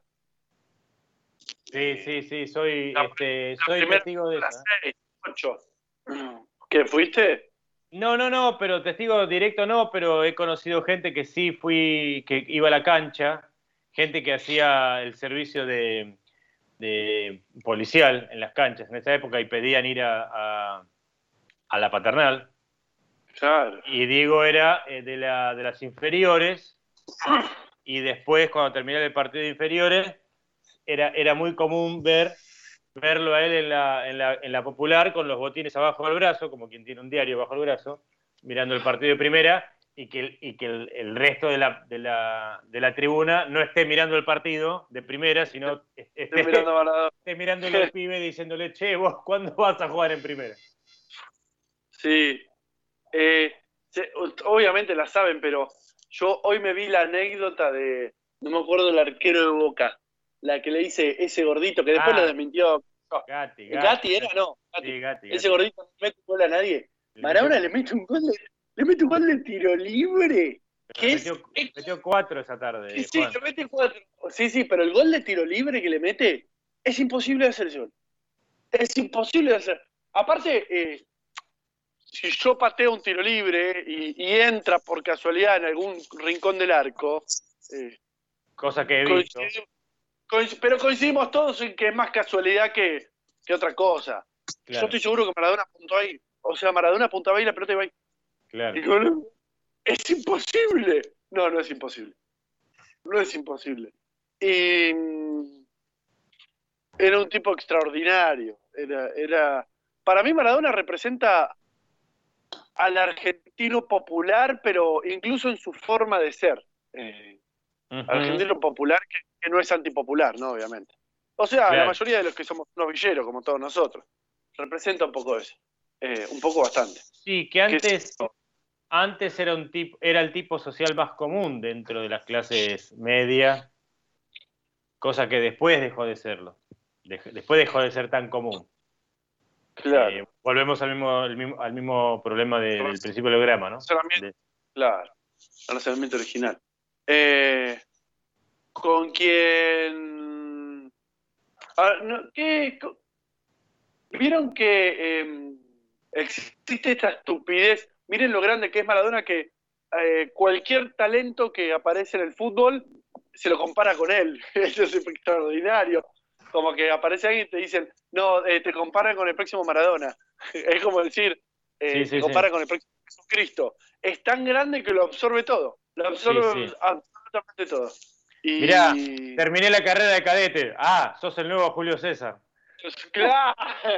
Sí, sí, sí, soy, La- este, la soy primera- testigo de a eso. las seis, ocho. ¿Qué, fuiste? No, no, no, pero testigo directo no, pero he conocido gente que sí fui, que iba a la cancha, gente que hacía el servicio de, de policial en las canchas en esa época y pedían ir a, a, a la Paternal. Claro. Y Diego era eh, de, la, de las inferiores, y después, cuando terminaba el partido de inferiores, era, era muy común ver, verlo a él en la, en, la, en la popular con los botines abajo del brazo, como quien tiene un diario bajo el brazo, mirando el partido de primera, y que, y que el, el resto de la, de, la, de la tribuna no esté mirando el partido de primera, sino esté, Estoy mirando a esté mirándole al pibe diciéndole, che, vos, ¿cuándo vas a jugar en primera? Sí. Eh, se- obviamente la saben, pero yo hoy me vi la anécdota de, no me acuerdo el arquero de Boca, la que le dice ese gordito, que después Ah, lo desmintió. Gatti, Gatti, Gatti era, no. Gatti. Sí, Gatti, Ese Gatti. gordito no le mete un gol a nadie. Le Maradona metió- le mete un gol de, le mete un gol de tiro libre. Pero Que le es, metió, es- metió cuatro esa tarde, sí, sí, Juan. le mete cuatro. Sí, sí, pero el gol de tiro libre que le mete es imposible de hacer ese gol. Es imposible de hacer. Aparte, eh, si yo pateo un tiro libre y, y entra por casualidad en algún rincón del arco, eh, Cosa que he visto. coincidimos- coinc- pero coincidimos todos en que es más casualidad que, que otra cosa. Yo Claro, estoy seguro que Maradona apuntó ahí. O sea, Maradona apuntaba ahí y la pelota iba ahí. claro. Digo, no, es imposible. No, no es imposible. No es imposible. Y mm, era un tipo extraordinario. Era, era... Para mí Maradona representa al argentino popular, pero incluso en su forma de ser. Eh, Ujú. argentino popular que, que no es antipopular, ¿no? Obviamente. O sea, Claro. la mayoría de los que somos unos villeros, como todos nosotros, representa un poco eso. Eh, un poco bastante. Sí, que antes, antes era, un tipo, era el tipo social más común dentro de las clases medias, cosa que después dejó de serlo. Dej- después dejó de ser tan común. Claro. Eh, volvemos al mismo, al mismo, al mismo problema de- del principio del holograma, ¿no? Razonamiento, De- claro. El razonamiento original. Eh, con quien... Ah, no, ¿qué? Co- ¿Vieron que eh, existe esta estupidez? Miren lo grande que es Maradona, que eh, cualquier talento que aparece en el fútbol se lo compara con él. Eso es extraordinario. Como que aparece alguien y te dicen, no, eh, te comparan con el próximo Maradona. Es como decir, eh, Sí, sí, te sí. comparan con el próximo Jesucristo. Es tan grande que lo absorbe todo. Lo absorbe Sí, sí. absolutamente todo. Y... Mirá, terminé la carrera de cadete. Ah, sos el nuevo Julio César. Claro,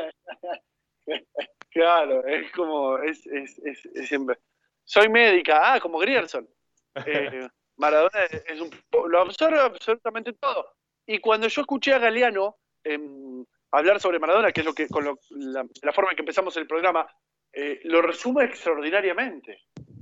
claro, es como, es, es, es, es siempre. Soy médica, ah, como Grierson. Eh, Maradona es, es un, lo absorbe absolutamente todo. Y cuando yo escuché a Galeano eh, hablar sobre Maradona, que es lo que con lo, la, la forma en que empezamos el programa, eh, lo resume extraordinariamente.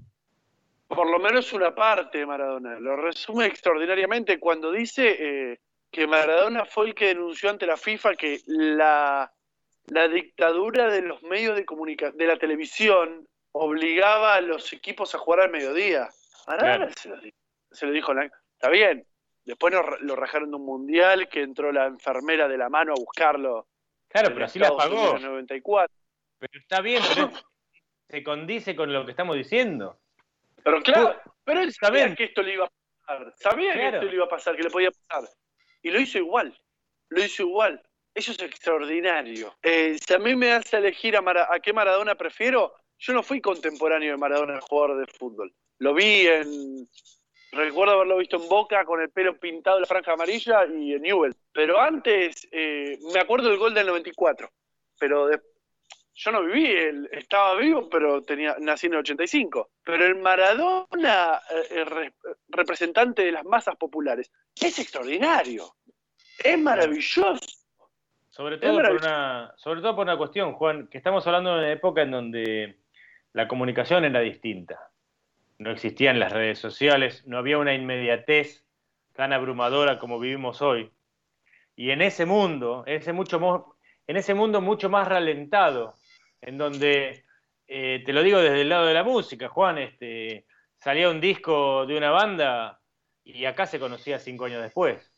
Por lo menos una parte de Maradona. Lo resume extraordinariamente cuando dice eh, que Maradona fue el que denunció ante la FIFA que la, la dictadura de los medios de comunicación, de la televisión, obligaba a los equipos a jugar al mediodía. Maradona Claro. se, lo, se lo dijo, la- está bien. Después lo, lo rajaron de un mundial, que entró la enfermera de la mano a buscarlo. Claro, en pero así la Estados pagó. Unidos en noventa y cuatro. Pero está bien, pero es- se condice con lo que estamos diciendo. Pero claro, pero él Está sabía bien. que esto le iba a pasar. Sabía Claro. que esto le iba a pasar, que le podía pasar. Y lo hizo igual. Lo hizo igual. Eso es extraordinario. Eh, si a mí me hace elegir a, Mara- a qué Maradona prefiero, yo no fui contemporáneo de Maradona, jugador de fútbol. Lo vi en... Recuerdo haberlo visto en Boca con el pelo pintado de la franja amarilla y en Newell's. Pero antes, eh, me acuerdo del gol del noventa y cuatro. Pero de- yo no viví, el, estaba vivo, pero tenía, nací en el ochenta y cinco. Pero el Maradona, eh, re- representante de las masas populares, es extraordinario. Es maravilloso. Sobre Es todo, por maravilloso. una, sobre todo por una cuestión, Juan, que estamos hablando de una época en donde la comunicación era distinta. No existían las redes sociales, no había una inmediatez tan abrumadora como vivimos hoy. Y en ese mundo, en ese, mucho mo- en ese mundo mucho más ralentado, en donde, eh, te lo digo desde el lado de la música, Juan, este, salía un disco de una banda y acá se conocía cinco años después.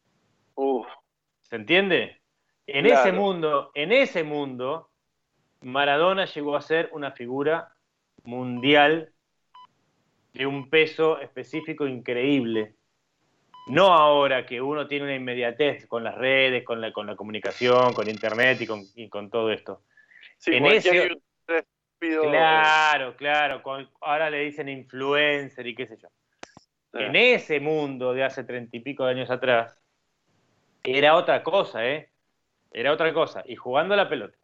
Uf, ¿Se entiende? En Claro. ese mundo, en ese mundo, Maradona llegó a ser una figura mundial de un peso específico increíble. No ahora que uno tiene una inmediatez con las redes, con la, con la comunicación, con internet y con, y con todo esto. Sí, en cualquier ese, rápido, claro, claro, con, ahora le dicen influencer y qué sé yo. eh. En ese mundo de hace treinta y pico de años atrás, era otra cosa, ¿eh? Era otra cosa. Y jugando a la pelota.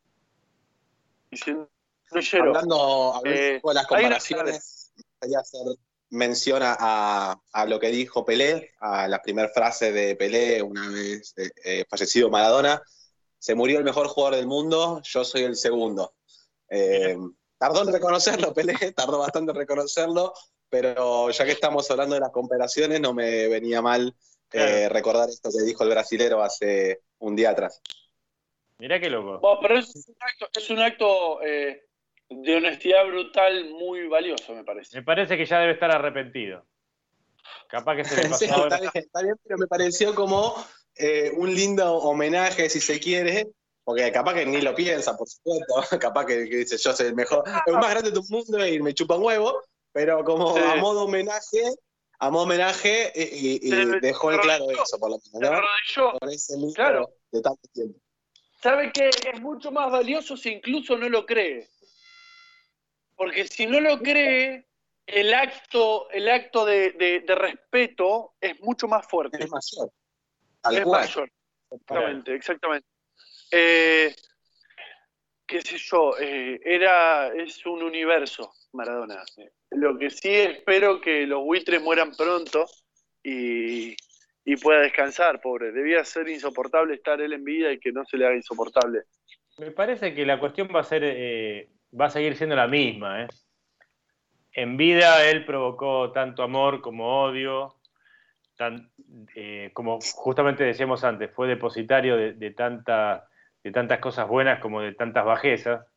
Y siendo Hablando, hablando eh, un poco de las hay una- comparaciones, quería hacer mención a, a- a lo que dijo Pelé, a la primera frase de Pelé una vez eh, eh, fallecido Maradona: se murió el mejor jugador del mundo, yo soy el segundo. Eh, tardó en reconocerlo Pelé, tardó bastante en reconocerlo, pero ya que estamos hablando de las comparaciones, no me venía mal eh, Claro. recordar esto que dijo el brasilero hace un día atrás. Mirá qué loco. Bueno, pero es un acto, es un acto eh, de honestidad brutal muy valioso, me parece. Me parece que ya debe estar arrepentido. Capaz que se le pasó Sí, ahora. está bien, está bien, pero me pareció como eh, un lindo homenaje, si se quiere, porque capaz que ni lo piensa, por supuesto, capaz que, que dice yo soy el mejor, el más grande de tu mundo y me chupa un huevo, pero como Sí. a modo homenaje, a modo homenaje y, y- y Se- dejó en se claro arrodilló, eso, por lo Se menos, ¿no? arrodilló. Por ese libro Claro. de tanto tiempo. ¿Sabe qué? Es mucho más valioso si incluso no lo cree. Porque si no lo cree, el acto, el acto de, de- de respeto es mucho más fuerte. Es mayor. Tal Es cual. mayor. Exactamente, exactamente. Eh, qué sé yo, eh, era, es un universo Maradona. Lo que sí espero que los buitres mueran pronto y, y pueda descansar, pobre. Debía ser insoportable estar él en vida y que no se le haga insoportable. Me parece que la cuestión va a ser, eh, va a seguir siendo la misma, ¿eh? En vida él provocó tanto amor como odio, tan, eh, como justamente decíamos antes, fue depositario de, de, tanta, de tantas cosas buenas como de tantas bajezas,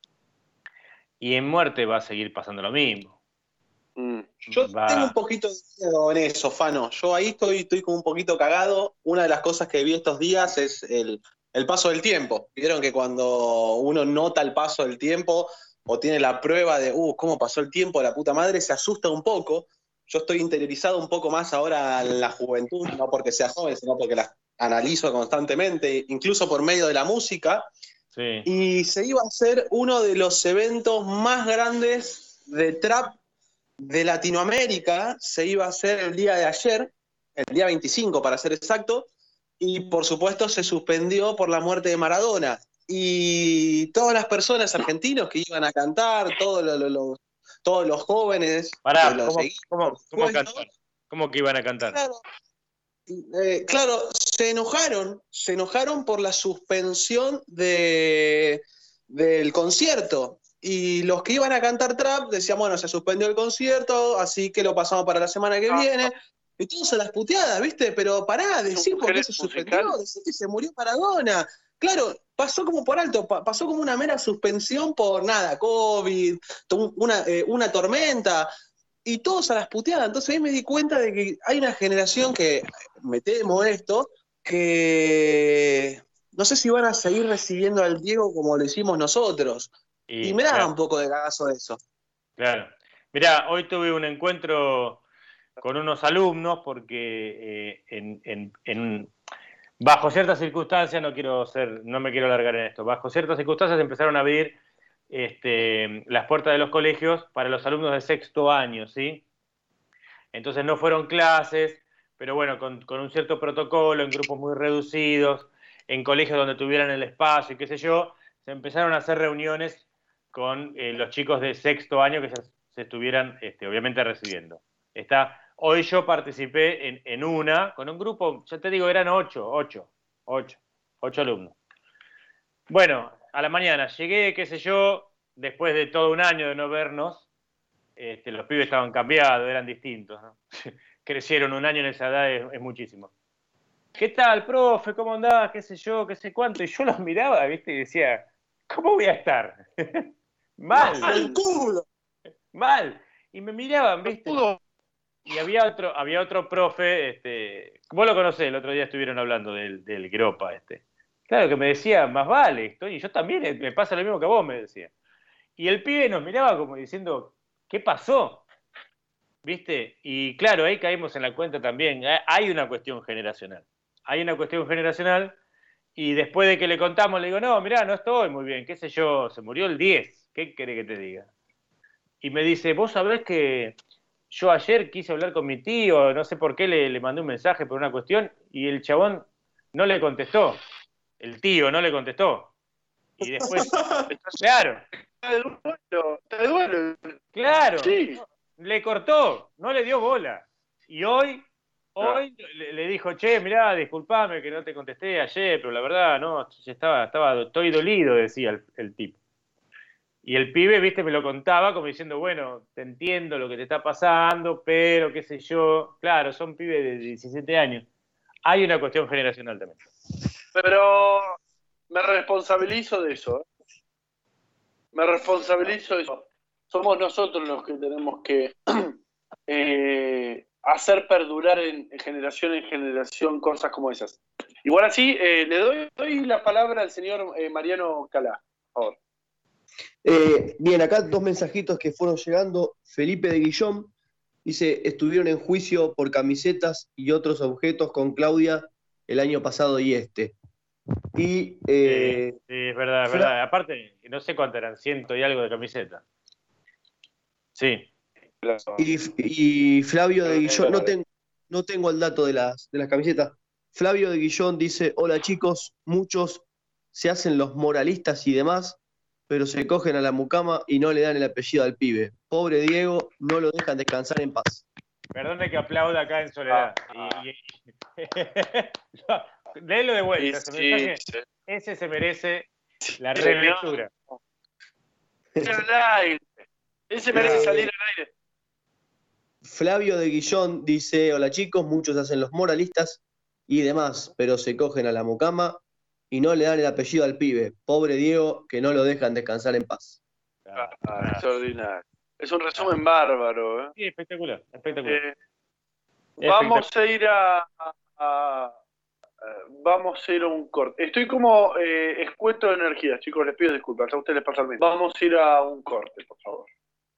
y en muerte va a seguir pasando lo mismo. Mm. Yo Va- tengo un poquito de miedo en eso, Fano. Yo ahí estoy, estoy como un poquito cagado. Una de las cosas que vi estos días es el, el paso del tiempo. Vieron que cuando uno nota el paso del tiempo o tiene la prueba de, uh, cómo pasó el tiempo, la puta madre, se asusta un poco. Yo estoy interiorizado un poco más ahora en la juventud, no porque sea joven, sino porque las analizo constantemente, incluso por medio de la música. Sí. Y se iba a hacer uno de los eventos más grandes de trap de Latinoamérica. Se iba a hacer el día de ayer, el día veinticinco para ser exacto, y por supuesto se suspendió por la muerte de Maradona. Y todas las personas argentinos que iban a cantar, todos los, los- los- todos los jóvenes Pará, que lo ¿cómo, seguían, cómo, por cómo supuesto, cantar? ¿Cómo que iban a cantar? Claro, eh, claro, se enojaron, se enojaron por la suspensión de, del concierto. Y los que iban a cantar trap decían, bueno, se suspendió el concierto, así que lo pasamos para la semana que viene. Y todos a las puteadas, ¿viste? Pero pará, decir por qué se suspendió, decir que se murió Maradona. Claro, pasó como por alto, pa- pasó como una mera suspensión por nada, COVID, to- una, eh, una tormenta, y todos a las puteadas. Entonces ahí me di cuenta de que hay una generación que, me temo esto, que no sé si van a seguir recibiendo al Diego como lo hicimos nosotros. Y, Y, me daba claro. un poco de cagazo eso. Claro. Mirá, hoy tuve un encuentro con unos alumnos porque eh, en, en- en- bajo ciertas circunstancias, no quiero ser, no me quiero alargar en esto, bajo ciertas circunstancias empezaron a abrir este, las puertas de los colegios para los alumnos de sexto año, ¿sí? Entonces no fueron clases, pero bueno, con, con un cierto protocolo, en grupos muy reducidos, en colegios donde tuvieran el espacio y qué sé yo, se empezaron a hacer reuniones con eh, los chicos de sexto año que se, se estuvieran, este, obviamente, recibiendo. Está, hoy yo participé en, en una, con un grupo, ya te digo, eran ocho, ocho, ocho, ocho alumnos. Bueno, a la mañana llegué, qué sé yo, después de todo un año de no vernos, este, los pibes estaban cambiados, eran distintos, ¿no? Crecieron un año en esa edad, es, es muchísimo. ¿Qué tal, profe? ¿Cómo andás? ¿Qué sé yo? ¿Qué sé cuánto? Y yo los miraba, ¿viste? Y decía, ¿cómo voy a estar? Mal. ¡Al culo! Mal. Y me miraban, ¿viste? Y había otro, había otro profe, este, vos lo conocés, el otro día estuvieron hablando del, del Gropa, este. Claro, que me decía, más vale, estoy, y yo también, eh, me pasa lo mismo que a vos, me decía. Y el pibe nos miraba como diciendo, ¿qué pasó? ¿viste? Y claro, ahí caímos en la cuenta también. Hay una cuestión generacional. Hay una cuestión generacional y después de que le contamos, le digo, no, mirá, no estoy muy bien, qué sé yo, se murió el diez, ¿qué querés que te diga? Y me dice, vos sabés que yo ayer quise hablar con mi tío, no sé por qué le, le mandé un mensaje por una cuestión y el chabón no le contestó. El tío no le contestó. Y después, claro. Está de duelo, está de duelo. Claro, Sí. le cortó, no le dio bola. Y hoy, hoy le, le dijo, che, mirá, disculpame que no te contesté ayer, pero la verdad, no, estaba, estaba, estoy dolido, decía el, el tipo. Y el pibe, viste, me lo contaba como diciendo, bueno, te entiendo lo que te está pasando, pero qué sé yo. Claro, son pibes de diecisiete años. Hay una cuestión generacional también. Pero me responsabilizo de eso. ¿eh? Me responsabilizo de eso. Somos nosotros los que tenemos que eh, hacer perdurar en, en generación en generación cosas como esas. Igual así, eh, le doy, doy la palabra al señor eh, Mariano Calá, por favor. Eh, bien, acá dos mensajitos que fueron llegando. Felipe de Guillón dice, estuvieron en juicio por camisetas y otros objetos con Claudia el año pasado y este. Y, eh, sí, sí, es verdad, es Fra verdad. Aparte, no sé cuánto eran, ciento y algo de camiseta. Sí. Y, y Flavio de Guillón, no tengo, no tengo el dato de las, de las camisetas. Flavio de Guillón dice, hola chicos, muchos se hacen los moralistas y demás, pero se cogen a la mucama y no le dan el apellido al pibe. Pobre Diego, no lo dejan descansar en paz. Perdone que aplauda acá en soledad. Y, y, no, léelo de vuelta. Sí, ese, mensaje, sí. ese se merece la Sí, relectura. no. Al aire. Ese merece salir al aire. Flavio de Guillón dice, hola chicos, muchos hacen los moralistas y demás, pero se cogen a la mucama y no le dan el apellido al pibe. Pobre Diego, que no lo dejan descansar en paz. Ah, ah, extraordinario. Es un resumen bárbaro. ¿eh? Sí, espectacular, espectacular. Eh, vamos a ir a, a, a, a vamos a ir a un corte. Estoy como eh, escueto de energía, chicos, les pido disculpas, a ustedes les pasa lo mismo. Vamos a ir a un corte, por favor.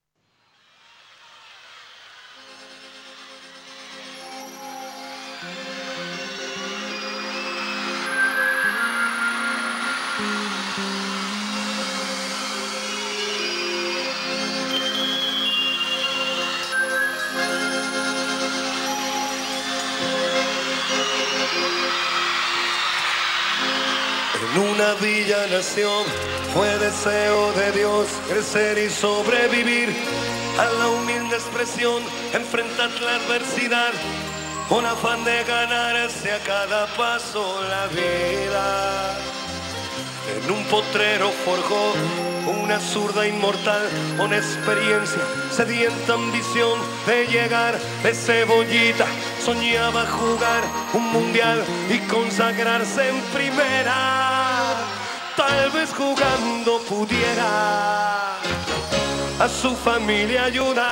En una villa nación fue deseo de Dios crecer y sobrevivir a la humilde expresión, enfrentar la adversidad con afán de ganarse a cada paso la vida. En un potrero forjó una zurda inmortal con experiencia, sedienta ambición de llegar de cebollita. Soñaba jugar un mundial y consagrarse en primera. Tal vez jugando pudiera a su familia ayudar.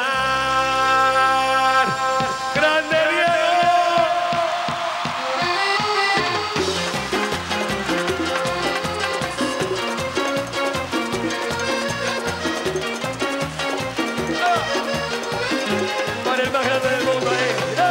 ¡Grande para el más grande del mundo, eh.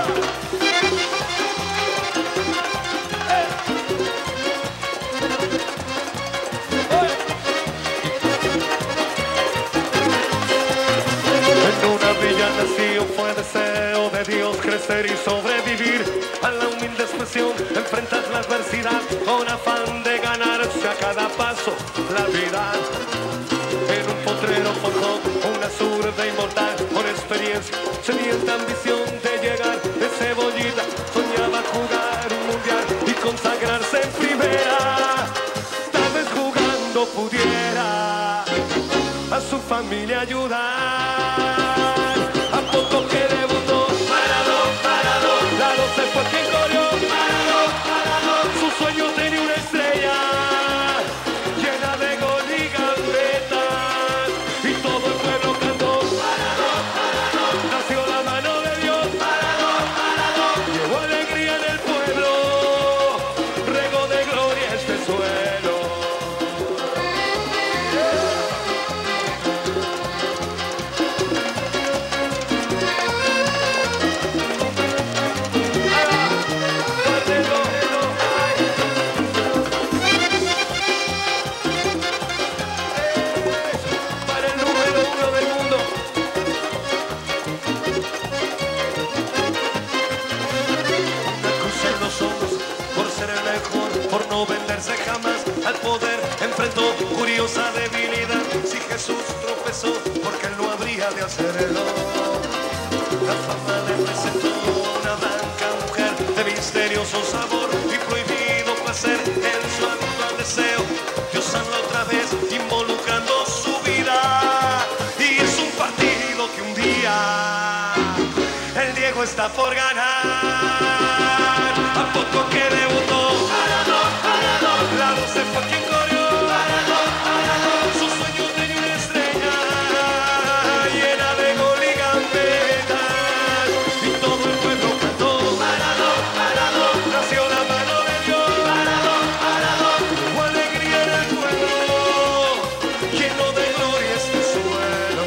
En una villa nació, fue deseo de Dios crecer y sobrevivir a la humilde expresión, enfrentar la adversidad con afán de ganarse a cada paso la vida. En un potrero forjó una zurda inmortal con experiencia, sedienta ambición de llegar de cebollita. Soñaba jugar un mundial y consagrarse en primera. Tal vez jugando pudiera a su familia ayudar. A poco que debutó, parado, parado, la doce fue quien corrió, parado, parado. Su sueño tenía una estrella llena de gol y gambetas, y todo el pueblo cantó, parado, parado. Nació la mano de Dios, parado, parado. Llevó alegría en el pueblo, regó de gloria este suelo. someterse jamás al poder, enfrentó curiosa debilidad. Si Jesús tropezó, porque él no habría de hacerlo. La fama le presentó una blanca mujer de misterioso sabor y prohibido placer en su habitual deseo. Dios habla otra vez involucrando su vida, y es un partido que un día el Diego está por ganar. A poco que debutó, Maradona, Maradona, la voz de Joaquín corrió, Maradona, Maradona, su sueño tenía una estrella llena de gol y gambetas, y todo el pueblo cantó, Maradona, Maradona, nació la mano de Dios, Maradona, Maradona, hubo alegría en el pueblo, lleno de gloria este suelo.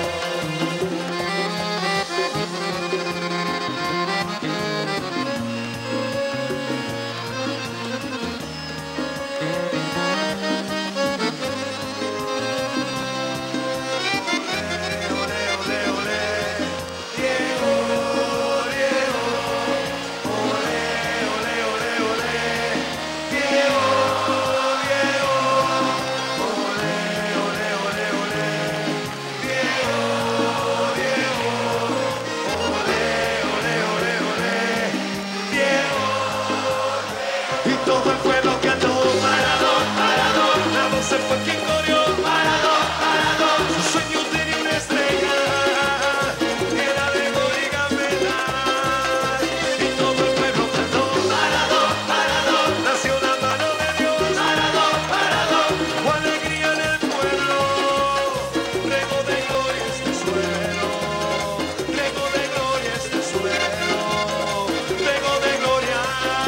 Y todo el pueblo cantó, Maradona, Maradona, la voz se fue quien corrió, Maradona, Maradona, su sueño tenía una estrella, era de gol y gambetas, y todo el pueblo cantó, Maradona, Maradona, nació la mano de Dios, Maradona, Maradona, hubo alegría en el pueblo, rego de gloria este suelo, rego de gloria este suelo, rego de gloria.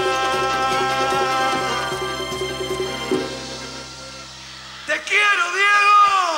¡Te quiero, Diego!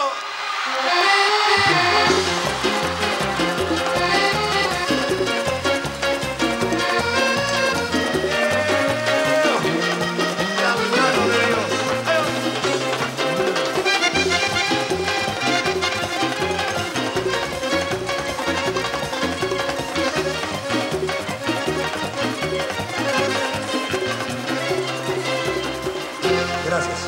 Gracias.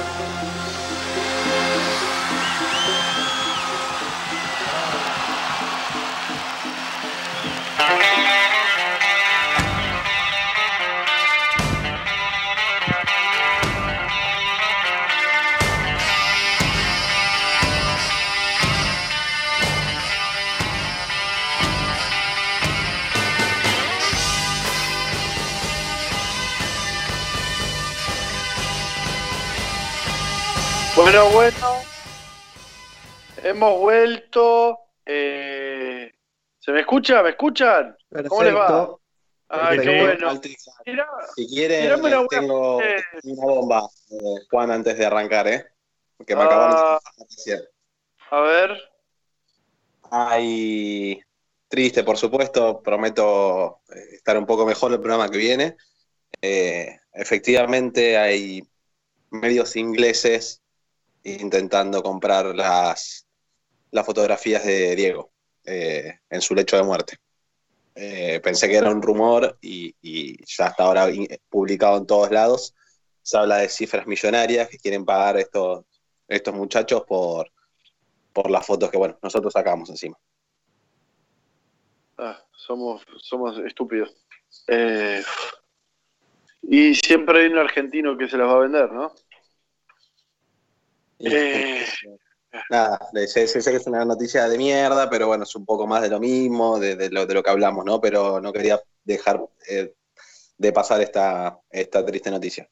Bueno, bueno, hemos vuelto. eh, ¿Se me escucha? ¿Me escuchan? ¿Cómo les va? Perfecto. Ay, qué bueno. Mirá, Si quieren, tirame una buena tengo frase. una bomba, eh, Juan, antes de arrancar, ¿eh? Porque me Ah. acabaron de decir. A ver. Ay, triste, por supuesto. Prometo eh, estar un poco mejor el programa que viene. Eh, efectivamente, hay medios ingleses intentando comprar las, las fotografías de Diego eh, en su lecho de muerte. Eh, pensé que era un rumor y, y ya está ahora in- publicado en todos lados. Se habla de cifras millonarias que quieren pagar estos, estos muchachos por, por las fotos que, bueno, nosotros sacamos encima. Ah, somos, somos estúpidos. Eh, y siempre hay un argentino que se las va a vender, ¿no? Eh, Nada, sé, sé- sé que es una noticia de mierda, pero bueno, es un poco más de lo mismo, de, de lo, de lo que hablamos, ¿no? Pero no quería dejar eh, de pasar esta, esta triste noticia.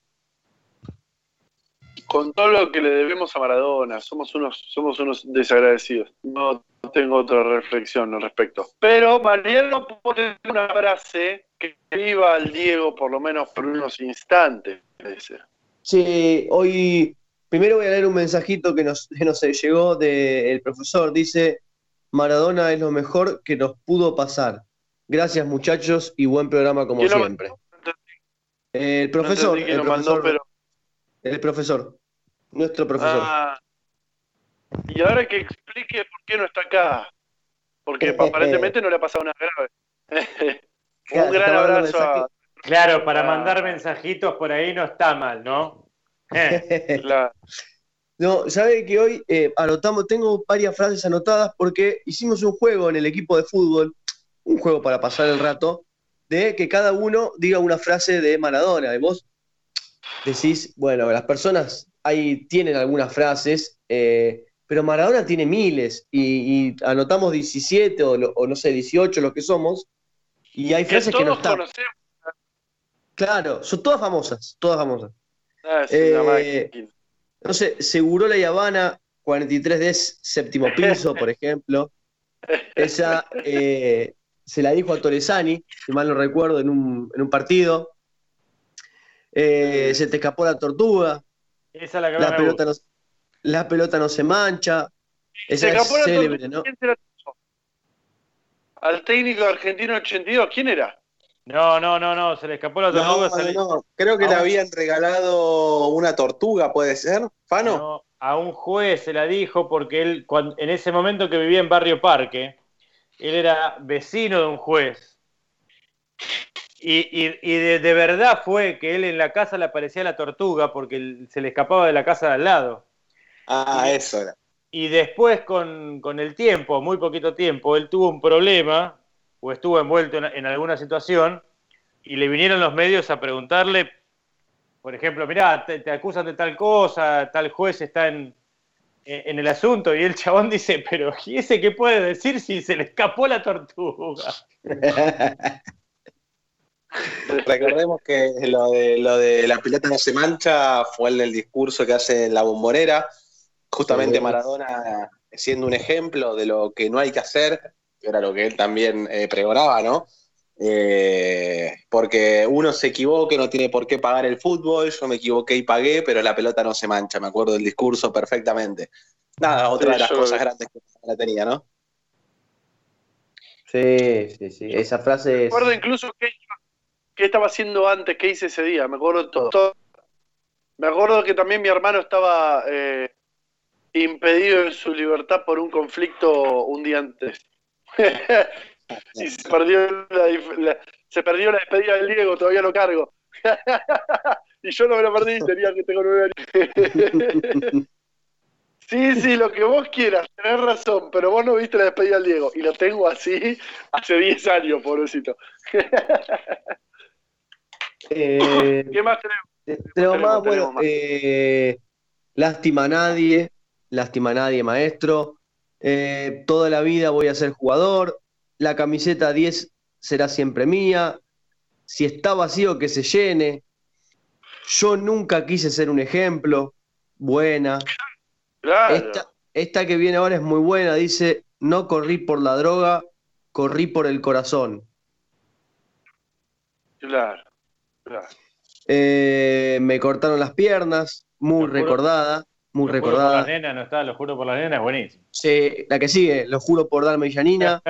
con todo lo que le debemos a Maradona, somos unos, somos unos desagradecidos. No tengo otra reflexión al respecto. Pero Mariano pone una frase que viva al Diego por lo menos por unos instantes. Dice. Sí, hoy primero voy a leer un mensajito que nos, que nos llegó del profesor. Dice, Maradona es lo mejor que nos pudo pasar. Gracias muchachos y buen programa como ¿Quién lo siempre. El profesor, No entendí quién el lo mandó, profesor, pero... el profesor, nuestro profesor. Ah, y ahora que explique por qué no está acá. Porque aparentemente no le ha pasado nada grave. Claro, Un gran está mandando abrazo a... mensaje- Claro, para Ah. mandar mensajitos por ahí no está mal, ¿no? Claro. No, sabe que hoy eh, anotamos, tengo varias frases anotadas porque hicimos un juego en el equipo de fútbol, un juego para pasar el rato, de que cada uno diga una frase de Maradona. Y vos decís, bueno, las personas ahí tienen algunas frases, eh, pero Maradona tiene miles, y, y anotamos diecisiete o, o no sé, dieciocho los que somos, y hay Que frases que no todos están. conocemos. Claro, son todas famosas, todas famosas. Ah, es Eh, una máquina. No sé, Segurola y Habana, cuarenta y tres D, séptimo piso, por ejemplo. Esa eh, se la dijo a Torresani, si mal no recuerdo, en un, en un partido. Eh, se te escapó la tortuga. Esa es la que La más me pelota, gusta. no, la pelota no se mancha. Esa Se escapó es la célebre, tortuga, ¿no? ¿quién se la dio? Al técnico argentino ochenta y dos, ¿quién era? No, no, no, no, se le escapó la No, tortuga. no, sali- no. Creo que a le un- habían regalado una tortuga, ¿puede ser? ¿Fano? No, a un juez se la dijo porque él, cuan- en ese momento que vivía en Barrio Parque, él era vecino de un juez. Y, y- y de, de verdad fue que él en la casa le aparecía la tortuga porque él- se le escapaba de la casa de al lado. Ah, Y- eso era. Y después, con, con el tiempo, muy poquito tiempo, él tuvo un problema o estuvo envuelto en, en alguna situación y le vinieron los medios a preguntarle, por ejemplo, mirá, te, te acusan de tal cosa, tal juez está en, en, en el asunto, y el chabón dice, pero ¿y ese qué puede decir si se le escapó la tortuga? Recordemos que lo de, lo de la pelota no se mancha fue el del discurso que hace en la Bombonera. Justamente Sí. Maradona siendo un ejemplo de lo que no hay que hacer, que era lo que él también eh, pregonaba, ¿no? Eh, porque uno se equivoque, no tiene por qué pagar el fútbol, yo me equivoqué y pagué, pero la pelota no se mancha, me acuerdo del discurso perfectamente. Nada, otra Sí, de las yo lo cosas vi. grandes que la tenía, ¿no? Sí, sí, sí. Esa frase Me es. acuerdo incluso qué, qué estaba haciendo antes, qué hice ese día, me acuerdo todo. todo. Me acuerdo que también mi hermano estaba eh, impedido en su libertad por un conflicto un día antes. Y se perdió la, la- se perdió la despedida del Diego, todavía lo cargo. Y yo no me lo perdí, tenía que tengo nueve años. Sí, sí, lo que vos quieras, tenés razón, pero vos no viste la despedida del Diego. Y lo tengo así hace diez años, pobrecito. Eh, ¿Qué más tenemos? tenemos tenemos, más, tenemos bueno, más. eh, lástima a nadie, lástima a nadie, maestro. Eh, toda la vida voy a ser jugador. La camiseta diez será siempre mía. Si está vacío, que se llene. Yo nunca quise ser un ejemplo. Buena. Claro. Esta, esta que viene ahora es muy buena. Dice, no corrí por la droga, corrí por el corazón. Claro, claro. Eh, me cortaron las piernas, muy Lo juro- recordada, muy Lo juro por recordada. las nenas, no está, lo juro por las nenas, es buenísimo. Sí, la que sigue, lo juro por darme Villanina.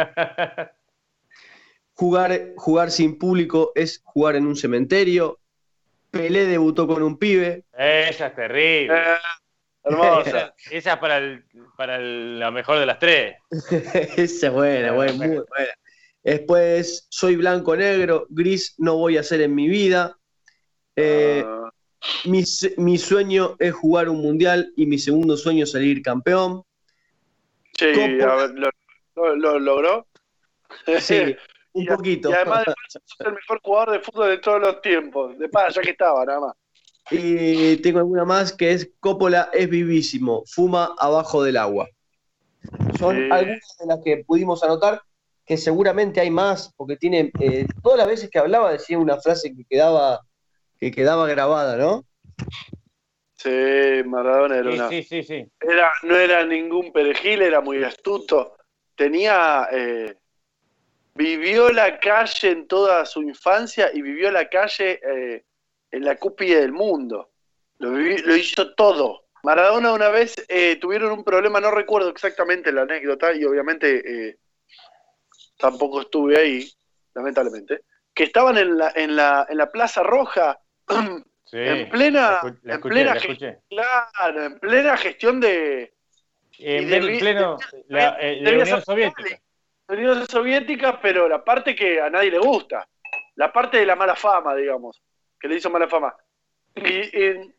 Jugar, jugar sin público es jugar en un cementerio. Pelé debutó con un pibe. Esa es terrible. Eh, hermosa. Esa es para, el, para el- la mejor de las tres. Esa es buena, buena, muy buena. Después, soy blanco negro, gris no voy a ser en mi vida. Eh, Ah, mi, se- mi sueño es jugar un mundial y mi segundo sueño es salir campeón. sí, Coppola. a ver, lo, lo- lo logró. Sí, un Y a- poquito. Y además de paso, sos el mejor jugador de fútbol de todos los tiempos. De paso, ya que estaba, nada más. Y tengo alguna más que es Coppola es vivísimo, fuma abajo del agua. Son Sí. algunas de las que pudimos anotar, que seguramente hay más, porque tiene, eh, todas las veces que hablaba decía una frase que quedaba, que quedaba grabada, ¿no? Sí, Maradona era Sí, una... sí, sí, sí. Era, no era ningún perejil, era muy astuto. Tenía... eh, vivió la calle en toda su infancia y vivió la calle eh, en la cúspide del mundo. Lo, vivi- lo hizo todo. Maradona una vez eh, tuvieron un problema, no recuerdo exactamente la anécdota, y obviamente eh, tampoco estuve ahí, lamentablemente, que estaban en la, en la, en la Plaza Roja, Sí, en plena, la escu- la en escuché, plena la ge- escuché. claro, en plena gestión de, En y de- ven- pleno, de- la, eh, de debía Unión ser Soviética. la Unión Soviética, pero la parte que a nadie le gusta, la parte de la mala fama, digamos, que le hizo mala fama. Y, y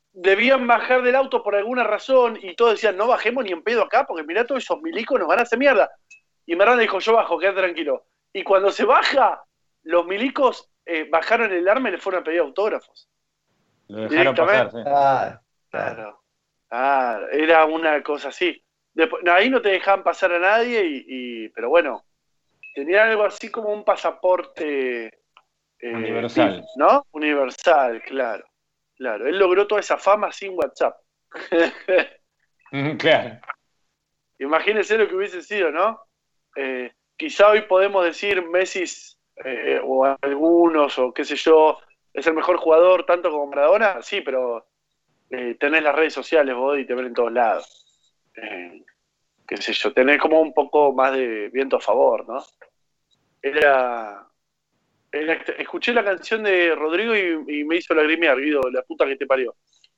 debían bajar del auto por alguna razón y todos decían, no bajemos ni en pedo acá porque mirá todos esos milicos nos van a hacer mierda. Y Maradona dijo, yo bajo, quédate tranquilo. Y cuando se baja, los milicos eh, bajaron el arma y le fueron a pedir autógrafos. Lo dejaron pasar, sí. Ah, Claro, claro, era una cosa así. Después, no, ahí no te dejaban pasar a nadie, y, y pero bueno, tenía algo así como un pasaporte eh, universal, ¿no? Universal, claro, claro. Él logró toda esa fama sin WhatsApp. Claro. Imagínense lo que hubiese sido, ¿no? Eh, quizá hoy podemos decir Messi eh, o algunos, o qué sé yo, es el mejor jugador tanto como Maradona, sí, pero eh, tenés las redes sociales vos y te ven en todos lados. Eh, qué sé yo, tenés como un poco más de viento a favor, ¿no? Era... era escuché la canción de Rodrigo y, y me hizo lagrimear, Guido, la puta que te parió.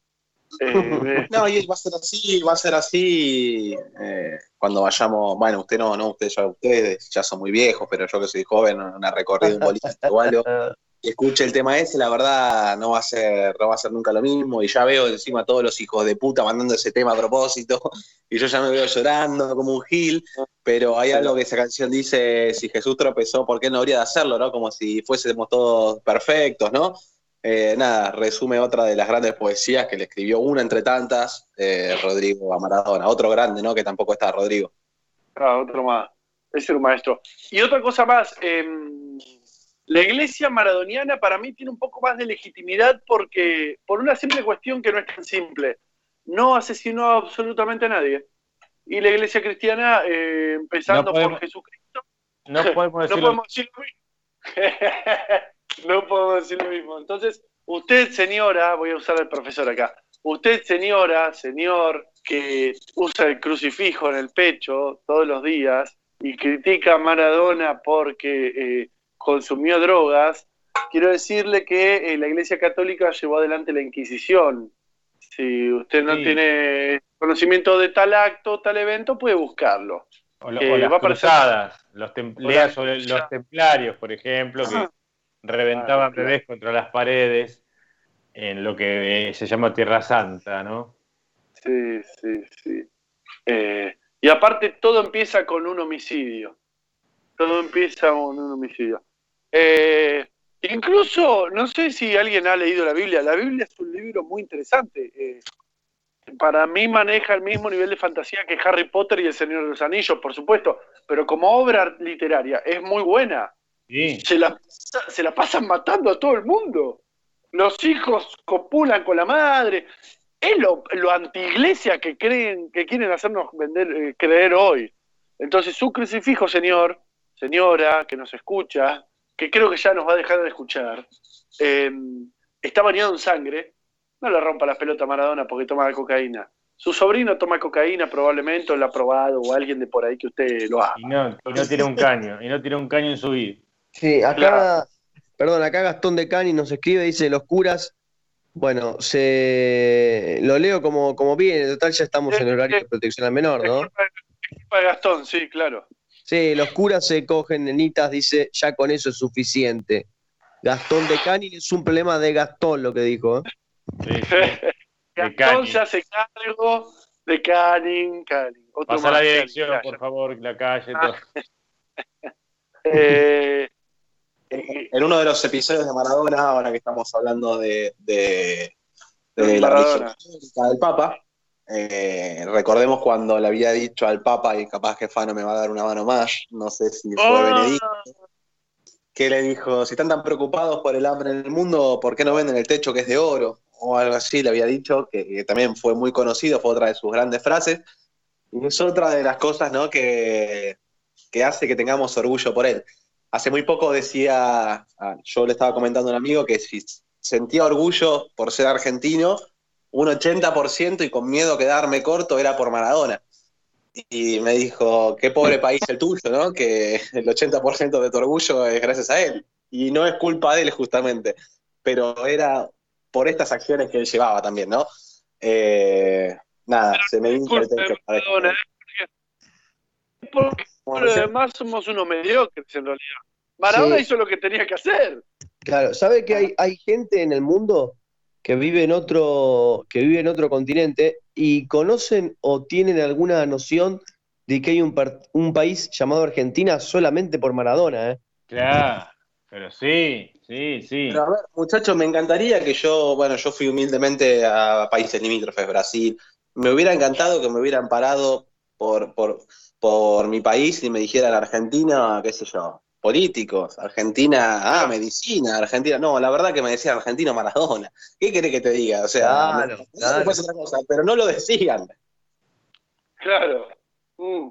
Eh, no, y va a ser así, va a ser así eh, cuando vayamos, bueno, usted no, no, ustedes ya, ustedes ya son muy viejos, pero yo que soy joven, una recorrida, un boliche o algo, y escuche el tema ese, la verdad no va a ser, no va a ser nunca lo mismo, y ya veo encima a todos los hijos de puta mandando ese tema a propósito, y yo ya me veo llorando como un gil, pero hay algo que esa canción dice, si Jesús tropezó, ¿por qué no habría de hacerlo, no? Como si fuésemos todos perfectos, ¿no? Eh, nada, resume otra de las grandes poesías que le escribió una entre tantas, eh, Rodrigo a Maradona. Otro grande, ¿no? Que tampoco está Rodrigo. Ah, otro más. Es un maestro. Y otra cosa más, eh, la iglesia maradoniana para mí tiene un poco más de legitimidad porque, por una simple cuestión que no es tan simple, no asesinó absolutamente a nadie. Y la iglesia cristiana, eh, empezando no podemos, por Jesucristo, no podemos decir, no podemos decir lo mismo. No puedo decir lo mismo. Entonces, usted, señora, voy a usar al profesor acá, usted, señora, señor, que usa el crucifijo en el pecho todos los días y critica a Maradona porque eh, consumió drogas, quiero decirle que eh, la Iglesia Católica llevó adelante la Inquisición. Si usted no sí. tiene conocimiento de tal acto, tal evento, puede buscarlo. O, lo, eh, o las va cruzadas, aparecer... los, tem lea sobre los templarios, por ejemplo, que... Ajá. Reventaban claro, bebés claro. contra las paredes en lo que eh, se llama Tierra Santa, ¿no? Sí, sí, sí. Eh, y aparte todo empieza con un homicidio. Todo empieza con un homicidio. Eh, incluso, no sé si alguien ha leído la Biblia. La Biblia es un libro muy interesante. Eh, para mí maneja el mismo nivel de fantasía que Harry Potter y El Señor de los Anillos, por supuesto. Pero como obra literaria es muy buena. Sí. Se la, se la pasan matando a todo el mundo. Los hijos copulan con la madre. Es lo, lo anti-iglesia que creen, que quieren hacernos vender, eh, creer hoy. Entonces su crucifijo, señor, señora, que nos escucha, que creo que ya nos va a dejar de escuchar, eh, está bañado en sangre. No le rompa las pelotas a Maradona porque toma cocaína. Su sobrino toma cocaína probablemente, o lo ha probado, o alguien de por ahí que usted lo haga. Y no, y no tiene un caño, y no tiene un caño en su vida. Sí, acá, claro. perdón, acá Gastón de Cani nos escribe, dice, los curas, bueno, se lo leo como, como bien, en total ya estamos en horario de protección al menor, ¿no? Es culpa de Gastón, sí, claro. Sí, los curas se cogen nenitas, dice, ya con eso es suficiente. Gastón de Cani es un problema de Gastón lo que dijo, ¿eh? Sí, sí. Gastón se hace cargo de Canin, Canin. Pasa la dirección, Canin, por favor, la calle, todo. eh... En uno de los episodios de Maradona, ahora que estamos hablando de, de, de la religión del Papa, eh, recordemos cuando le había dicho al Papa, y capaz que Fano me va a dar una mano más, no sé si fue oh. Benedicto, que le dijo, si están tan preocupados por el hambre en el mundo, ¿por qué no venden el techo que es de oro? O algo así le había dicho, que, que también fue muy conocido, fue otra de sus grandes frases, y es otra de las cosas, ¿no?, que, que hace que tengamos orgullo por él. Hace muy poco decía, yo le estaba comentando a un amigo que si sentía orgullo por ser argentino, un ochenta por ciento y con miedo a quedarme corto era por Maradona. Y me dijo, qué pobre país el tuyo, ¿no? Que el ochenta por ciento de tu orgullo es gracias a él. Y no es culpa de él justamente, pero era por estas acciones que él llevaba también, ¿no? Eh, nada, se me hincha el techo. Porque por lo demás somos unos mediocres en realidad. Maradona sí. hizo lo que tenía que hacer. Claro, ¿sabe que hay, hay gente en el mundo que vive en otro, que vive en otro continente y conocen o tienen alguna noción de que hay un, par- un país llamado Argentina solamente por Maradona, ¿eh? Claro, pero sí, sí, sí. Pero a ver, muchachos, me encantaría que yo, bueno, yo fui humildemente a países limítrofes, Brasil. Me hubiera encantado que me hubieran parado por, por, por mi país y me dijeran Argentina, qué sé yo, políticos, Argentina, ah, medicina, Argentina. No, la verdad que me decían Argentino Maradona. ¿Qué querés que te diga? O sea, me- Claro, me claro. fuese otra cosa, pero no lo decían. Claro. Mm.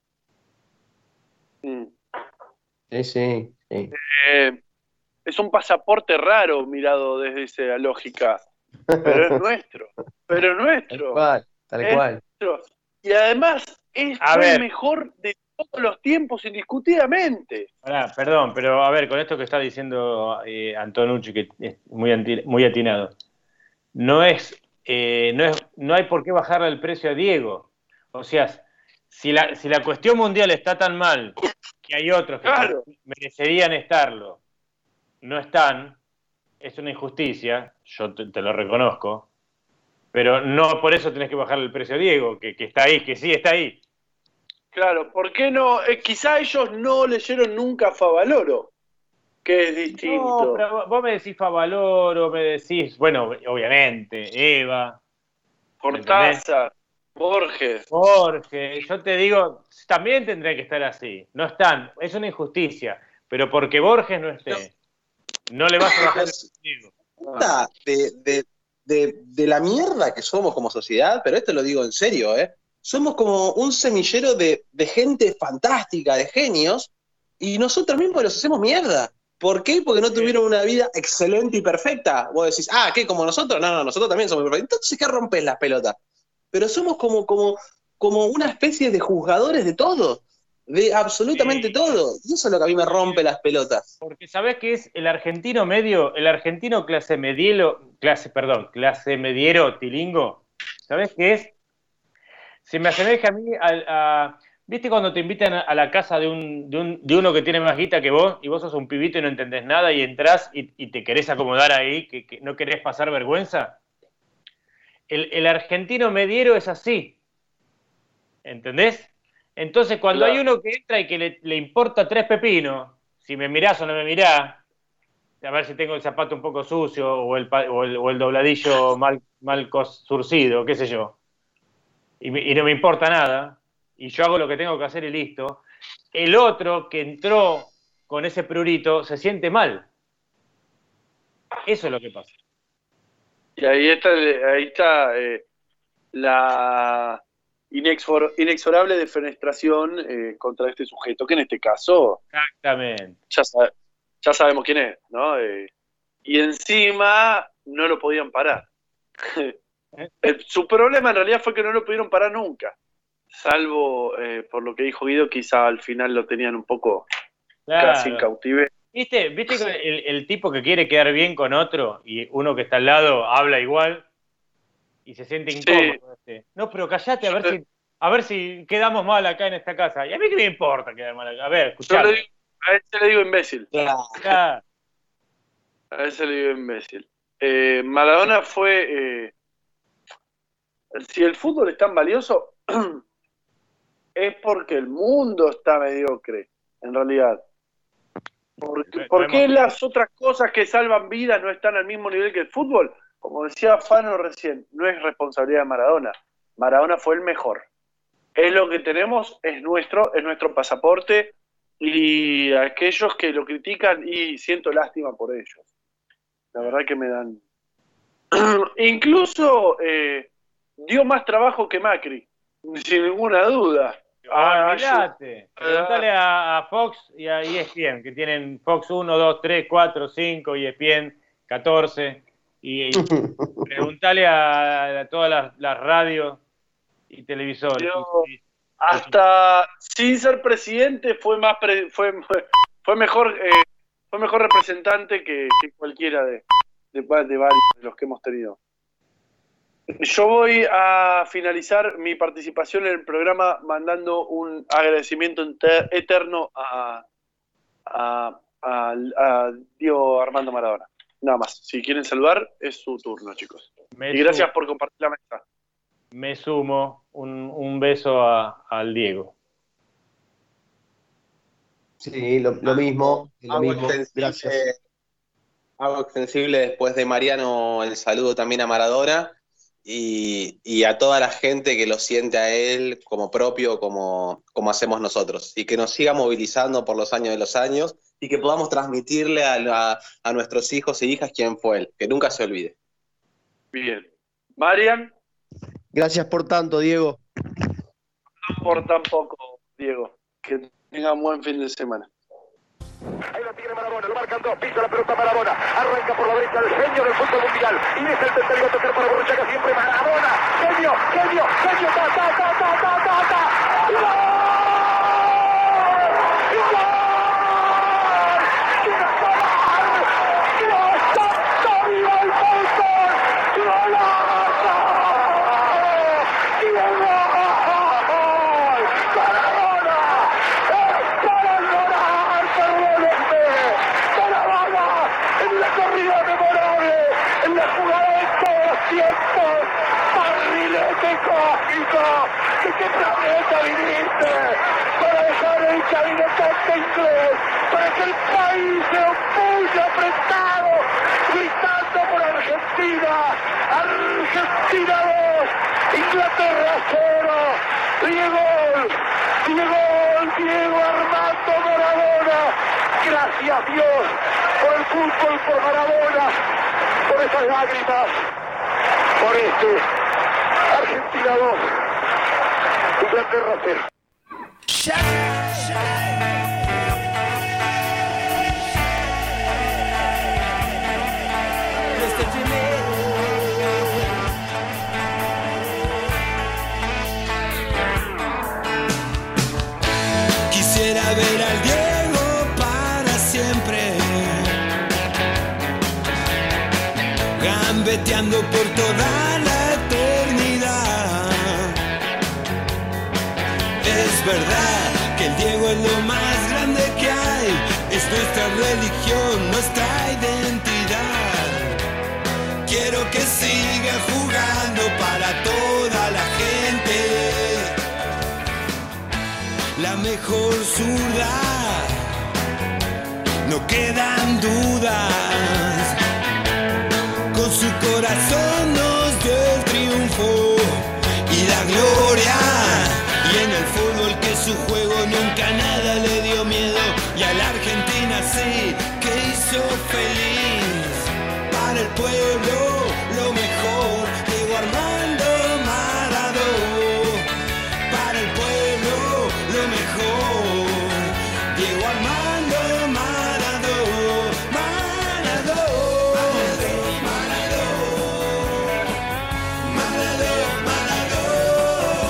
Mm. Sí, sí, sí. Eh, es un pasaporte raro mirado desde esa lógica, pero es nuestro, pero es Tal nuestro, cual, tal es cual. nuestro. Y además es, A fue el ver. mejor de todos los tiempos, indiscutidamente. Pará, perdón, pero a ver, con esto que está diciendo eh, Antonucci, que es muy, anti- muy atinado, no es, eh, no es, no hay por qué bajarle el precio a Diego. O sea, si la, si la cuestión mundial está tan mal que hay otros que Claro. merecerían estarlo, no están, es una injusticia, yo te, te lo reconozco, pero no por eso tenés que bajarle el precio a Diego, que, que está ahí, que sí está ahí. Claro, ¿por qué no? Eh, quizá ellos no leyeron nunca Favaloro, que es distinto. No, pero vos me decís Favaloro, me decís, bueno, obviamente, Eva, ¿me entendés? Cortázar, Borges. Jorge, yo te digo, también tendría que estar así. No están, es una injusticia, pero porque Borges no esté, no le vas a bajar el precio. Puta De, de, de, de la mierda que somos como sociedad, pero esto lo digo en serio, ¿eh? Somos como un semillero de, de gente fantástica, de genios, y nosotros mismos los hacemos mierda. ¿Por qué? Porque no tuvieron una vida excelente y perfecta. Vos decís, ah, ¿qué? ¿Como nosotros? No, no, nosotros también somos perfectos. Entonces, ¿qué rompes las pelotas? Pero somos como, como, como una especie de juzgadores de todo, de absolutamente Sí. todo. Y eso es lo que a mí me rompe las pelotas. Porque sabés que es el argentino medio, el argentino clase medielo, clase, perdón, clase mediero tilingo, ¿sabés qué es? Se me asemeja a mí a, a- ¿viste cuando te invitan a, a la casa de, un, de, un- de uno que tiene más guita que vos y vos sos un pibito y no entendés nada y entrás y, y te querés acomodar ahí, que, que no querés pasar vergüenza? El, el argentino mediero es así, ¿entendés? Entonces cuando Claro. hay uno que entra y que le, le importa tres pepinos, si me mirás o no me mirás, a ver si tengo el zapato un poco sucio o el, pa- o el, o el dobladillo mal, mal cos- surcido, qué sé yo, y, me- y no me importa nada, y yo hago lo que tengo que hacer y listo, el otro que entró con ese prurito se siente mal. Eso es lo que pasa. Y ahí está, ahí está eh, la inexor- inexorable defenestración eh, contra este sujeto, que en este caso Exactamente. ya, sa- ya sabemos quién es, ¿no? Eh, y encima no lo podían parar. El- su problema en realidad fue que no lo pudieron parar nunca, salvo eh, por lo que dijo Guido, quizá al final lo tenían un poco casi en Claro. cautiverio. ¿Viste, viste que el, el tipo que quiere quedar bien con otro y uno que está al lado habla igual y se siente incómodo? este. No, pero callate a ver si a ver si quedamos mal acá en esta casa. Y a mí qué me importa quedar mal acá. A ver, Yo le escuchame. digo- a ese le digo imbécil. Claro. A ese le digo imbécil. Eh, Maradona fue... eh, si el fútbol es tan valioso, es porque el mundo está mediocre, en realidad. Porque, ¿Por qué las otras cosas que salvan vidas no están al mismo nivel que el fútbol? Como decía Fano recién, no es responsabilidad de Maradona. Maradona fue el mejor. Es lo que tenemos, es nuestro, es nuestro pasaporte, y aquellos que lo critican, y siento lástima por ellos. La verdad que me dan... Incluso eh, dio más trabajo que Macri, sin ninguna duda. Ah, olvídate. Preguntale a, a Fox y a E S P N, que tienen Fox uno, dos, tres, cuatro, cinco, E S P N catorce. Y, y preguntale a, a todas las, las radios y televisores. Dio- hasta sin ser presidente fue más pre- fue fue mejor eh, fue mejor representante que, que cualquiera de, de, de varios de los que hemos tenido. Yo voy a finalizar mi participación en el programa mandando un agradecimiento enter- eterno a, a, a, a Diego Armando Maradona. Nada más. Si quieren saludar, es su turno, chicos. Me y gracias sumo. por compartir la mesa. Me sumo. Un, un beso a, al Diego. Sí, lo, lo mismo, lo Hago mismo. extensible, Gracias. hago extensible después de Mariano el saludo también a Maradona y, y a toda la gente que lo siente a él como propio, como, como hacemos nosotros. Y que nos siga movilizando por los años de los años y que podamos transmitirle a, la, a nuestros hijos e hijas quién fue él, que nunca se olvide. Bien. Marian. Gracias por tanto, Diego. No por tan poco, Diego. Que tengan buen fin de semana. Ahí lo tiene Maradona, lo marcan dos, pisa la pelota Maradona, arranca por la derecha el genio del fútbol mundial, y es el tercero a tocar para Borruchaga, siempre Maradona, genio, genio, genio, ta, ta, ta, ta, ta, ta, ta, ¡gol! ¡Gol! ¿De qué planeta viniste? Para dejar el cabinete inglés, para que el país se opulle apretado, gritando por Argentina. Argentina dos, Inglaterra cero. Diego, Diego, Diego Armando Maradona. Gracias Dios por el fútbol, por Maradona, por esas lágrimas, por este Argentina dos. Inglaterra cero. Quisiera ver al Diego para siempre, gambeteando por toda la eternidad. Es verdad que el Diego es lo más grande que hay, es nuestra religión, nuestra identidad. Quiero que siga jugando para toda la gente, la mejor zurda, no quedan dudas. Con su corazón nos dio el triunfo y la gloria. Y en el fútbol que su juego nunca nada le dio miedo. Y a la Argentina sí que hizo feliz. Para el pueblo lo mejor, Diego Armando Maradona. Para el pueblo lo mejor, Diego Armando Maradona. Maradona, Maradona, Maradona.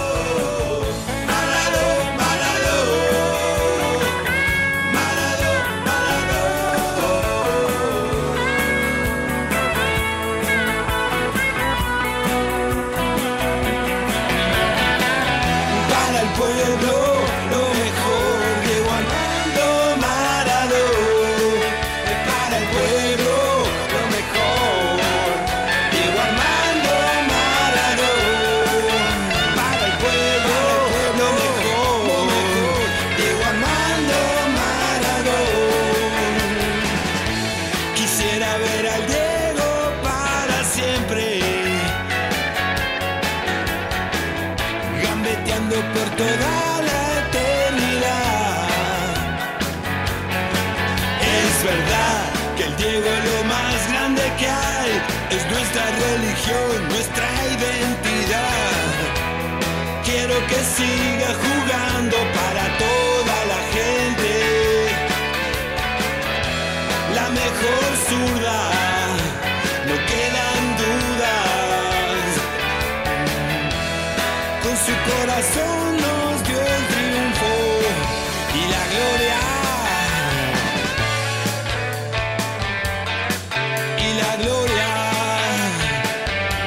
por toda la eternidad. Es verdad que el Diego es lo más grande que hay, es nuestra religión, nuestra identidad. Quiero que siga jugando para toda la gente, la mejor zurda, no quedan dudas. Con su corazón nos dio el triunfo y la gloria. Y la gloria.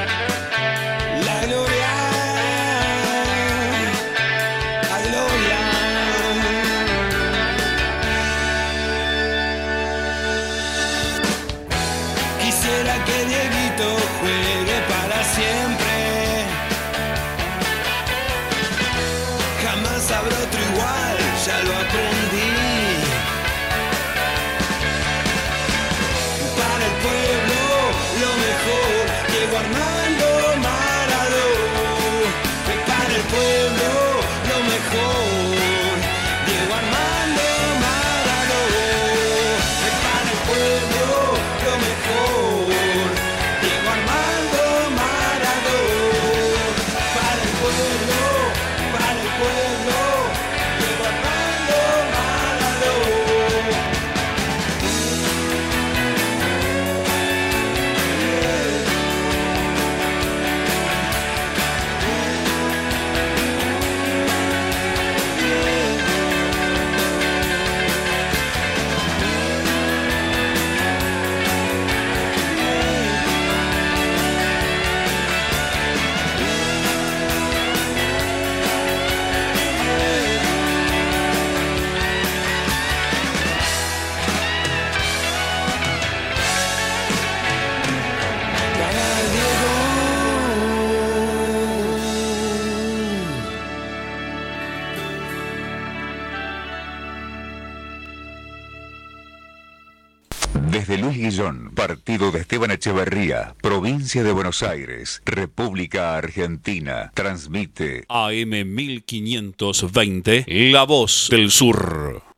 Armando Maradona, que para el pueblo lo mejor. Diego Armando Maradona, que para el pueblo lo mejor. Diego Armando Maradona, para el pueblo, para el pueblo. Diego Armando Maradona. Desde Luis Guillón, partido de Esteban Echeverría, provincia de Buenos Aires, República Argentina, transmite A M mil quinientos veinte, La Voz del Sur.